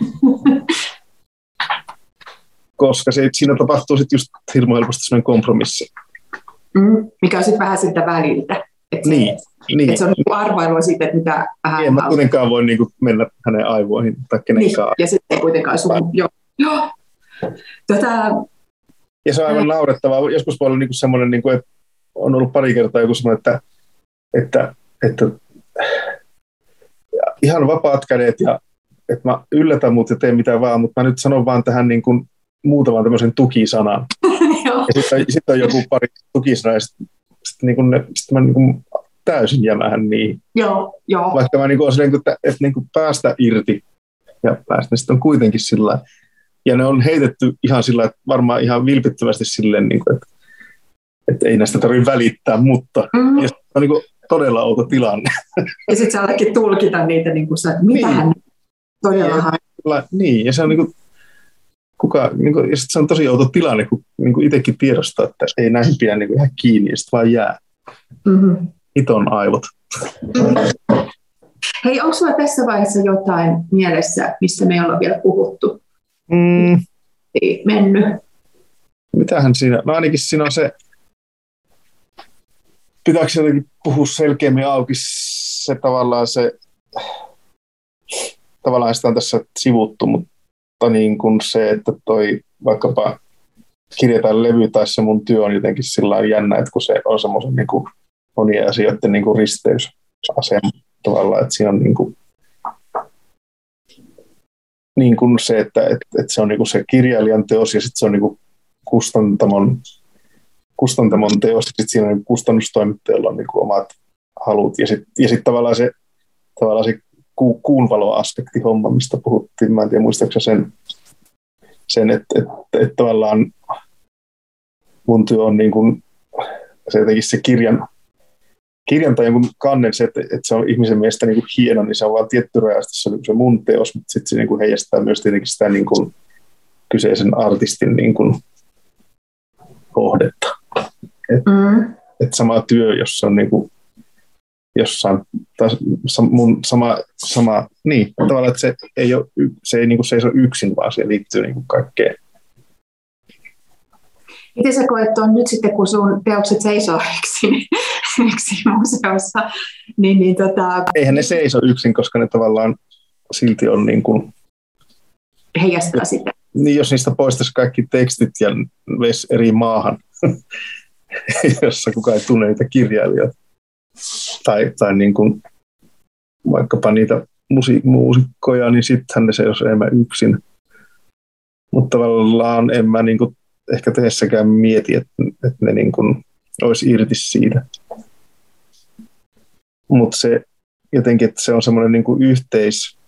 Koska se, siinä tapahtuu sitten just hirmu helposti sellainen kompromissi. Mm, mikä on sitten vähän siltä väliltä. Että niin, se, niin. Et se on niinku arvailua siitä, että mitä hän en mä kuitenkaan voi niinku mennä hänen aivoihin tai kenenkään. Niin, ja sitten ei kuitenkaan sun. Joo. Joo. Tota, ja se on aivan naurettavaa. Joskus voi olla niinku semmoinen, niinku, että on ollut pari kertaa joku semmoinen, että, että, että ihan vapaat kädet ja että mä yllätän mut ja teen mitä vaan, mutta mä nyt sanon vaan tähän niin kuin muutaman tämmöisen tukisanan. Ja sitten sit on joku pari tukisanaa ja sitten sit niin sit mä niin kuin täysin jämähän niihin. Joo, joo. Vaikka mä niin kuin olen että, että niin kuin päästä irti ja päästä, niin sitten on kuitenkin sillä. Ja ne on heitetty ihan sillä, että varmaan ihan vilpittömästi silleen, niin kuin, että, että ei näistä tarvitse välittää, mutta mm. ja se on niin kuin todella outo tilanne. Ja sitten sä aletkin tulkita niitä, niin kuin sä, että mitä hän todella haluaa. Niin, ja se on niin kuin, kuka, niin kuin, ja sit se on tosi outo tilanne, kun niin kuin itsekin tiedostaa, että ei näihin pidä niin kuin ihan kiinni, ja sitten vaan jää. Mm-hmm. Iton aivot. Mm-hmm. Hei, onko sulla tässä vaiheessa jotain mielessä, mistä me ei olla vielä puhuttu? Mm. Ei mennyt. Mitähän siinä, no ainakin siinä on se, pitääkö jotenkin puhua selkeämmin auki se tavallaan se, tavallaan sitä on tässä sivuttu, mutta niin kuin se, että toi vaikkapa kirja tai levy tai se mun työ on jotenkin sillä lailla jännä, että kun se on semmoisen niin kuin monien asioiden niin kuin risteysasema tavallaan, että siinä on niin kuin, niin kuin se, että, että, että se on niin kuin se kirjailijan teos ja sitten se on niin kuin kustantamon kustantamon teos, ja sitten siinä on kustannustoimittajalla on niin kuin omat halut, ja sitten ja sit tavallaan se, tavallaan se ku, kuunvaloaspekti homma, mistä puhuttiin, mä en tiedä muistaakseni sen, sen että et, et, et tavallaan mun työ on niin kuin, se jotenkin se kirjan, kirjan tai jonkun kannen, se, että, että se on ihmisen mielestä niin kuin hieno, niin se on vaan tietty rajasta, se on se mun teos, mutta sitten se niin kuin heijastaa myös tietenkin sitä niin kuin kyseisen artistin niin kuin kohdetta. Että mm. et sama työ, jossa on niinku, jossain, tai mun sama, sama, niin, tavallaan, että se ei, ole, se ei niinku seiso yksin, vaan siihen liittyy niinku kaikkeen. Miten sä koet on nyt sitten, kun sun teokset seisoo yksin, yksin museossa, niin, niin tota... Eihän ne seiso yksin, koska ne tavallaan silti on niin kuin... Heijastaa sitä. Niin, jos niistä poistaisi kaikki tekstit ja veisi eri maahan, jossa kukaan ei tunne niitä kirjailijoita. Tai, tai niin kuin vaikkapa niitä musi- muusikkoja, niin sittenhän ne seisoo enemmän yksin. Mutta tavallaan en mä niin kuin ehkä tehdessäkään mieti, että, että ne niin kuin olisi irti siitä. Mutta se jotenkin, että se on semmoinen niin kuin yhteis,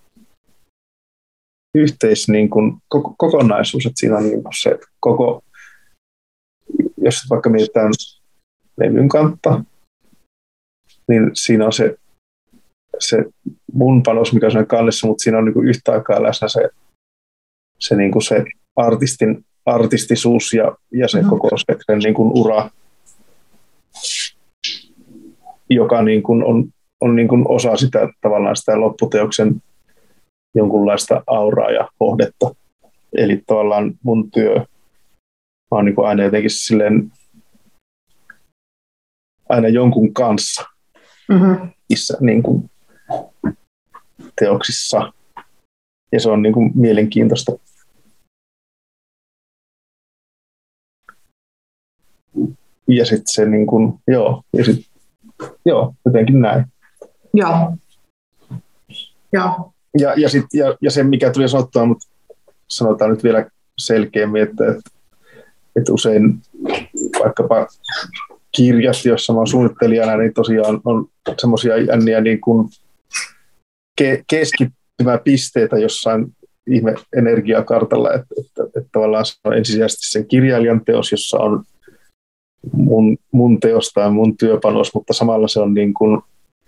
yhteis niin kuin koko, kokonaisuus, että siinä on niin kuin se koko, jos vaikka mietitään levyn kantta, niin siinä on se, se mun panos, mikä on siinä kannessa, mutta siinä on niin kuin yhtä aikaa läsnä se, se, niin kuin se artistin artistisuus ja, ja se mm-hmm. koko se niin kuin ura, joka niin kuin on, on niin kuin osa sitä tavallaan sitä lopputeoksen jonkunlaista auraa ja hohdetta. Eli tavallaan mun työ, mä oon niin kuin aina jotenkin silleen aina jonkun kanssa mm-hmm. missä niin kuin teoksissa. Ja se on niin kuin mielenkiintoista. Ja sitten se niin kuin, joo, ja sit, joo, jotenkin näin. Joo. Joo. Ja, ja, sit, ja, ja se, mikä tuli sanottua, mutta sanotaan nyt vielä selkeämmin, että, että, että usein vaikkapa kirjat, joissa mä oon suunnittelijana, niin tosiaan on semmoisia jänniä niin kuin ke, keskittymäpisteitä jossain ihme energiakartalla, että, että, että tavallaan se on ensisijaisesti sen kirjailijan teos, jossa on mun, mun teosta ja mun työpanos, mutta samalla se on niin kuin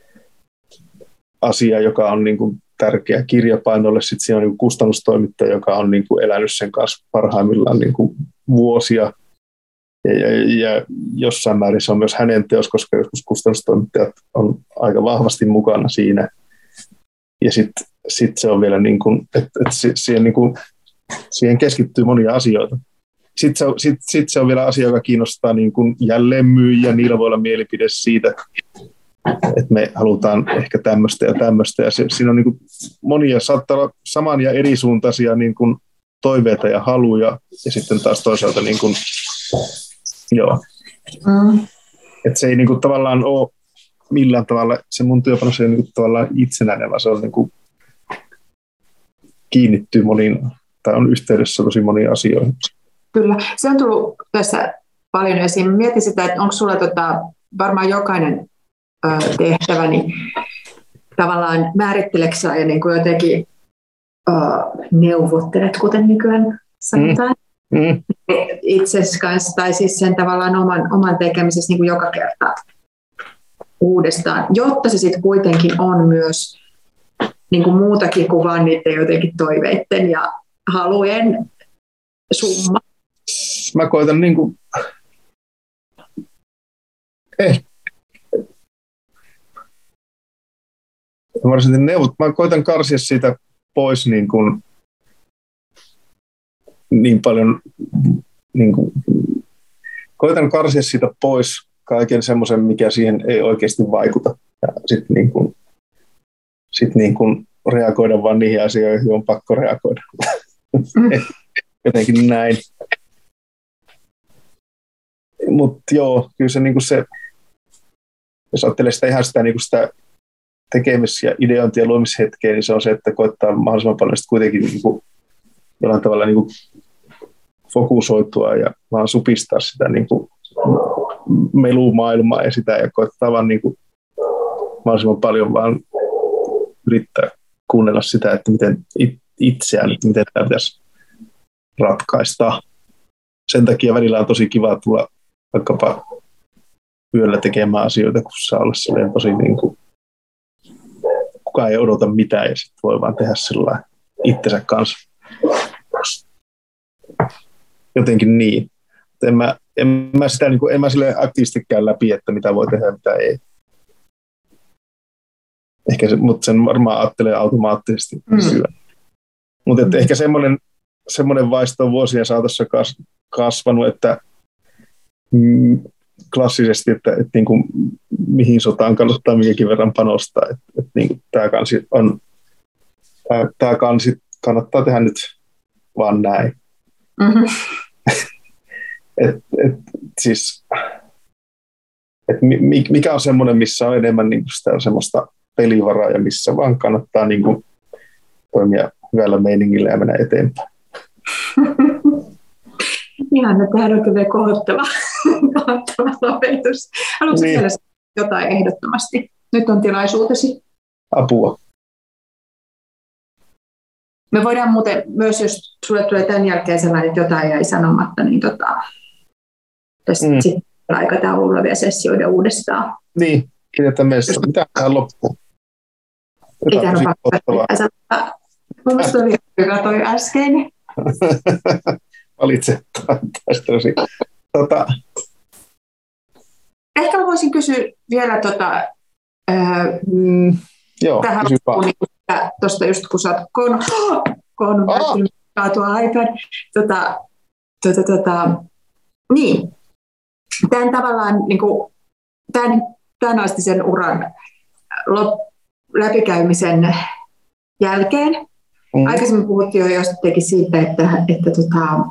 asia, joka on niin kuin tärkeä kirjapainolle. Sitten siinä on niin kuin kustannustoimittaja, joka on niin kuin elänyt sen kanssa parhaimmillaan niin kuin vuosia. Ja, ja, ja jossain määrin se on myös hänen teos, koska joskus kustannustoimittajat on aika vahvasti mukana siinä. Ja sitten sit se on vielä niin kuin, että et siihen, niin kuin, siihen keskittyy monia asioita. Sitten se, on, sit, sit se on vielä asia, joka kiinnostaa niin kuin jälleenmyyjiä. Niillä voi olla mielipide siitä, että me halutaan ehkä tämmöistä ja tämmöistä. Ja se, siinä on niin kuin monia, saattaa olla saman ja erisuuntaisia niin kuin toiveita ja haluja. Ja sitten taas toisaalta, niin kuin, joo. Mm. Että se ei niin kuin tavallaan ole millään tavalla, se mun työpanos ei niin kuin tavallaan itsenäinen, vaan se on niin kuin kiinnittyy moniin, tai on yhteydessä tosi moniin asioihin. Kyllä, se on tullut tässä paljon esiin. Mietin sitä, että onko sulla tota, varmaan jokainen ö, tehtävä, niin tavallaan määritteleksä ja niin kuin jotenkin ö, neuvottelet, kuten nykyään sanotaan, mm. Mm. itsesi kanssa, tai siis sen tavallaan oman, oman tekemisessä niin kuin joka kerta uudestaan, jotta se sitten kuitenkin on myös niin kuin muutakin kuin vaan niiden jotenkin toiveiden ja halujen summa. Mä koitan niin kuin eh. Mä, neuvot, mä koitan karsia siitä pois niin, kuin, niin paljon, niin kuin, koitan karsia siitä pois kaiken semmoisen, mikä siihen ei oikeasti vaikuta. Ja sitten niin kuin, sit niin kuin reagoida vaan niihin asioihin, joihin on pakko reagoida. Mm. Jotenkin näin. Mutta joo, kyllä se, niin kuin se, jos ajattelee sitä ihan sitä, niin kuin sitä tekemis- ja ideointi- ja luomishetkeä, niin se on se, että koittaa mahdollisimman paljon sitten kuitenkin niin kuin jollain tavalla niin kuin fokusoitua ja vaan supistaa sitä niin kuin melumaailmaa ja sitä, ja koittaa vaan niin kuin mahdollisimman paljon vaan yrittää kuunnella sitä, että miten itseään, että miten tämä pitäisi ratkaista. Sen takia välillä on tosi kiva tulla vaikkapa yöllä tekemään asioita, kun saa olla tosi niin kuin, kukaan ei odota mitään ja sitten voi vaan tehdä sillä itsensä kanssa. Jotenkin niin. En mä, en mä sitä niin kuin, en mä sille aktiivisesti käy läpi, että mitä voi tehdä ja mitä ei. Ehkä se, mutta sen varmaan ajattelee automaattisesti. Mm. Mutta mm. ehkä semmoinen, semmoinen vaisto on vuosien saatossa kas, kasvanut, että mm, klassisesti, että, että niin kuin, mihin sotaan kannattaa minkäkin verran panostaa. Että, että niin kuin, tämä kansi on, tämä, tämä kansi kannattaa tehdä nyt vaan näin. Mm-hmm. et, et, siis, et mikä on semmoinen, missä on enemmän niin kuin sitä semmoista pelivaraa ja missä vaan kannattaa niin kuin toimia hyvällä meiningillä ja mennä eteenpäin. Ihan, no tämähän on kyllä kohottava, kohottava lopetus. Haluatko niin. Siellä jotain ehdottomasti? Nyt on tilaisuutesi. Apua. Me voidaan muuten myös, jos sulle tulee tämän jälkeen sellainen, että jotain jäi sanomatta, niin tota, tästä mm. sitten aikataululla vielä sessioida uudestaan. Niin, pidetään meissä. Mitä tähän loppuu? Ei tähän ole pakko. Mun mielestä oli hyvä toi äskeinen. Valitse tästä tosi. Tota. Ehkä mä voisin kysyä vielä tota, ää, mm, Joo, tähän tuosta just kun sä oot koonnut, koonnut oh! tuo iPad. Tota, tota, tota, niin, tämän tavallaan niin kuin, tämän, tämän asti sen uran lop, läpikäymisen jälkeen. Mm. Aikaisemmin puhuttiin jo jostakin siitä, että, että, tota,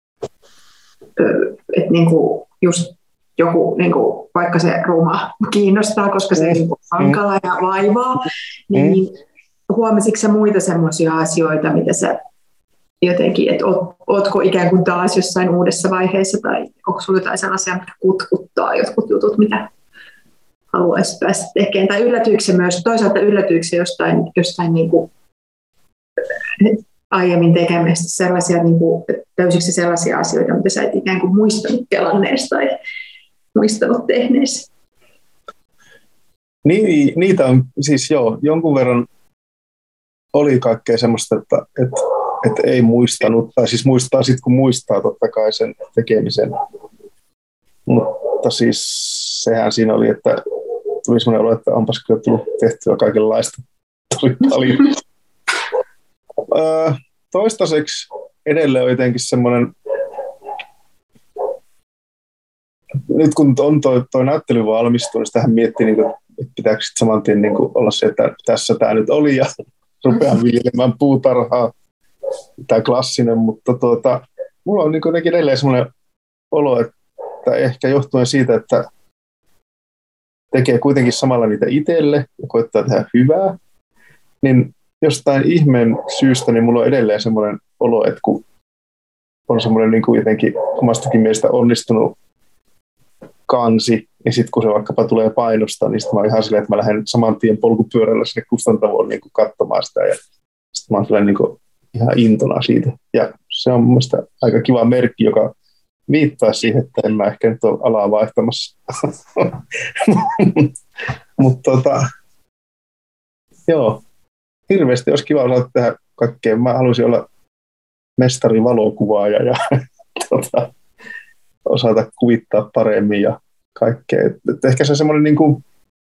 että niin kuin just joku, niin kuin, vaikka se ruma kiinnostaa, koska se mm. on hankala ja vaivaa, niin mm. huomasitko sä muita semmoisia asioita, mitä sä jotenkin, että oot, ootko ikään kuin taas jossain uudessa vaiheessa, tai onko sulla jotain sellaisia, mitkä kutkuttaa jotkut jutut, mitä haluaisi päästä tekemään, tai yllätyykö se myös, toisaalta yllätyykö se jostain, jostain niin kuin aiemmin tekemästä sellaisia, niin kuin, löysikö sellaisia asioita, mitä sä et ikään kuin muistanut kelanneesta, tai muistanut tehneensä? Niin, niitä on siis joo, jonkun verran oli kaikkea semmoista, että, että, että ei muistanut, tai siis muistaa sitten kun muistaa totta kai sen tekemisen. Mutta siis sehän siinä oli, että tuli semmoinen olo, että onpas kyllä tullut tehtyä kaikenlaista. Tuli paljon. öö, toistaiseksi edelleen on jotenkin semmoinen, nyt kun on toi, toi näyttely valmistunut, niin sitähän miettii, niin kuin, että pitääkö sitten saman tien niin kuin olla se, että tässä tämä nyt oli ja rupeaa viljelemään puutarhaa, tämä klassinen, mutta tuota, mulla on niin kuitenkin edelleen semmoinen olo, että ehkä johtuen siitä, että tekee kuitenkin samalla niitä itselle ja koittaa tehdä hyvää, niin jostain ihmeen syystä niin mulla on edelleen semmoinen olo, että kun on semmoinen niin kuin jotenkin omastakin mielestä onnistunut kansi, niin sitten kun se vaikkapa tulee painosta, niin sitten mä oon ihan silleen, että mä lähden saman tien polkupyörällä sinne kustantavoon niin kuin katsomaan sitä, ja sitten mä oon silleen niin kuin ihan intona siitä. Ja se on mun mielestä aika kiva merkki, joka viittaa siihen, että en mä ehkä nyt ole alaa vaihtamassa. Mutta tota, joo, hirveästi olisi kiva osata tehdä kaikkea. Mä haluaisin olla mestari valokuvaaja ja tota, osata kuvittaa paremmin ja kaikkea. Et, et ehkä se semmoinen niin kuin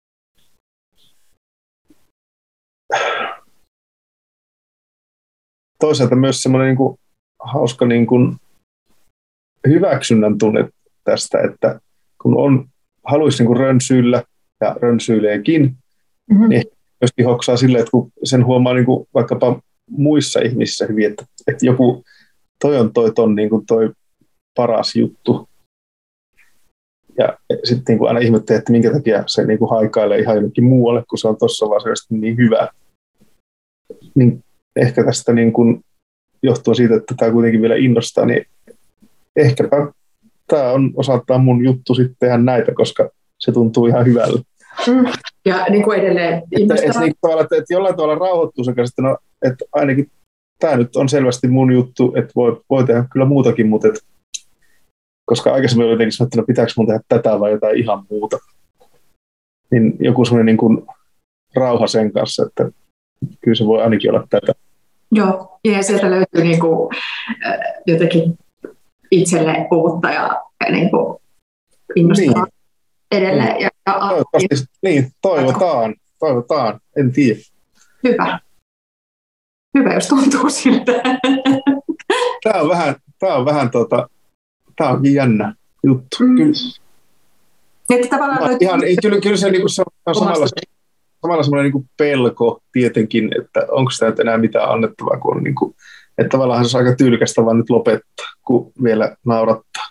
toisaalta myös semmoinen niin kuin hauska niin kuin hyväksynnän tunne tästä, että kun on, haluaisi niin kuin rönsyillä ja rönsyileekin, mm-hmm. niin myöskin hoksaa silleen, että kun sen huomaa niin kuin vaikkapa muissa ihmisissä hyvin, että, että joku toi on toi ton niin kuin toi paras juttu. Ja sitten niin aina ihmettelee, että minkä takia se niin kuin haikailee ihan jonnekin muualle, kun se on tuossa vaan niin hyvä. Niin ehkä tästä niin kuin johtuu siitä, että tämä kuitenkin vielä innostaa, niin ehkäpä tämä on osaltaan mun juttu sitten tehdä näitä, koska se tuntuu ihan hyvälle. Mm. Ja niin kuin edelleen innostaa. Että, että, tavalla, että, että jollain tavalla rauhoittuu sekä sitten, no, että ainakin tämä nyt on selvästi mun juttu, että voi, voi tehdä kyllä muutakin, mutta että, koska aikaisemmin oli jotenkin sanottu, että no, pitääkö mun tehdä tätä vai jotain ihan muuta. Niin joku semmoinen niin kuin rauha sen kanssa, että kyllä se voi ainakin olla tätä. Joo, ja sieltä löytyy niin kuin, äh, jotenkin itselle uutta ja, ja niin kuin innostavaa niin edelleen. Ja, ja toivottavasti, niin, toivotaan, toivotaan, en tiedä. Hyvä. Hyvä, jos tuntuu siltä. Tämä on vähän, tämä on vähän tota, tämä onkin jännä juttu. Mm. Kyllä. Että tavallaan no, ihan, ei, kyllä, kyllä se, niin kuin, se on samalla, samalla semmoinen niin kuin pelko tietenkin, että onko sitä nyt enää mitään annettavaa, kun on niin kuin, että tavallaan se on aika tyylikästä vaan nyt lopettaa, kun vielä naurattaa.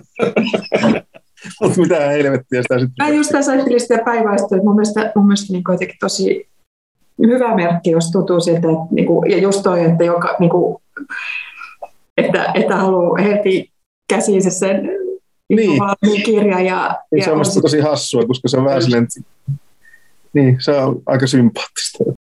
Mutta mitään helvettiä sitä sitten. Mä just tässä ajattelin sitä päiväistä, että mun mielestä, mun mielestä niin jotenkin tosi hyvä merkki, jos tuntuu siltä, että, niin kuin, ja just toi, että, joka, niin kuin, että, että haluaa heti käsiinsä sen niin. Niin kirjan. Ja, niin, ja se on, on tosi hassua, koska se on vähän silleen, niin, se on aika sympaattista.